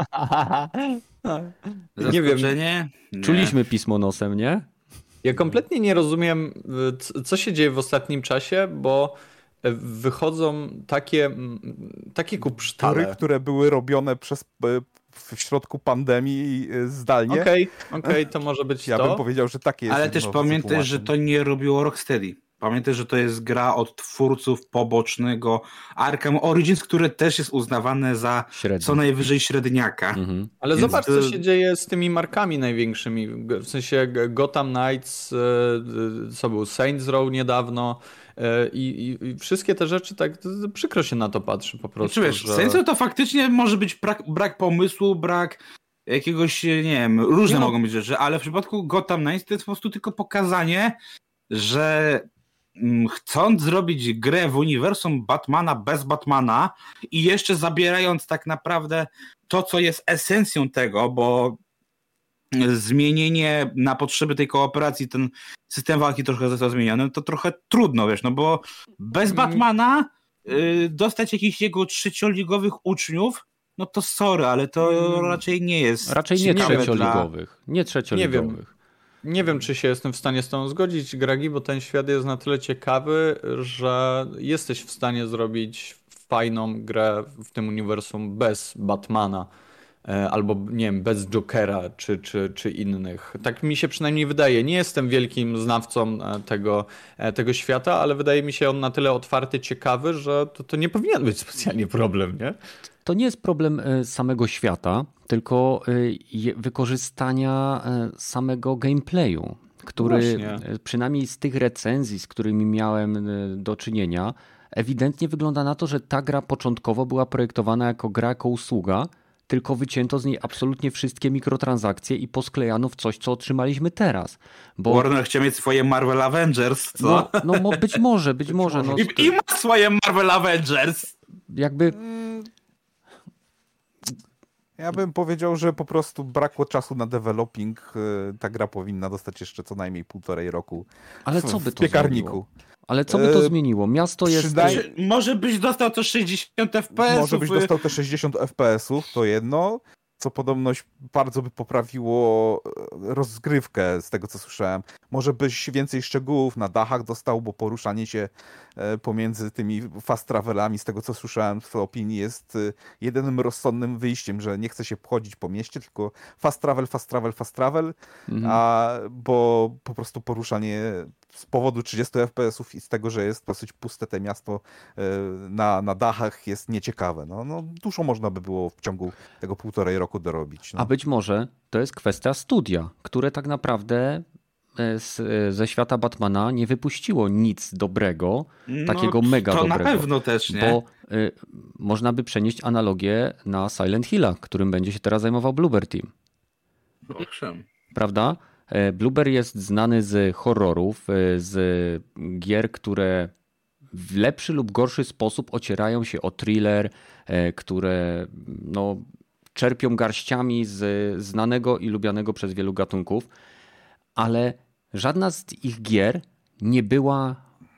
Nie wiem. Czuliśmy pismo nosem, nie? Ja kompletnie nie rozumiem, co się dzieje w ostatnim czasie, bo wychodzą takie kupsztale. Które były robione w środku pandemii zdalnie. Okej, to może być ja bym powiedział, że takie jest. Ale też pamiętaj, że to nie robiło Rocksteady. Pamiętaj, że to jest gra od twórców pobocznego Arkham Origins, które też jest uznawane za co najwyżej średniaka. Ale więc zobacz, co się dzieje z tymi markami największymi. W sensie Gotham Knights, co był Saints Row niedawno i wszystkie te rzeczy, tak przykro się na to patrzy po prostu. Wiesz, Saints Row to faktycznie może być brak pomysłu, brak jakiegoś, nie wiem, różne mogą być rzeczy, ale w przypadku Gotham Knights to jest po prostu tylko pokazanie, że chcąc zrobić grę w uniwersum Batmana bez Batmana i jeszcze zabierając tak naprawdę to, co jest esencją tego, bo zmienienie na potrzeby tej kooperacji, ten system walki trochę został zmieniony, to trochę trudno, wiesz, no bo bez Batmana dostać jakichś jego trzecioligowych uczniów, no to sorry, ale to raczej nie jest... Raczej nie trzecioligowych. Nie trzecioligowych. Nie wiem, czy się jestem w stanie z tą zgodzić, Gragi, bo ten świat jest na tyle ciekawy, że jesteś w stanie zrobić fajną grę w tym uniwersum bez Batmana. Albo, nie wiem, bez Jokera czy innych. Tak mi się przynajmniej wydaje. Nie jestem wielkim znawcą tego świata, ale wydaje mi się on na tyle otwarty, ciekawy, że to nie powinien być specjalnie problem, nie? to nie jest problem samego świata, tylko wykorzystania samego gameplayu, który przynajmniej z tych recenzji, z którymi miałem do czynienia, ewidentnie wygląda na to, że ta gra początkowo była projektowana jako gra, jako usługa, tylko wycięto z niej absolutnie wszystkie mikrotransakcje i posklejano w coś, co otrzymaliśmy teraz. Bo... Warner chciał mieć swoje Marvel Avengers, co? No być może. No, I ma swoje Marvel Avengers! Jakby... Ja bym powiedział, że po prostu brakło czasu na developing. Ta gra powinna dostać jeszcze co najmniej 1,5 roku. Ale co by to piekarniku. zmieniło? Ale co by to zmieniło? Miasto jest... Może byś dostał to 60 FPS-ów. Może byś dostał te 60 FPS-ów, to jedno, co podobność bardzo by poprawiło rozgrywkę, z tego co słyszałem. Może byś więcej szczegółów na dachach dostał, bo poruszanie się pomiędzy tymi fast travelami, z tego co słyszałem w opinii, jest jedynym rozsądnym wyjściem, że nie chce się chodzić po mieście, tylko fast travel, bo po prostu poruszanie z powodu 30 FPS-ów i z tego, że jest dosyć puste te miasto na dachach, jest nieciekawe. No, dużo można by było w ciągu tego 1,5 roku dorobić. No. A być może to jest kwestia studia, które tak naprawdę ze świata Batmana nie wypuściło nic dobrego, takiego mega to dobrego. Na pewno też, nie? Bo można by przenieść analogię na Silent Hilla, którym będzie się teraz zajmował Bloober Team. Owszem. Prawda? Bloober jest znany z horrorów, z gier, które w lepszy lub gorszy sposób ocierają się o thriller, które czerpią garściami z znanego i lubianego przez wielu gatunków, ale żadna z ich gier nie była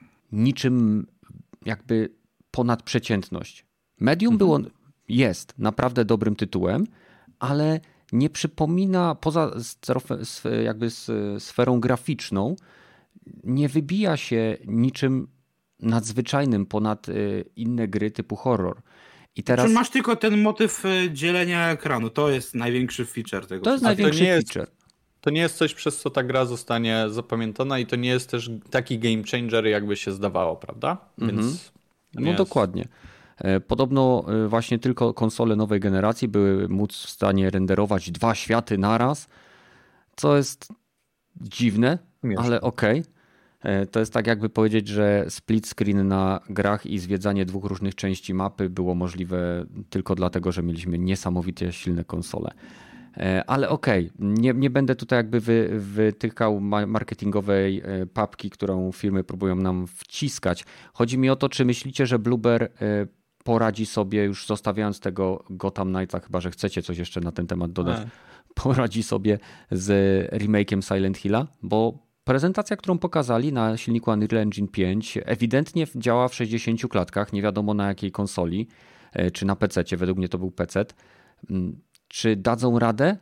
niczym jakby ponad przeciętność. Medium jest naprawdę dobrym tytułem, ale nie przypomina, poza jakby sferą graficzną, nie wybija się niczym nadzwyczajnym ponad inne gry typu horror. I teraz... Czy masz tylko ten motyw dzielenia ekranu? To jest największy feature tego. To jest największy feature. To nie jest coś, przez co ta gra zostanie zapamiętana i to nie jest też taki game changer, jakby się zdawało, prawda? Więc dokładnie. Podobno właśnie tylko konsole nowej generacji były móc w stanie renderować 2 światy naraz, co jest dziwne, ale okej. To jest tak jakby powiedzieć, że split screen na grach i zwiedzanie 2 różnych części mapy było możliwe tylko dlatego, że mieliśmy niesamowicie silne konsole. Ale nie będę tutaj jakby wytykał marketingowej papki, którą firmy próbują nam wciskać. Chodzi mi o to, czy myślicie, że Bloober poradzi sobie, już zostawiając tego Gotham Knightsa, chyba że chcecie coś jeszcze na ten temat dodać, poradzi sobie z remake'iem Silent Hilla, bo prezentacja, którą pokazali na silniku Unreal Engine 5 ewidentnie działa w 60 klatkach, nie wiadomo na jakiej konsoli, czy na PC-cie, według mnie to był PC. Czy dadzą radę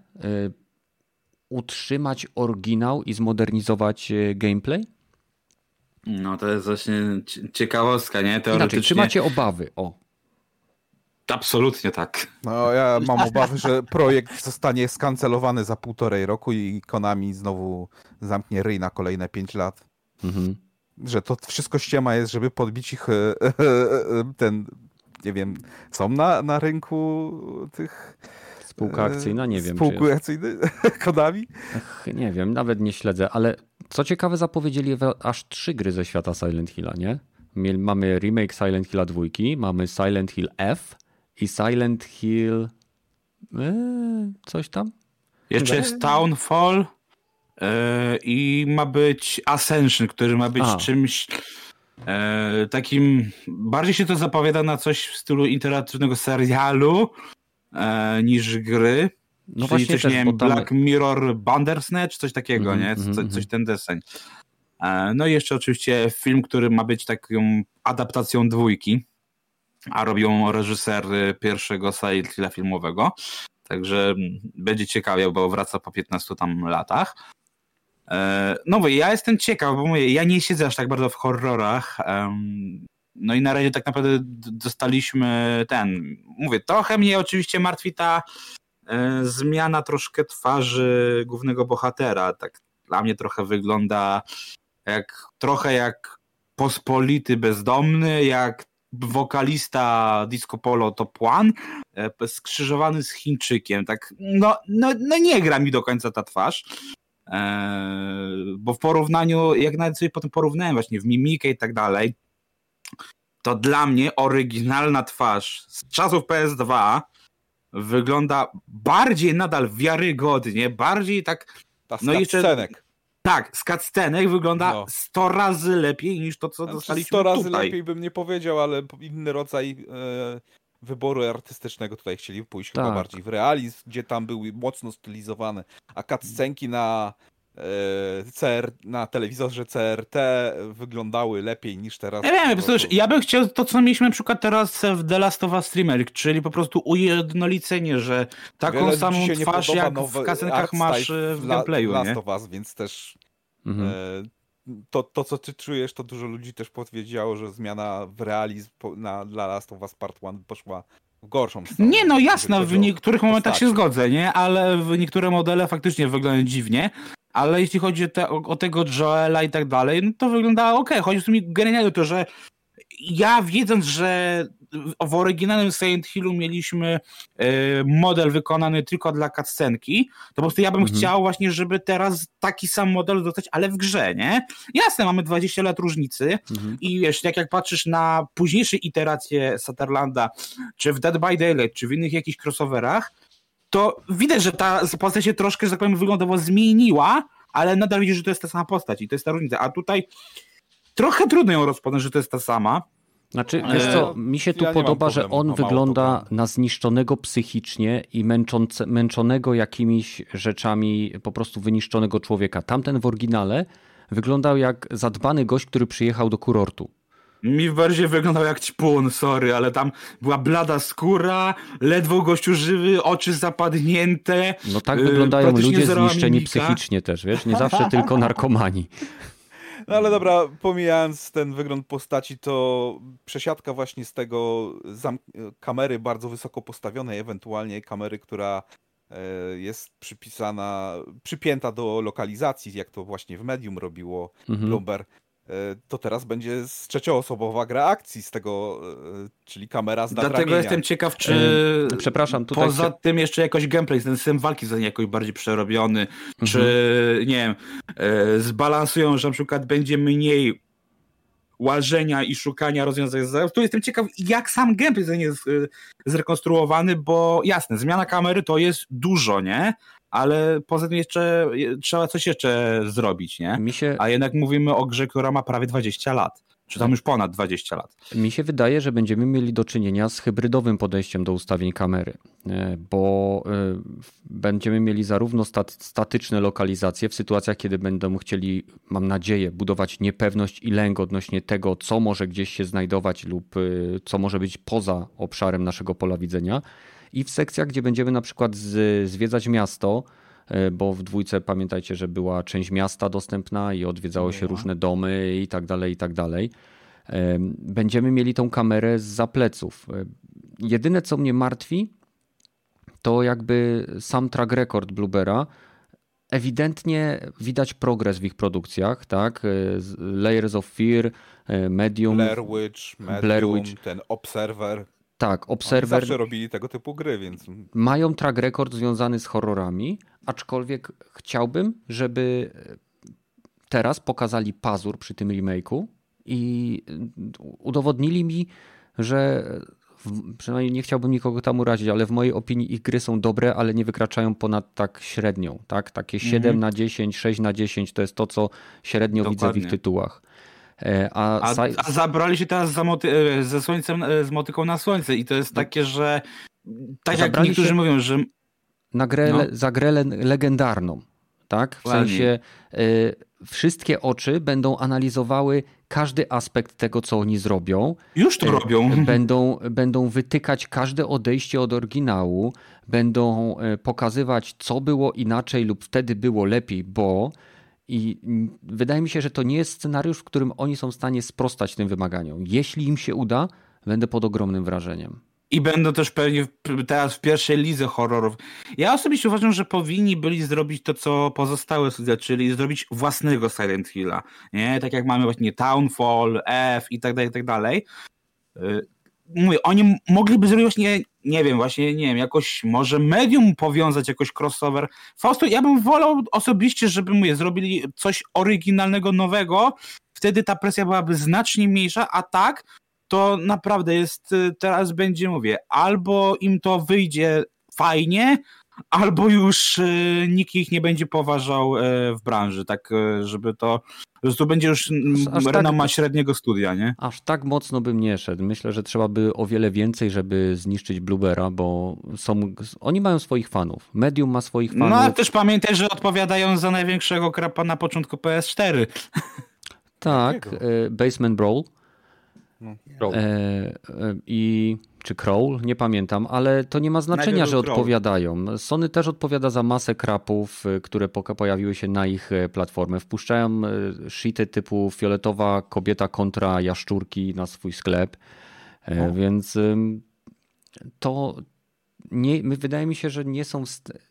utrzymać oryginał i zmodernizować gameplay? No to jest właśnie ciekawostka, nie? Teoretycznie... Inaczej, czy macie obawy? Absolutnie tak. No ja mam obawy, że projekt zostanie skancelowany za 1,5 roku i Konami znowu zamknie ryj na kolejne 5 lat. Że to wszystko ściema jest, żeby podbić ich nie wiem, są na rynku tych... Spółka akcyjna? Nie wiem. Spółki akcyjne? Konami? Nie wiem, nawet nie śledzę, ale co ciekawe zapowiedzieli aż 3 gry ze świata Silent Hilla, nie? Mamy remake Silent Hilla 2, mamy Silent Hill F i Silent Hill... coś tam? Jeszcze jest Townfall i ma być Ascension, który ma być czymś takim... Bardziej się to zapowiada na coś w stylu interaktywnego serialu niż gry. No czyli właśnie coś, też, nie wiem, Black Mirror Bandersnatch, coś takiego, nie? Coś ten deseń. No i jeszcze oczywiście film, który ma być taką adaptacją 2, a robią reżyser pierwszego Silent Hilla filmowego. Także będzie ciekawie, bo wraca po 15 tam latach. No bo ja jestem ciekaw, bo mówię, ja nie siedzę aż tak bardzo w horrorach. No i na razie tak naprawdę dostaliśmy mówię, trochę mnie oczywiście martwi ta zmiana troszkę twarzy głównego bohatera. Tak dla mnie trochę wygląda trochę jak pospolity bezdomny, jak wokalista Disco Polo Top One skrzyżowany z Chińczykiem. Tak, no nie gra mi do końca ta twarz. Bo w porównaniu, jak nawet sobie potem porównałem właśnie w mimikę i tak dalej, to dla mnie oryginalna twarz z czasów PS2 wygląda bardziej nadal wiarygodnie, bardziej tak... Z cutscenek. Tak, z cutscenek wygląda 100 razy lepiej niż to, co dostaliśmy 100 razy tutaj. lepiej bym nie powiedział, ale inny rodzaj wyboru artystycznego tutaj chcieli pójść chyba bardziej w realizm, gdzie tam były mocno stylizowane, a cutscenki na telewizorze CRT wyglądały lepiej niż teraz. Ja wiem, ja bym chciał to, co mieliśmy na przykład teraz w The Last of Us Remake, czyli po prostu ujednolicenie, że taką samą twarz jak w cutscenkach masz w gameplayu. Last of Us, więc też to, co ty czujesz, to dużo ludzi też powiedziało, że zmiana w realizm dla Last of Us Part 1 poszła w gorszą stronę. Nie, no jasne, w niektórych momentach się zgodzę, nie? Ale w niektóre modele faktycznie wyglądają dziwnie. Ale jeśli chodzi o tego Joela i tak dalej, no to wygląda okej. Chodzi mi generalnie o to, że ja wiedząc, że w oryginalnym Silent Hillu mieliśmy model wykonany tylko dla cutscenki, to po prostu ja bym chciał właśnie, żeby teraz taki sam model dostać, ale w grze, nie? Jasne, mamy 20 lat różnicy i wiesz, jak patrzysz na późniejsze iteracje Sutherlanda, czy w Dead by Daylight, czy w innych jakichś crossoverach, to widać, że ta postać się troszkę, że tak powiem, wyglądowo zmieniła, ale nadal widzisz, że to jest ta sama postać i to jest ta różnica. A tutaj trochę trudno ją rozpoznać, że to jest ta sama. Znaczy, wiesz co, mi się tu podoba, że on wygląda na zniszczonego psychicznie i męczonego jakimiś rzeczami, po prostu wyniszczonego człowieka. Tamten w oryginale wyglądał jak zadbany gość, który przyjechał do kurortu. Mi bardziej wyglądał jak ćpun, sorry, ale tam była blada skóra, ledwo gościu żywy, oczy zapadnięte. No tak wyglądają ludzie zniszczeni psychicznie też, wiesz, nie zawsze tylko narkomani. No ale dobra, pomijając ten wygląd postaci, to przesiadka właśnie z tego kamery bardzo wysoko postawionej, ewentualnie kamery, która jest przypięta do lokalizacji, jak to właśnie w Medium robiło Bloober, to teraz będzie trzecioosobowa gra akcji z tego, czyli kamera z nadramienia. Dlatego jestem ciekaw, czy przepraszam, tutaj poza tym jeszcze jakoś gameplay, ten system walki jest jakoś bardziej przerobiony, czy nie wiem, zbalansują, że na przykład będzie mniej łażenia i szukania rozwiązań. Tu jestem ciekaw, jak sam gameplay jest zrekonstruowany, bo jasne, zmiana kamery to jest dużo, nie? Ale poza tym jeszcze trzeba coś jeszcze zrobić, nie? A jednak mówimy o grze, która ma prawie 20 lat. Czy tam już ponad 20 lat. Mi się wydaje, że będziemy mieli do czynienia z hybrydowym podejściem do ustawień kamery, bo będziemy mieli zarówno statyczne lokalizacje w sytuacjach, kiedy będą chcieli, mam nadzieję, budować niepewność i lęk odnośnie tego, co może gdzieś się znajdować lub co może być poza obszarem naszego pola widzenia. I w sekcjach, gdzie będziemy na przykład zwiedzać miasto, bo w dwójce pamiętajcie, że była część miasta dostępna i odwiedzało się różne domy i tak dalej, i tak dalej. Będziemy mieli tą kamerę zza pleców. Jedyne, co mnie martwi, to jakby sam track record Bloobera. Ewidentnie widać progres w ich produkcjach, tak? Layers of Fear, Medium, Blair Witch, ten Observer. Tak, Observer. Oni zawsze robili tego typu gry, więc... Mają track record związany z horrorami, aczkolwiek chciałbym, żeby teraz pokazali pazur przy tym remake'u i udowodnili mi, że przynajmniej nie chciałbym nikogo tam urazić, ale w mojej opinii ich gry są dobre, ale nie wykraczają ponad tak średnią. Tak? Takie 7/10, 6/10 to jest to, co średnio widzę w ich tytułach. A zabrali się teraz ze słońcem, z motyką na słońce i to jest takie, że tak jak niektórzy mówią, że za grę legendarną, tak? W sensie wszystkie oczy będą analizowały każdy aspekt tego, co oni zrobią. Już to robią. Będą wytykać każde odejście od oryginału, będą pokazywać, co było inaczej lub wtedy było lepiej, bo... I wydaje mi się, że to nie jest scenariusz, w którym oni są w stanie sprostać tym wymaganiom. Jeśli im się uda, będę pod ogromnym wrażeniem. I będą też pewnie teraz w pierwszej lidze horrorów. Ja osobiście uważam, że powinni byli zrobić to, co pozostałe studia, czyli zrobić własnego Silent Hilla. Nie? Tak jak mamy właśnie Townfall, F i tak dalej, i tak dalej. Mówię, oni mogliby zrobić właśnie, nie wiem, jakoś może Medium powiązać, jakoś crossover. Fausto, ja bym wolał osobiście, żeby zrobili coś oryginalnego, nowego, wtedy ta presja byłaby znacznie mniejsza, a tak to naprawdę teraz będzie, albo im to wyjdzie fajnie, albo już nikt ich nie będzie poważał w branży, tak żeby to będzie już renoma średniego studia, nie? Aż tak mocno bym nie szedł. Myślę, że trzeba by o wiele więcej, żeby zniszczyć Bluebera, bo oni mają swoich fanów. Medium ma swoich fanów. No ale też pamiętaj, że odpowiadają za największego krapa na początku PS4. Tak, Basement Brawl. Czy Crawl, nie pamiętam, ale to nie ma znaczenia, że odpowiadają. Sony też odpowiada za masę krapów, które pojawiły się na ich platformę. Wpuszczają shity typu fioletowa kobieta kontra jaszczurki na swój sklep, więc to wydaje mi się, że nie są...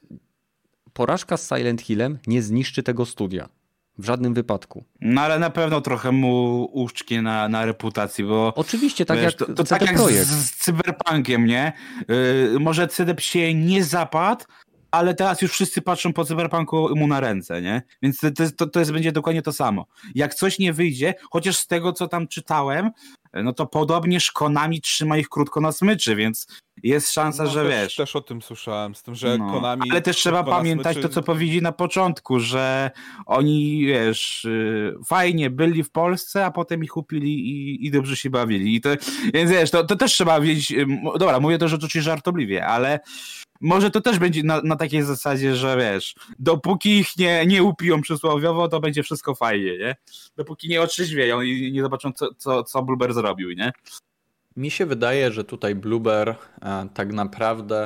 Porażka z Silent Hillem nie zniszczy tego studia. W żadnym wypadku. No ale na pewno trochę mu uszczki na reputacji, bo... Oczywiście, tak jak to tak jak z Cyberpunkiem, nie? Może CDP się nie zapadł, ale teraz już wszyscy patrzą po Cyberpunku mu na ręce, nie? Więc będzie dokładnie to samo. Jak coś nie wyjdzie, chociaż z tego, co tam czytałem, no to podobnież Konami trzyma ich krótko na smyczy, więc jest szansa, że wiesz... Też o tym słyszałem, z tym, że Konami... Ale też trzeba pamiętać to, co powiedzieli na początku, że oni, wiesz, fajnie byli w Polsce, a potem ich kupili i dobrze się bawili. Więc wiesz, to też trzeba wiedzieć... Dobra, mówię to, że oczywiście żartobliwie, ale może to też będzie na takiej zasadzie, że wiesz, dopóki ich nie upiją przysłowiowo, to będzie wszystko fajnie, nie? Dopóki nie otrzeźwieją i nie zobaczą, co Blueber zrobił, nie? Mi się wydaje, że tutaj Blueber tak naprawdę,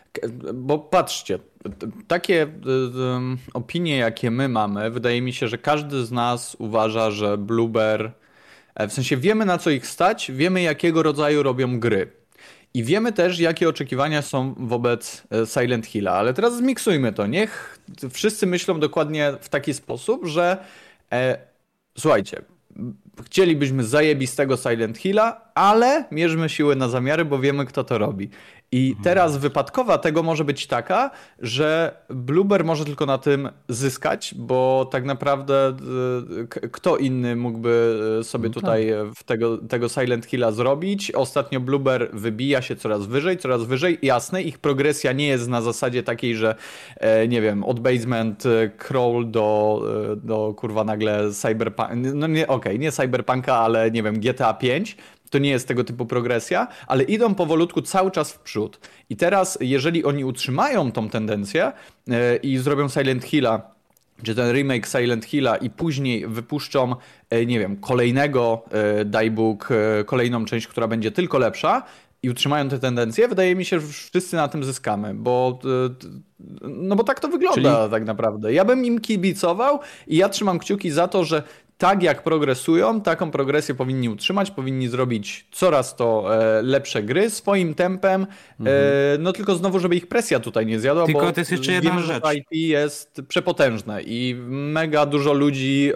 bo patrzcie, takie opinie, jakie my mamy, wydaje mi się, że każdy z nas uważa, że Blueber, w sensie wiemy, na co ich stać, wiemy, jakiego rodzaju robią gry. I wiemy też, jakie oczekiwania są wobec Silent Hilla, ale teraz zmiksujmy to. Niech wszyscy myślą dokładnie w taki sposób, że słuchajcie, chcielibyśmy zajebistego Silent Hilla, ale mierzmy siły na zamiary, bo wiemy, kto to robi. I teraz wypadkowa tego może być taka, że Blueber może tylko na tym zyskać, bo tak naprawdę kto inny mógłby sobie tutaj tego Silent Hilla zrobić. Ostatnio Blueber wybija się coraz wyżej. Jasne, ich progresja nie jest na zasadzie takiej, że nie wiem, od Basement Crawl do kurwa nagle Cyberpunk, no nie, nie Cyberpunka, ale nie wiem, GTA 5. To nie jest tego typu progresja, ale idą powolutku cały czas w przód. I teraz, jeżeli oni utrzymają tą tendencję i zrobią Silent Hilla, czy ten remake Silent Hilla i później wypuszczą, nie wiem, kolejnego, daj Bóg, kolejną część, która będzie tylko lepsza i utrzymają tę tendencję, wydaje mi się, że wszyscy na tym zyskamy, bo tak to wygląda tak naprawdę. Ja bym im kibicował i ja trzymam kciuki za to, że tak jak progresują, taką progresję powinni utrzymać, powinni zrobić coraz to lepsze gry swoim tempem, no tylko znowu, żeby ich presja tutaj nie zjadła, tylko bo to jest jeszcze jedna rzecz. IP jest przepotężne i mega dużo ludzi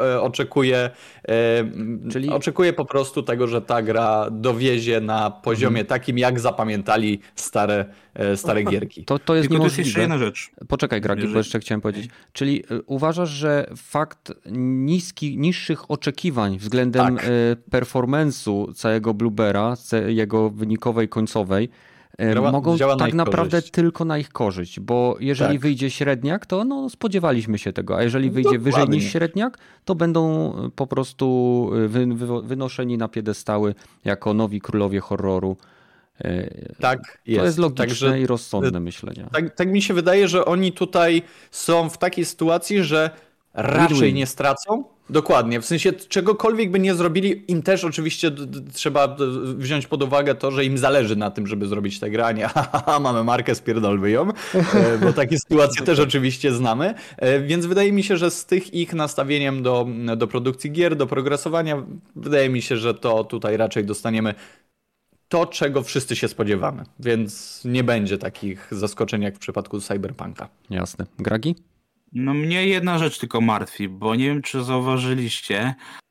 oczekuje po prostu tego, że ta gra dowiezie na poziomie takim, jak zapamiętali stare gierki. To jest niemożliwe. To jest jeszcze jedna rzecz. Poczekaj, Gragi, bo jeszcze chciałem powiedzieć. Czyli uważasz, że fakt niższych oczekiwań względem performance'u całego Bluebera, jego wynikowej, końcowej, mogą tak naprawdę tylko na ich korzyść, bo jeżeli wyjdzie średniak, to spodziewaliśmy się tego, a jeżeli wyjdzie wyżej niż średniak, to będą po prostu wynoszeni na piedestały jako nowi królowie horroru. Tak jest. To jest logiczne i rozsądne myślenie. Tak mi się wydaje, że oni tutaj są w takiej sytuacji, że raczej nie stracą. Dokładnie, w sensie czegokolwiek by nie zrobili, im też oczywiście trzeba wziąć pod uwagę to, że im zależy na tym, żeby zrobić tę grę, a nie mamy markę, spierdolmy ją, bo takie sytuacje też oczywiście znamy, więc wydaje mi się, że z tych ich nastawieniem do produkcji gier, do progresowania, wydaje mi się, że to tutaj raczej dostaniemy to, czego wszyscy się spodziewamy, więc nie będzie takich zaskoczeń jak w przypadku Cyberpunka. Jasne. Gragi? No mnie jedna rzecz tylko martwi, bo nie wiem, czy zauważyliście,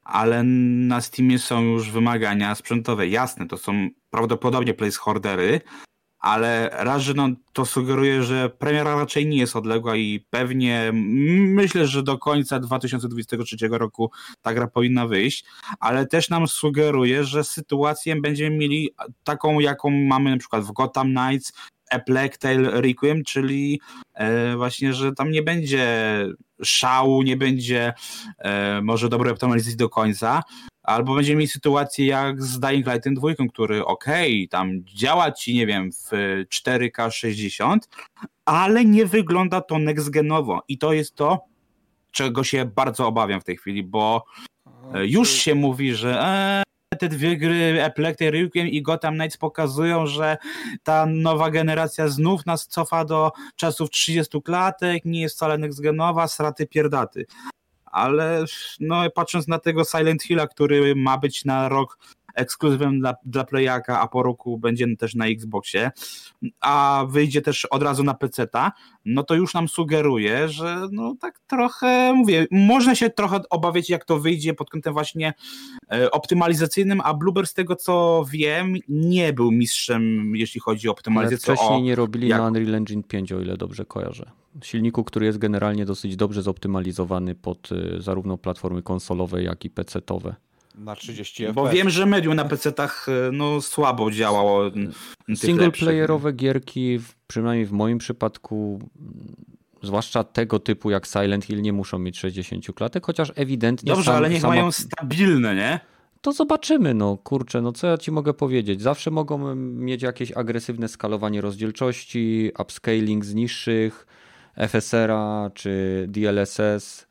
ale na Steamie są już wymagania sprzętowe. Jasne, to są prawdopodobnie placeholdery, ale raz, że to sugeruje, że premiera raczej nie jest odległa i pewnie myślę, że do końca 2023 roku ta gra powinna wyjść, ale też nam sugeruje, że sytuację będziemy mieli taką, jaką mamy na przykład w Gotham Knights, A Plague Tale Requiem, czyli właśnie, że tam nie będzie szału, nie będzie może dobrej optymalizacji do końca, albo będziemy mieli sytuację jak z Dying Lightem 2, który tam działa ci, nie wiem, w 4K 60, ale nie wygląda to next-genowo i to jest to, czego się bardzo obawiam w tej chwili, bo już się mówi, że te dwie gry, A Plague Tale Requiem i Gotham Knights pokazują, że ta nowa generacja znów nas cofa do czasów 30 klatek, nie jest wcale next-genowa, sraty pierdaty. Ale patrząc na tego Silent Hilla, który ma być na rok ekskluzywem dla Playaka, a po roku będzie też na Xboxie, a wyjdzie też od razu na PC-ta, to już nam sugeruje, że tak trochę, mówię, można się trochę obawiać, jak to wyjdzie pod kątem właśnie optymalizacyjnym, a Bloober, z tego co wiem, nie był mistrzem, jeśli chodzi o optymalizację. Ale wcześniej nie robili na Unreal Engine 5, o ile dobrze kojarzę. Silniku, który jest generalnie dosyć dobrze zoptymalizowany pod zarówno platformy konsolowe, jak i PC-towe. Na 30 FPS. Bo wiem, że medium na PC-tach słabo działało. Singleplayerowe gierki, przynajmniej w moim przypadku, zwłaszcza tego typu jak Silent Hill, nie muszą mieć 60 klatek, chociaż ewidentnie... Dobrze, ale niech mają stabilne, nie? To zobaczymy, co ja ci mogę powiedzieć. Zawsze mogą mieć jakieś agresywne skalowanie rozdzielczości, upscaling z niższych, FSR-a czy DLSS.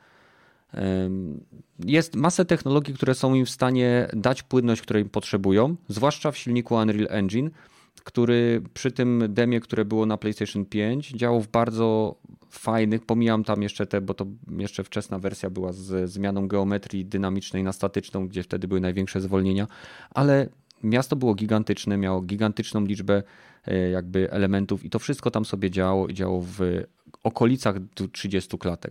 Jest masę technologii, które są im w stanie dać płynność, której potrzebują, zwłaszcza w silniku Unreal Engine, który przy tym demie, które było na PlayStation 5, działał w bardzo fajnych, pomijam tam jeszcze bo to jeszcze wczesna wersja była z zmianą geometrii dynamicznej na statyczną, gdzie wtedy były największe zwolnienia, ale miasto było gigantyczne, miało gigantyczną liczbę jakby elementów i to wszystko tam sobie działo w okolicach 30 klatek.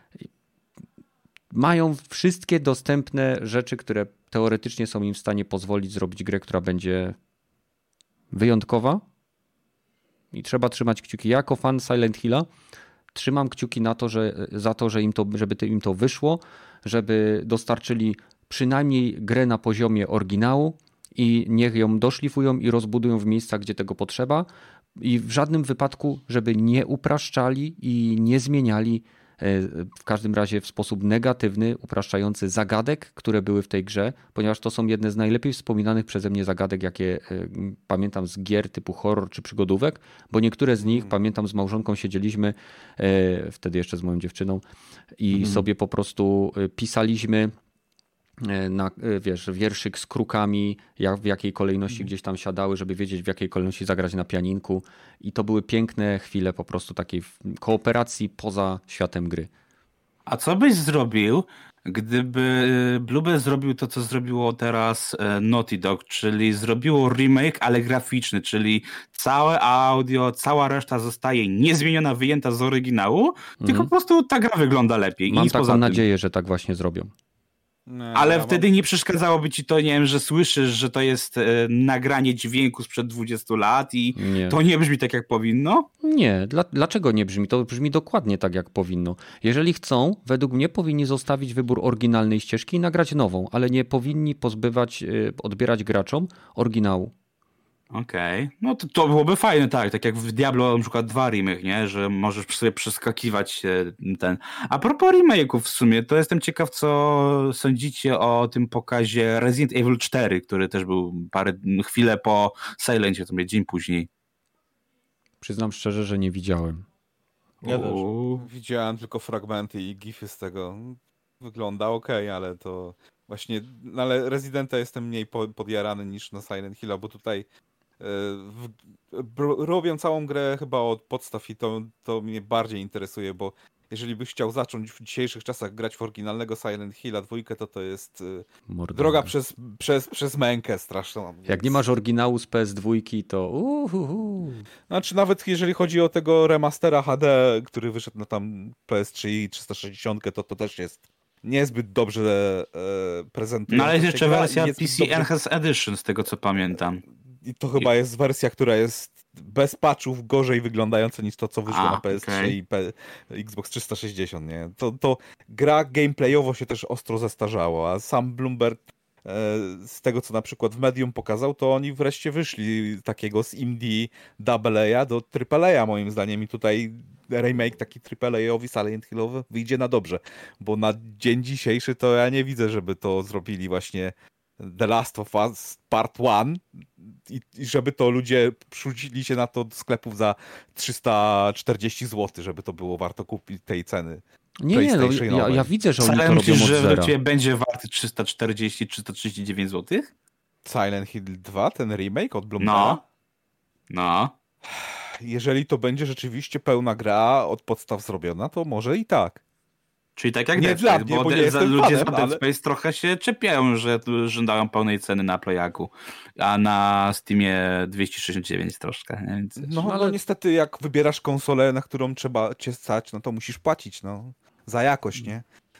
Mają wszystkie dostępne rzeczy, które teoretycznie są im w stanie pozwolić zrobić grę, która będzie wyjątkowa i trzeba trzymać kciuki. Ja jako fan Silent Hilla trzymam kciuki za to, żeby im to wyszło, żeby dostarczyli przynajmniej grę na poziomie oryginału i niech ją doszlifują i rozbudują w miejscach, gdzie tego potrzeba i w żadnym wypadku, żeby nie upraszczali i nie zmieniali w każdym razie w sposób negatywny, upraszczający zagadek, które były w tej grze, ponieważ to są jedne z najlepiej wspominanych przeze mnie zagadek, jakie pamiętam z gier typu horror czy przygodówek, bo niektóre z nich, pamiętam, z małżonką siedzieliśmy, wtedy jeszcze z moją dziewczyną i sobie po prostu pisaliśmy wierszyk z krukami, w jakiej kolejności gdzieś tam siadały, żeby wiedzieć, w jakiej kolejności zagrać na pianinku. I to były piękne chwile po prostu takiej kooperacji poza światem gry. A co byś zrobił, gdyby Bloober zrobił to, co zrobiło teraz Naughty Dog, czyli zrobiło remake, ale graficzny, czyli całe audio, cała reszta zostaje niezmieniona, wyjęta z oryginału, tylko po prostu ta gra wygląda lepiej. Mam taką nadzieję, że tak właśnie zrobią. Ale wtedy nie przeszkadzałoby ci to, nie wiem, że słyszysz, że to jest nagranie dźwięku sprzed 20 lat i to nie brzmi tak, jak powinno? Nie. Dlaczego nie brzmi? To brzmi dokładnie tak, jak powinno. Jeżeli chcą, według mnie powinni zostawić wybór oryginalnej ścieżki i nagrać nową, ale nie powinni odbierać graczom oryginału. Okej. No to byłoby fajne, tak jak w Diablo na przykład 2 remake, nie? Że możesz sobie przeskakiwać ten. A propos remake'ów w sumie, to jestem ciekaw, co sądzicie o tym pokazie Resident Evil 4, który też był chwilę po Silencie, to mnie dzień później. Przyznam szczerze, że nie widziałem. Ja też. Widziałem tylko fragmenty i gify z tego. Wygląda okej, ale to właśnie, ale Residenta jestem mniej podjarany niż na Silent Hilla, bo tutaj robią całą grę chyba od podstaw i to mnie bardziej interesuje, bo jeżeli byś chciał zacząć w dzisiejszych czasach grać w oryginalnego Silent Hilla 2, to jest droga przez mękę straszną. Więc... Jak nie masz oryginału z PS2, to Znaczy nawet jeżeli chodzi o tego remastera HD, który wyszedł na tam PS3 i 360, to też jest niezbyt dobrze prezentuje. No ale jest jeszcze wersja niezbyt PC dobrze... Enhanced Edition, z tego co pamiętam. I to chyba jest wersja, która jest bez patchów gorzej wyglądająca niż to, co wyszło na PS3 i Xbox 360, nie? To gra gameplayowo się też ostro zestarzało, a sam Bloomberg z tego, co na przykład w Medium pokazał, to oni wreszcie wyszli takiego z indie AA do AAA moim zdaniem i tutaj remake taki AAA-owy, Silent Hillowy wyjdzie na dobrze, bo na dzień dzisiejszy to ja nie widzę, żeby to zrobili właśnie The Last of Us Part 1 i żeby to ludzie rzucili się na to do sklepów za 340 zł, żeby to było warto kupić tej ceny. Nie, no, ja widzę, że oni to robią od że zera. że będzie warty 340-339 zł? Silent Hill 2, ten remake od Bloombera? No. Jeżeli to będzie rzeczywiście pełna gra od podstaw zrobiona, to może i tak. Czyli tak jak Nie Dead dla Space, mnie, bo bo nie jestem ludzie fanem, za Dead Space trochę się czepiają, że żądają pełnej ceny na Playaku, a na Steamie 269 troszkę. Nie? Więc... No niestety jak wybierasz konsolę, na którą trzeba cię stać, no to musisz płacić, no. Za jakość, nie?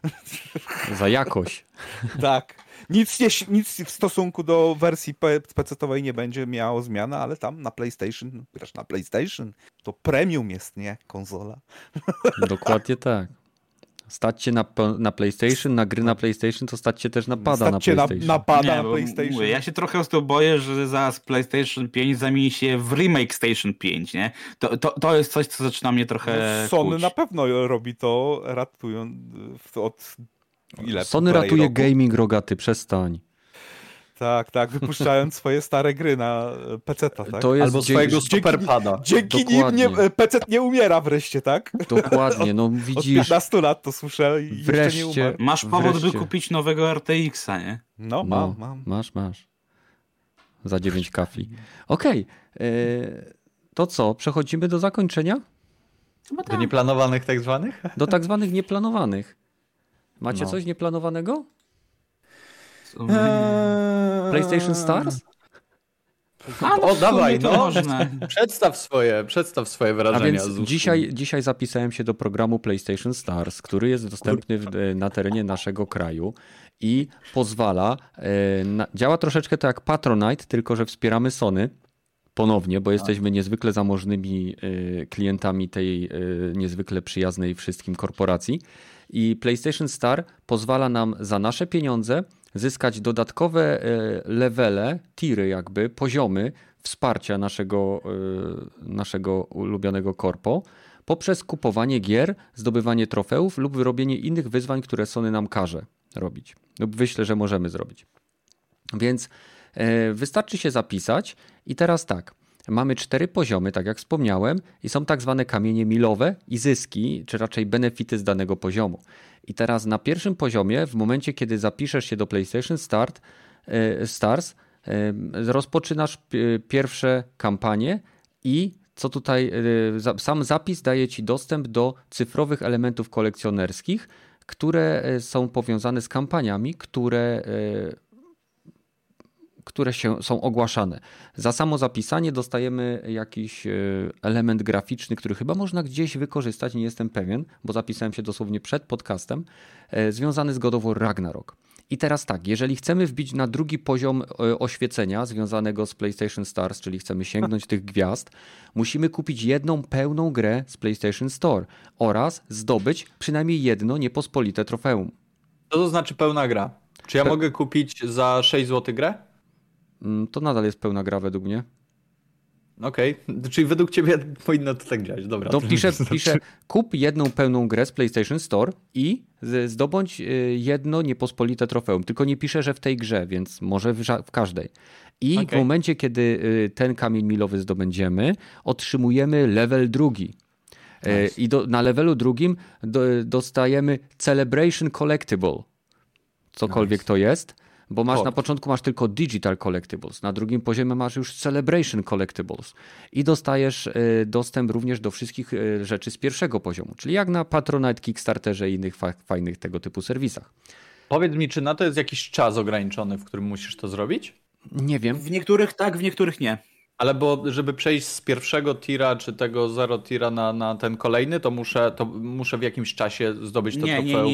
Za jakość. Tak. Nic w stosunku do wersji PC-owej nie będzie miało zmiana, ale tam na PlayStation, grasz na PlayStation, to premium jest, nie? Konsola. Dokładnie tak. Stać się na PlayStation, na gry na PlayStation, to stać się też napada na PlayStation. Napada na PlayStation. Mówię, ja się trochę z tym boję, że zaraz PlayStation 5 zamieni się w Remake Station 5, nie? To jest coś, co zaczyna mnie trochę Sony kłuć. na pewno robi to, ratując od ile? Sony ratuje roku? Gaming, rogaty, przestań. Tak, wypuszczając swoje stare gry na PC-ta, tak? To jest albo swojego superpada. Dzięki nim PC nie umiera wreszcie, tak? Dokładnie, no widzisz. Od 15 lat to słyszę i wreszcie, jeszcze nie umarł. Masz powód, by kupić nowego RTX-a, nie? No, mam. Masz. Za 9 kafli. Okej. To co, przechodzimy do zakończenia? Do nieplanowanych tak zwanych? Do tak zwanych nieplanowanych. Macie coś nieplanowanego? PlayStation Stars? Dawaj, no. Przedstaw swoje wrażenia. A więc dzisiaj zapisałem się do programu PlayStation Stars, który jest dostępny na terenie naszego kraju i pozwala, działa troszeczkę to jak Patronite, tylko że wspieramy Sony ponownie, bo jesteśmy niezwykle zamożnymi klientami tej niezwykle przyjaznej wszystkim korporacji. I PlayStation Star pozwala nam za nasze pieniądze zyskać dodatkowe levele, tiry jakby, poziomy wsparcia naszego ulubionego korpo poprzez kupowanie gier, zdobywanie trofeów lub robienie innych wyzwań, które Sony nam każe robić lub wyśle, że możemy zrobić. Więc wystarczy się zapisać i teraz tak. Mamy 4 poziomy, tak jak wspomniałem, i są tak zwane kamienie milowe i zyski, czy raczej benefity z danego poziomu. I teraz na pierwszym poziomie, w momencie kiedy zapiszesz się do PlayStation Stars, rozpoczynasz pierwsze kampanie i co tutaj, sam zapis daje ci dostęp do cyfrowych elementów kolekcjonerskich, które są powiązane z kampaniami, które są ogłaszane. Za samo zapisanie dostajemy jakiś element graficzny, który chyba można gdzieś wykorzystać, nie jestem pewien, bo zapisałem się dosłownie przed podcastem, związany z God of War Ragnarok. I teraz tak, jeżeli chcemy wbić na drugi poziom oświecenia związanego z PlayStation Stars, czyli chcemy sięgnąć tych gwiazd, musimy kupić jedną pełną grę z PlayStation Store oraz zdobyć przynajmniej jedno niepospolite trofeum. Co to znaczy pełna gra? Czy ja mogę kupić za 6 zł grę? To nadal jest pełna gra według mnie. Okej, czyli według ciebie powinno to tak działać. Dobra. To pisze, kup jedną pełną grę z PlayStation Store i zdobądź jedno niepospolite trofeum. Tylko nie pisze, że w tej grze, więc może w każdej. I w momencie, kiedy ten kamień milowy zdobędziemy, otrzymujemy level drugi. Nice. I na levelu drugim dostajemy Celebration Collectible. Cokolwiek to jest. Bo na początku masz tylko Digital Collectibles, na drugim poziomie masz już Celebration Collectibles i dostajesz dostęp również do wszystkich rzeczy z pierwszego poziomu, czyli jak na Patronite, Kickstarterze i innych fajnych tego typu serwisach. Powiedz mi, czy na to jest jakiś czas ograniczony, w którym musisz to zrobić? Nie wiem. W niektórych tak, w niektórych nie. Ale bo żeby przejść z pierwszego tira, czy tego zero tira na ten kolejny, to muszę w jakimś czasie zdobyć to trofeum.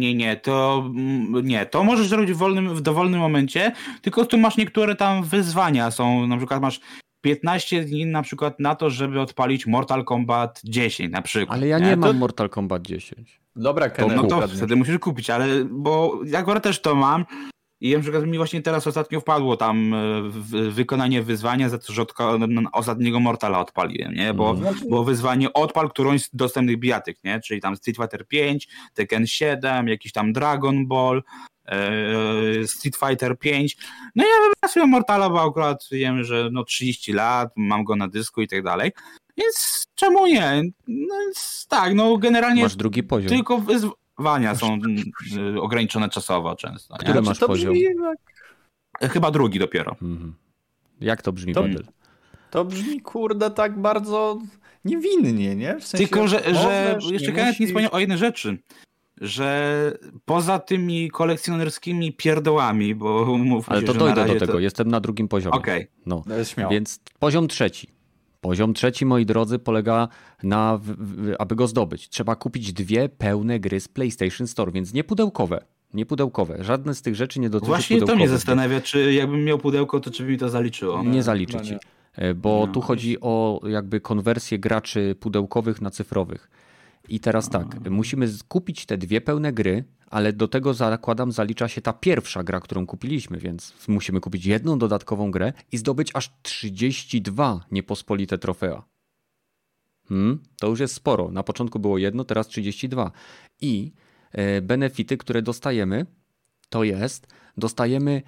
Nie, to możesz zrobić w dowolnym momencie, tylko tu masz niektóre tam wyzwania. Są, na przykład masz 15 dni na przykład na to, żeby odpalić Mortal Kombat 10 na przykład. Ale ja nie mam Mortal Kombat 10. Dobra, Kenneth. No to wtedy musisz kupić, ale bo ja akurat też to mam. I na przykład mi właśnie teraz ostatnio wpadło tam wykonanie wyzwania za to, że ostatniego Mortala odpaliłem, nie? Bo wyzwanie odpal którąś z dostępnych bijatyk, nie? Czyli tam Street Fighter 5, Tekken 7, jakiś tam Dragon Ball, Street Fighter 5. No ja wybrałem sobie Mortala, bo akurat wiem, że 30 lat, mam go na dysku i tak dalej. Więc czemu nie? No więc tak, generalnie masz drugi poziom. tylko wyzwania są ograniczone czasowo często. Nie? Który masz poziom? Chyba drugi dopiero. Jak to brzmi, Badyl? To brzmi, kurde, tak bardzo niewinnie, nie? W sensie, tylko, że jeszcze Kenneth nie wspomniał o jednej rzeczy, że poza tymi kolekcjonerskimi pierdołami, bo mówmy ale się, to że dojdę do tego, jestem na drugim poziomie. Okej. No. Śmiało. Więc poziom trzeci. Poziom trzeci, moi drodzy, polega na, aby go zdobyć, trzeba kupić 2 pełne gry z PlayStation Store, więc nie pudełkowe. Żadne z tych rzeczy nie dotyczy właśnie pudełkowych. to mnie zastanawia, czy jakbym miał pudełko, to czy by mi to zaliczyło. Nie zaliczy ci, bo tu chodzi o jakby konwersję graczy pudełkowych na cyfrowych. I teraz tak, musimy kupić te 2 pełne gry, ale do tego zakładam zalicza się ta pierwsza gra, którą kupiliśmy, więc musimy kupić 1 dodatkową grę i zdobyć aż 32 niepospolite trofea. To już jest sporo. Na początku było 1, teraz 32. I benefity, które dostajemy, to jest, dostajemy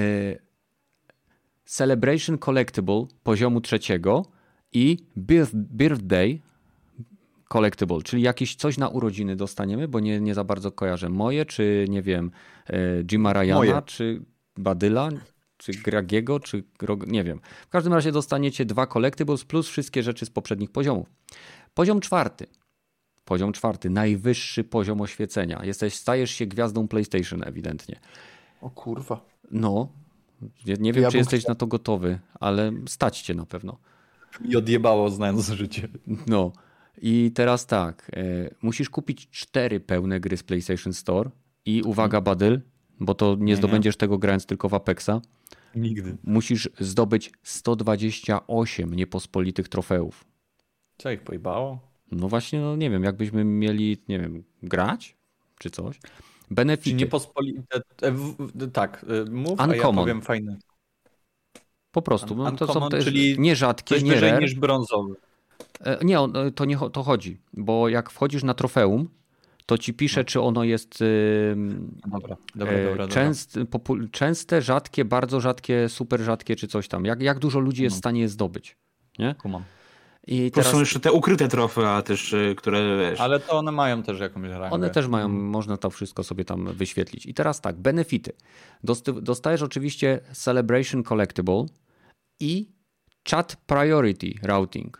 Celebration Collectible poziomu 3 i Birthday Collectible, czyli jakieś coś na urodziny dostaniemy, bo nie za bardzo kojarzę. Moje, czy nie wiem, Jima Ryana, czy Badyla, czy Gragiego, czy nie wiem. W każdym razie dostaniecie 2 collectibles plus wszystkie rzeczy z poprzednich poziomów. Poziom czwarty, najwyższy poziom oświecenia. Stajesz się gwiazdą PlayStation ewidentnie. O kurwa. No, nie wiem, czy jesteś na to gotowy, ale stać cię na pewno. I odjebało, znając życie. No. I teraz tak, musisz kupić 4 pełne gry z PlayStation Store i uwaga, Badyl, bo to nie zdobędziesz tego grając tylko w Apexa. Nigdy. Musisz zdobyć 128 niepospolitych trofeów. Co ich pojebało? No właśnie, nie wiem, jakbyśmy mieli, nie wiem, grać czy coś. Benefity. Czy niepospolite, tak, mów, Uncommon. a ja powiem fajne. Po prostu, to są też czyli nierzadkie, coś nie wyżej rare. niż brązowy. Nie, to chodzi, bo jak wchodzisz na trofeum, to ci pisze, czy ono jest Dobra. częste, rzadkie, bardzo rzadkie, super rzadkie, czy coś tam. Jak dużo ludzi jest w stanie je zdobyć. Nie? Kumam. I teraz są jeszcze te ukryte trofea też, które wiesz. Ale to one mają też jakąś rangę. One też mają, można to wszystko sobie tam wyświetlić. I teraz tak, benefity. Dostajesz oczywiście Celebration Collectible i Chat Priority Routing.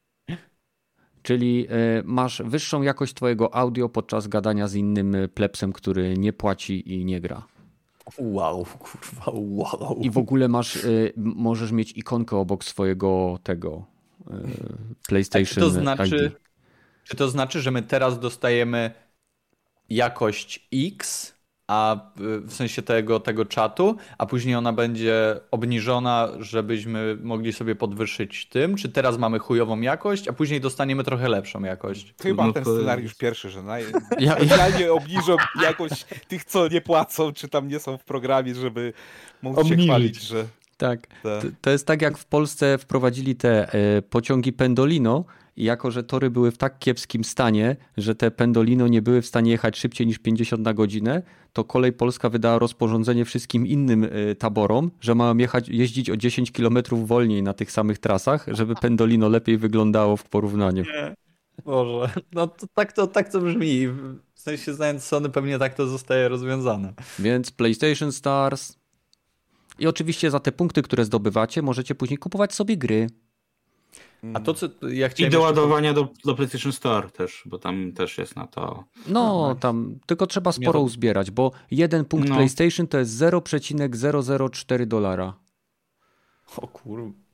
Czyli masz wyższą jakość twojego audio podczas gadania z innym plebsem, który nie płaci i nie gra. Wow, kurwa, wow. I w ogóle możesz mieć ikonkę obok swojego tego PlayStation Czy to znaczy, że my teraz dostajemy jakość X, a w sensie tego czatu, a później ona będzie obniżona, żebyśmy mogli sobie podwyższyć tym? Czy teraz mamy chujową jakość, a później dostaniemy trochę lepszą jakość? Chyba ten scenariusz pierwszy, że idealnie obniżą jakość tych, co nie płacą, czy tam nie są w programie, żeby móc się chwalić, że... Tak, to jest tak jak w Polsce wprowadzili te pociągi Pendolino i jako, że tory były w tak kiepskim stanie, że te Pendolino nie były w stanie jechać szybciej niż 50 na godzinę, to Kolej Polska wydała rozporządzenie wszystkim innym taborom, że mają jeździć o 10 km wolniej na tych samych trasach, żeby Pendolino lepiej wyglądało w porównaniu. Nie. Boże, no to tak to brzmi. W sensie znając Sony pewnie tak to zostaje rozwiązane. Więc PlayStation Stars. I oczywiście za te punkty, które zdobywacie, możecie później kupować sobie gry. A to, co ja chciałem... I doładowania do PlayStation Store też, bo tam też jest na to. No, tam tylko trzeba sporo uzbierać, bo 1 punkt PlayStation to jest $0,004. O kurwa.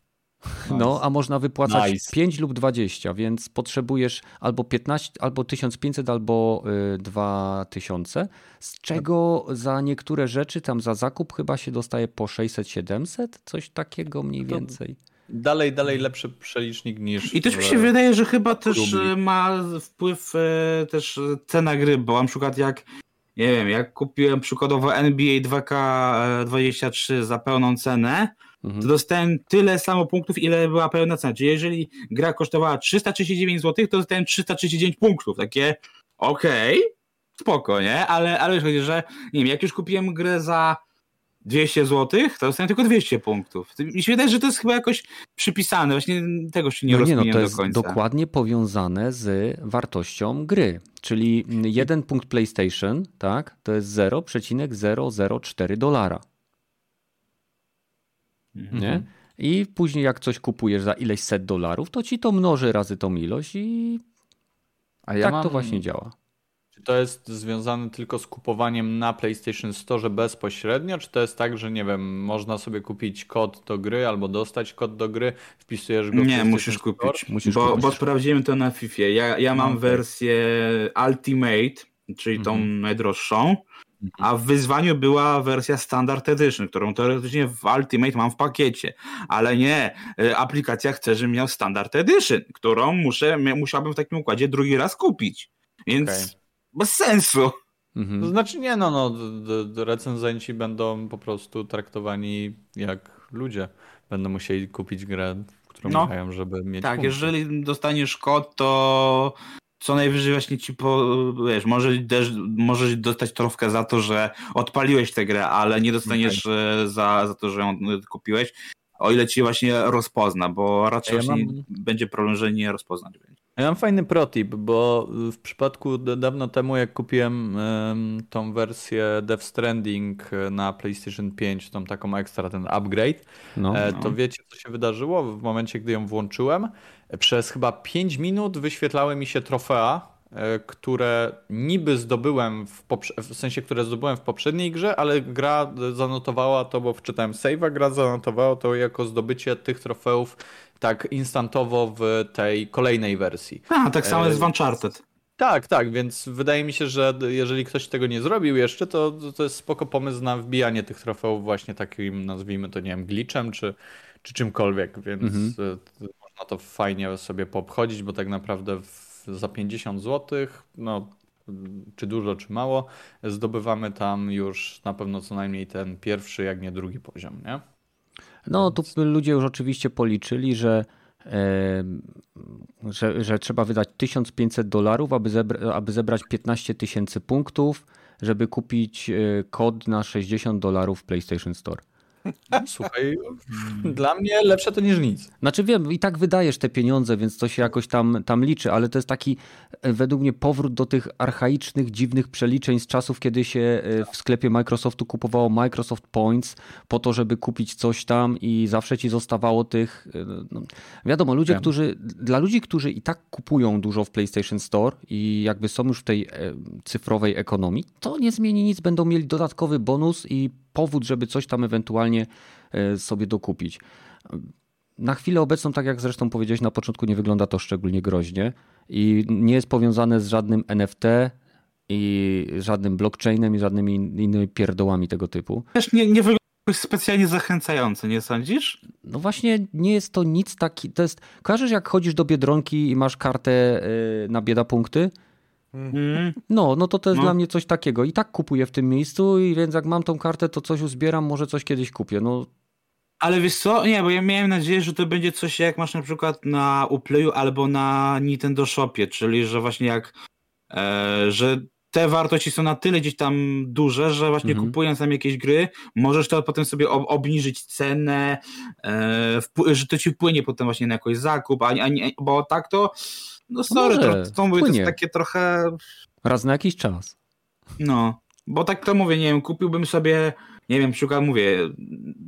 No, a można wypłacać Nice. 5 lub 20, więc potrzebujesz albo 15, albo 1500, albo 2000, z czego za niektóre rzeczy, tam za zakup chyba się dostaje po 600-700, coś takiego mniej więcej. Dalej lepszy przelicznik niż... I też mi się wydaje, że chyba też rubli. ma wpływ też cena gry, bo na przykład jak, nie wiem, jak kupiłem przykładowo NBA 2K23 za pełną cenę, to dostałem tyle samo punktów, ile była pełna cena. Czyli jeżeli gra kosztowała 339 zł, to dostałem 339 punktów. Takie okej, spoko, nie? Ale wiesz, chodzi, że nie wiem, jak już kupiłem grę za 200 zł, to dostałem tylko 200 punktów. Mi się wydaje, że to jest chyba jakoś przypisane. Właśnie tego się nie rozumiem to do jest końca. dokładnie powiązane z wartością gry. Czyli 1 punkt PlayStation, tak, to jest $0,004. Nie? I później jak coś kupujesz za ileś set dolarów, to ci to mnoży razy tą ilość i to właśnie działa. Czy to jest związane tylko z kupowaniem na PlayStation Store bezpośrednio, czy to jest tak, że nie wiem, można sobie kupić kod do gry albo dostać kod do gry, wpisujesz go w Nie, PlayStation musisz Store? kupić. Bo sprawdziłem to na FIFA. Ja mam wersję Ultimate, czyli tą najdroższą, a w wyzwaniu była wersja Standard Edition, którą teoretycznie w Ultimate mam w pakiecie. Ale nie, aplikacja chce, żebym miał Standard Edition, którą musiałbym w takim układzie drugi raz kupić. Więc bez sensu. To znaczy nie, recenzenci będą po prostu traktowani jak ludzie. Będą musieli kupić grę, którą mają, żeby mieć Tak, punkty. jeżeli dostaniesz kod, to co najwyżej właśnie ci możesz dostać trofkę za to, że odpaliłeś tę grę, ale nie dostaniesz za to, że ją kupiłeś, o ile ci właśnie rozpozna, bo raczej będzie problem, że nie rozpoznać. Ja mam fajny protip, bo w przypadku dawno temu, jak kupiłem tą wersję Death Stranding na PlayStation 5, tą taką ekstra, ten upgrade, to wiecie, co się wydarzyło w momencie, gdy ją włączyłem? Przez chyba 5 minut wyświetlały mi się trofea, które niby zdobyłem w sensie, które zdobyłem w poprzedniej grze, ale gra zanotowała to, bo wczytałem save'a, gra zanotowała to jako zdobycie tych trofeów tak instantowo w tej kolejnej wersji. Tak samo jest w Uncharted. Tak, więc wydaje mi się, że jeżeli ktoś tego nie zrobił jeszcze, to jest spoko pomysł na wbijanie tych trofeów właśnie takim, nazwijmy to, nie wiem, glitchem czy czymkolwiek, więc można to fajnie sobie poobchodzić, bo tak naprawdę za 50 zł, no czy dużo, czy mało, zdobywamy tam już na pewno co najmniej ten pierwszy, jak nie drugi poziom, nie? No, tu ludzie już oczywiście policzyli, że trzeba wydać $1500, aby zebrać 15 000 punktów, żeby kupić kod na $60 w PlayStation Store. Słuchaj, dla mnie lepsze to niż nic. Znaczy wiem, i tak wydajesz te pieniądze, więc to się jakoś tam liczy, ale to jest taki według mnie powrót do tych archaicznych, dziwnych przeliczeń z czasów, kiedy się w sklepie Microsoftu kupowało Microsoft Points po to, żeby kupić coś tam i zawsze ci zostawało tych... No, wiadomo, dla ludzi, którzy i tak kupują dużo w PlayStation Store i jakby są już w tej cyfrowej ekonomii, to nie zmieni nic, będą mieli dodatkowy bonus i powód, żeby coś tam ewentualnie sobie dokupić. Na chwilę obecną, tak jak zresztą powiedziałeś na początku, nie wygląda to szczególnie groźnie i nie jest powiązane z żadnym NFT i żadnym blockchainem i żadnymi innymi pierdołami tego typu. Też nie wygląda specjalnie zachęcająco, nie sądzisz? No właśnie nie jest to nic taki, to jest, kojarzysz jak chodzisz do Biedronki i masz kartę na bieda punkty? No to jest dla mnie coś takiego. I tak kupuję w tym miejscu, i więc jak mam tą kartę, to coś uzbieram, może coś kiedyś kupię. No. Ale wiesz co? Nie, bo ja miałem nadzieję, że to będzie coś jak masz na przykład na Uplayu albo na Nintendo Shopie, czyli że właśnie jak że te wartości są na tyle gdzieś tam duże, że właśnie kupując tam jakieś gry, możesz to potem sobie obniżyć cenę, że to ci wpłynie potem właśnie na jakiś zakup, bo tak to no sorry, to jest takie trochę... Raz na jakiś czas. No, bo tak to mówię, nie wiem, kupiłbym sobie, nie wiem, przykład mówię,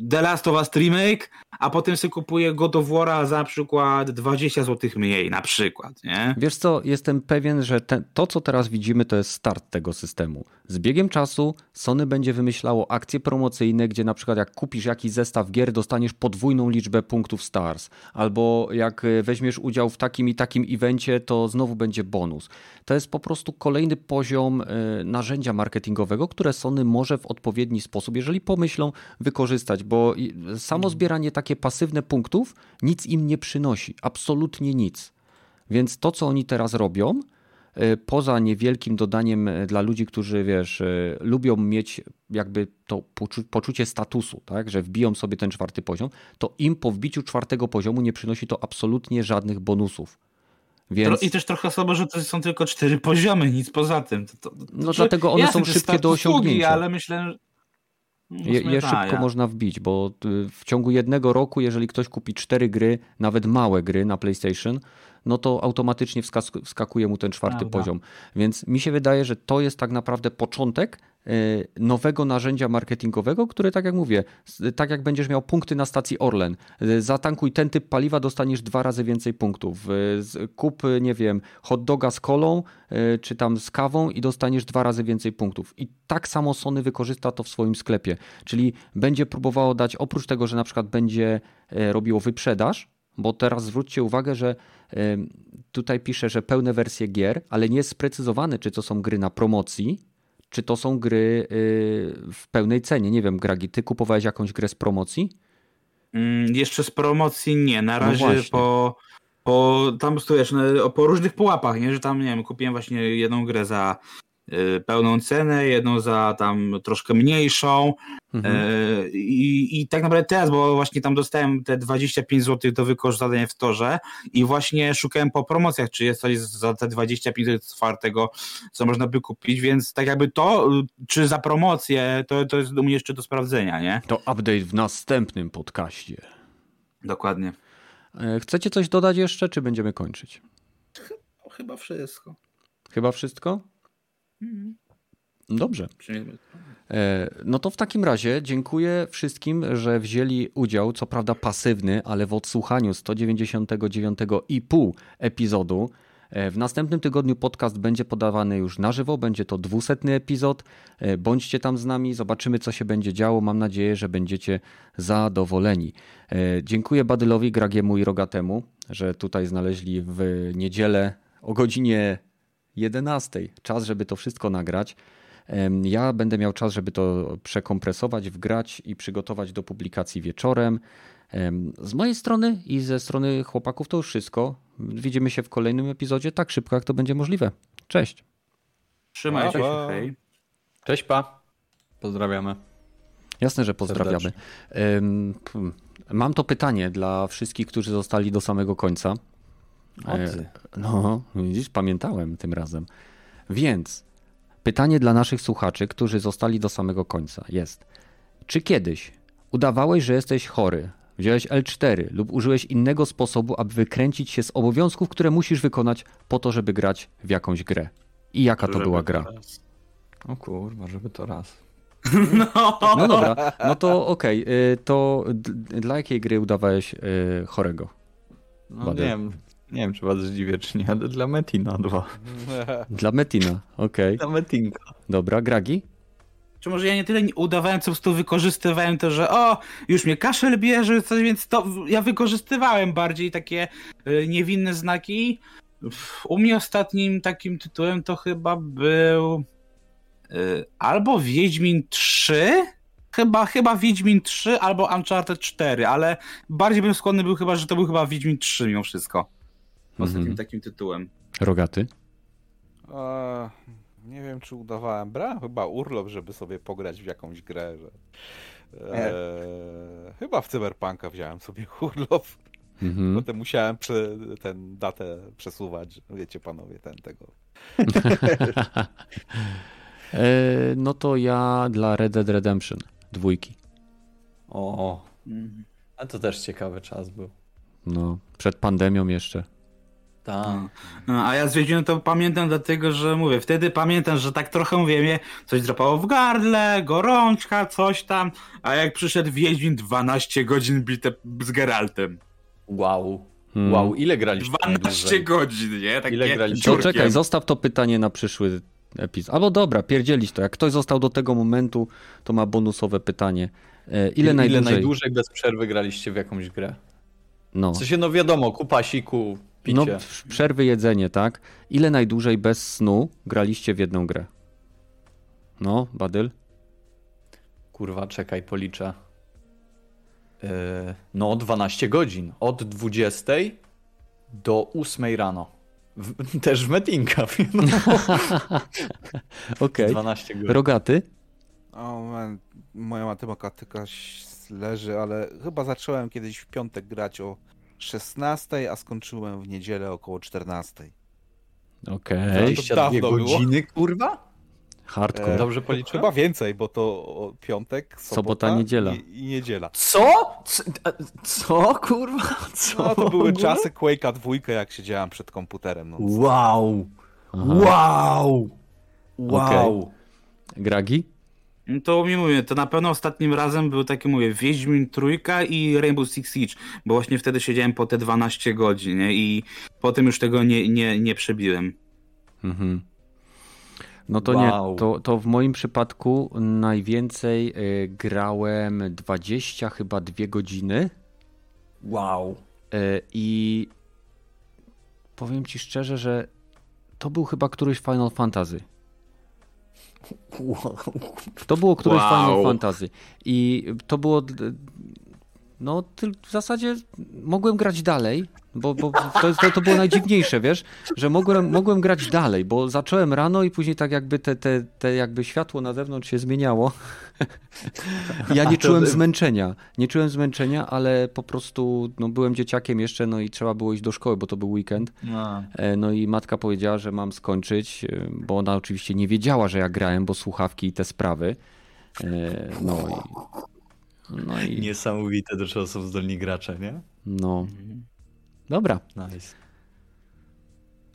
The Last of Us Remake, a potem sobie kupuję God of War'a za na przykład 20 zł mniej na przykład, nie? Wiesz co, jestem pewien, że to co teraz widzimy to jest start tego systemu. Z biegiem czasu Sony będzie wymyślało akcje promocyjne, gdzie na przykład jak kupisz jakiś zestaw gier, dostaniesz podwójną liczbę punktów Stars, albo jak weźmiesz udział w takim i takim evencie, to znowu będzie bonus. To jest po prostu kolejny poziom narzędzia marketingowego, które Sony może w odpowiedni sposób, jeżeli pomyślą, wykorzystać, bo samo zbieranie takie pasywne punktów nic im nie przynosi, absolutnie nic. Więc to, co oni teraz robią, poza niewielkim dodaniem dla ludzi, którzy, wiesz, lubią mieć jakby to poczucie statusu, tak, że wbiją sobie ten 4. poziom, to im po wbiciu 4. poziomu nie przynosi to absolutnie żadnych bonusów. Więc... I też trochę słabo, że to są tylko 4 poziomy, nic poza tym. No dlatego one są szybkie do osiągnięcia. Ale myślę, że... Je szybko można wbić, bo w ciągu 1 roku, jeżeli ktoś kupi 4 gry, nawet małe gry na PlayStation, no to automatycznie wskakuje mu ten 4. poziom. Więc mi się wydaje, że to jest tak naprawdę początek nowego narzędzia marketingowego, które, tak jak mówię, tak jak będziesz miał punkty na stacji Orlen, zatankuj ten typ paliwa, dostaniesz 2 razy więcej punktów. Kup, nie wiem, hot doga z kolą, czy tam z kawą i dostaniesz 2 razy więcej punktów. I tak samo Sony wykorzysta to w swoim sklepie. Czyli będzie próbowało dać, oprócz tego, że na przykład będzie robiło wyprzedaż, bo teraz zwróćcie uwagę, że tutaj pisze, że pełne wersje gier, ale nie jest sprecyzowane, czy to są gry na promocji, czy to są gry w pełnej cenie. Nie wiem, Gragi, ty kupowałeś jakąś grę z promocji? Jeszcze z promocji nie. Na razie tam wiesz, po różnych pułapach, nie? Że tam, nie wiem, kupiłem właśnie jedną grę za pełną cenę, jedną za tam troszkę mniejszą i tak naprawdę teraz, bo właśnie tam dostałem te 25 zł do wykorzystania w torze i właśnie szukałem po promocjach, czy jest coś za te 25 zł czwartego, co można by kupić, więc tak jakby to, czy za promocję, to jest u mnie jeszcze do sprawdzenia, nie? To update w następnym podcaście. Dokładnie. Chcecie coś dodać jeszcze, czy będziemy kończyć? Chyba wszystko. Chyba wszystko? Dobrze. No to w takim razie dziękuję wszystkim, że wzięli udział, co prawda pasywny, ale w odsłuchaniu 199,5 epizodu. W następnym tygodniu podcast będzie podawany już na żywo, będzie to 200 epizod. Bądźcie tam z nami, zobaczymy co się będzie działo. Mam nadzieję, że będziecie zadowoleni. Dziękuję Badylowi, Gragiemu i Rogatemu, że tutaj znaleźli w niedzielę o godzinie 11 czas, żeby to wszystko nagrać. Ja będę miał czas, żeby to przekompresować, wgrać i przygotować do publikacji wieczorem. Z mojej strony i ze strony chłopaków to już wszystko. Widzimy się w kolejnym epizodzie tak szybko, jak to będzie możliwe. Cześć. Trzymajcie się, hej. Cześć, pa. Pozdrawiamy. Jasne, że pozdrawiamy. Mam to pytanie dla wszystkich, którzy zostali do samego końca. No, widzisz, pamiętałem tym razem. Więc pytanie dla naszych słuchaczy, którzy zostali do samego końca jest: czy kiedyś udawałeś, że jesteś chory, wziąłeś L4 lub użyłeś innego sposobu, aby wykręcić się z obowiązków, które musisz wykonać po to, żeby grać w jakąś grę? I jaka to była gra? O kurwa, żeby to raz. No dobra, no to okej. To dla jakiej gry udawałeś chorego? No nie wiem, czy was zdziwię, czy nie, ale dla Metina 2. Dla Metina, okej. Dla Metinka. Dobra, Gragi? Czy może ja nie tyle udawałem, co po prostu wykorzystywałem to, że już mnie kaszel bierze, coś, więc to ja wykorzystywałem bardziej takie niewinne znaki. U mnie ostatnim takim tytułem to chyba był albo Wiedźmin 3, chyba Wiedźmin 3 albo Uncharted 4, ale bardziej bym skłonny był chyba, że to był chyba Wiedźmin 3 mimo wszystko. Ostatnim takim tytułem. Rogaty? Nie wiem, czy udawałem. Brałem chyba urlop, żeby sobie pograć w jakąś grę. Chyba w Cyberpunka wziąłem sobie urlop. Potem musiałem datę przesuwać. Wiecie panowie, tego. No to ja dla Red Dead Redemption 2. A to też ciekawy czas był. No, przed pandemią jeszcze. Tak. A ja z Wiedźminem to pamiętam dlatego, że mówię, wtedy pamiętam, że tak trochę mówię, mnie coś drapało w gardle, gorączka, coś tam, a jak przyszedł Wiedźmin 12 godzin bite z Geraltem. Wow. Wow, ile graliście 12 najdłużej? godzin, nie? Takie Ile graliście? To ciurkiem. czekaj, zostaw to pytanie na przyszły epizod. Albo dobra, pierdzielić to. Jak ktoś został do tego momentu, to ma bonusowe pytanie. Ile najdłużej bez przerwy graliście w jakąś grę? No. W sensie, no wiadomo, kupa siku, picie. No, przerwy, jedzenie, tak? Ile najdłużej bez snu graliście w jedną grę? No, Badyl? Kurwa, czekaj, policzę. No, 12 godzin. Od 20 do 8 rano. Też w Metinka. No. Okej. 12 godzin. Rogaty? O, moja matematyka leży, ale chyba zacząłem kiedyś w piątek grać o 16, a skończyłem w niedzielę około 14. Okej. 22 dawno było. godziny, kurwa? Hardcore. Dobrze policzyłem? Chyba więcej, bo to piątek, sobota, niedziela. I niedziela. Co? Co, kurwa? Co? No to w były ogóle? czasy Quake'a 2, jak siedziałem przed komputerem. No. Wow. Aha. Wow. Wow. Gragi? No to mi mówię, to na pewno ostatnim razem był taki, mówię, Wiedźmin Trójka i Rainbow Six Siege, bo właśnie wtedy siedziałem po te 12 godzin, nie? I potem już tego nie przebiłem. Mhm. No to Wow. nie, to w moim przypadku najwięcej grałem 20 chyba 2 godziny Wow. i powiem ci szczerze, że to był chyba któryś Final Fantasy. Wow. To było któreś Wow. Final Fantasy i to było, no w zasadzie mogłem grać dalej, bo to było najdziwniejsze, wiesz, że mogłem grać dalej, bo zacząłem rano i później tak jakby te jakby światło na zewnątrz się zmieniało. Ja nie czułem zmęczenia, ale po prostu no, byłem dzieciakiem jeszcze, no i trzeba było iść do szkoły, bo to był weekend. No i matka powiedziała, że mam skończyć, bo ona oczywiście nie wiedziała, że ja grałem, bo słuchawki i te sprawy. No i Niesamowite, do czego są zdolni gracze, nie? no. Dobra. Nice.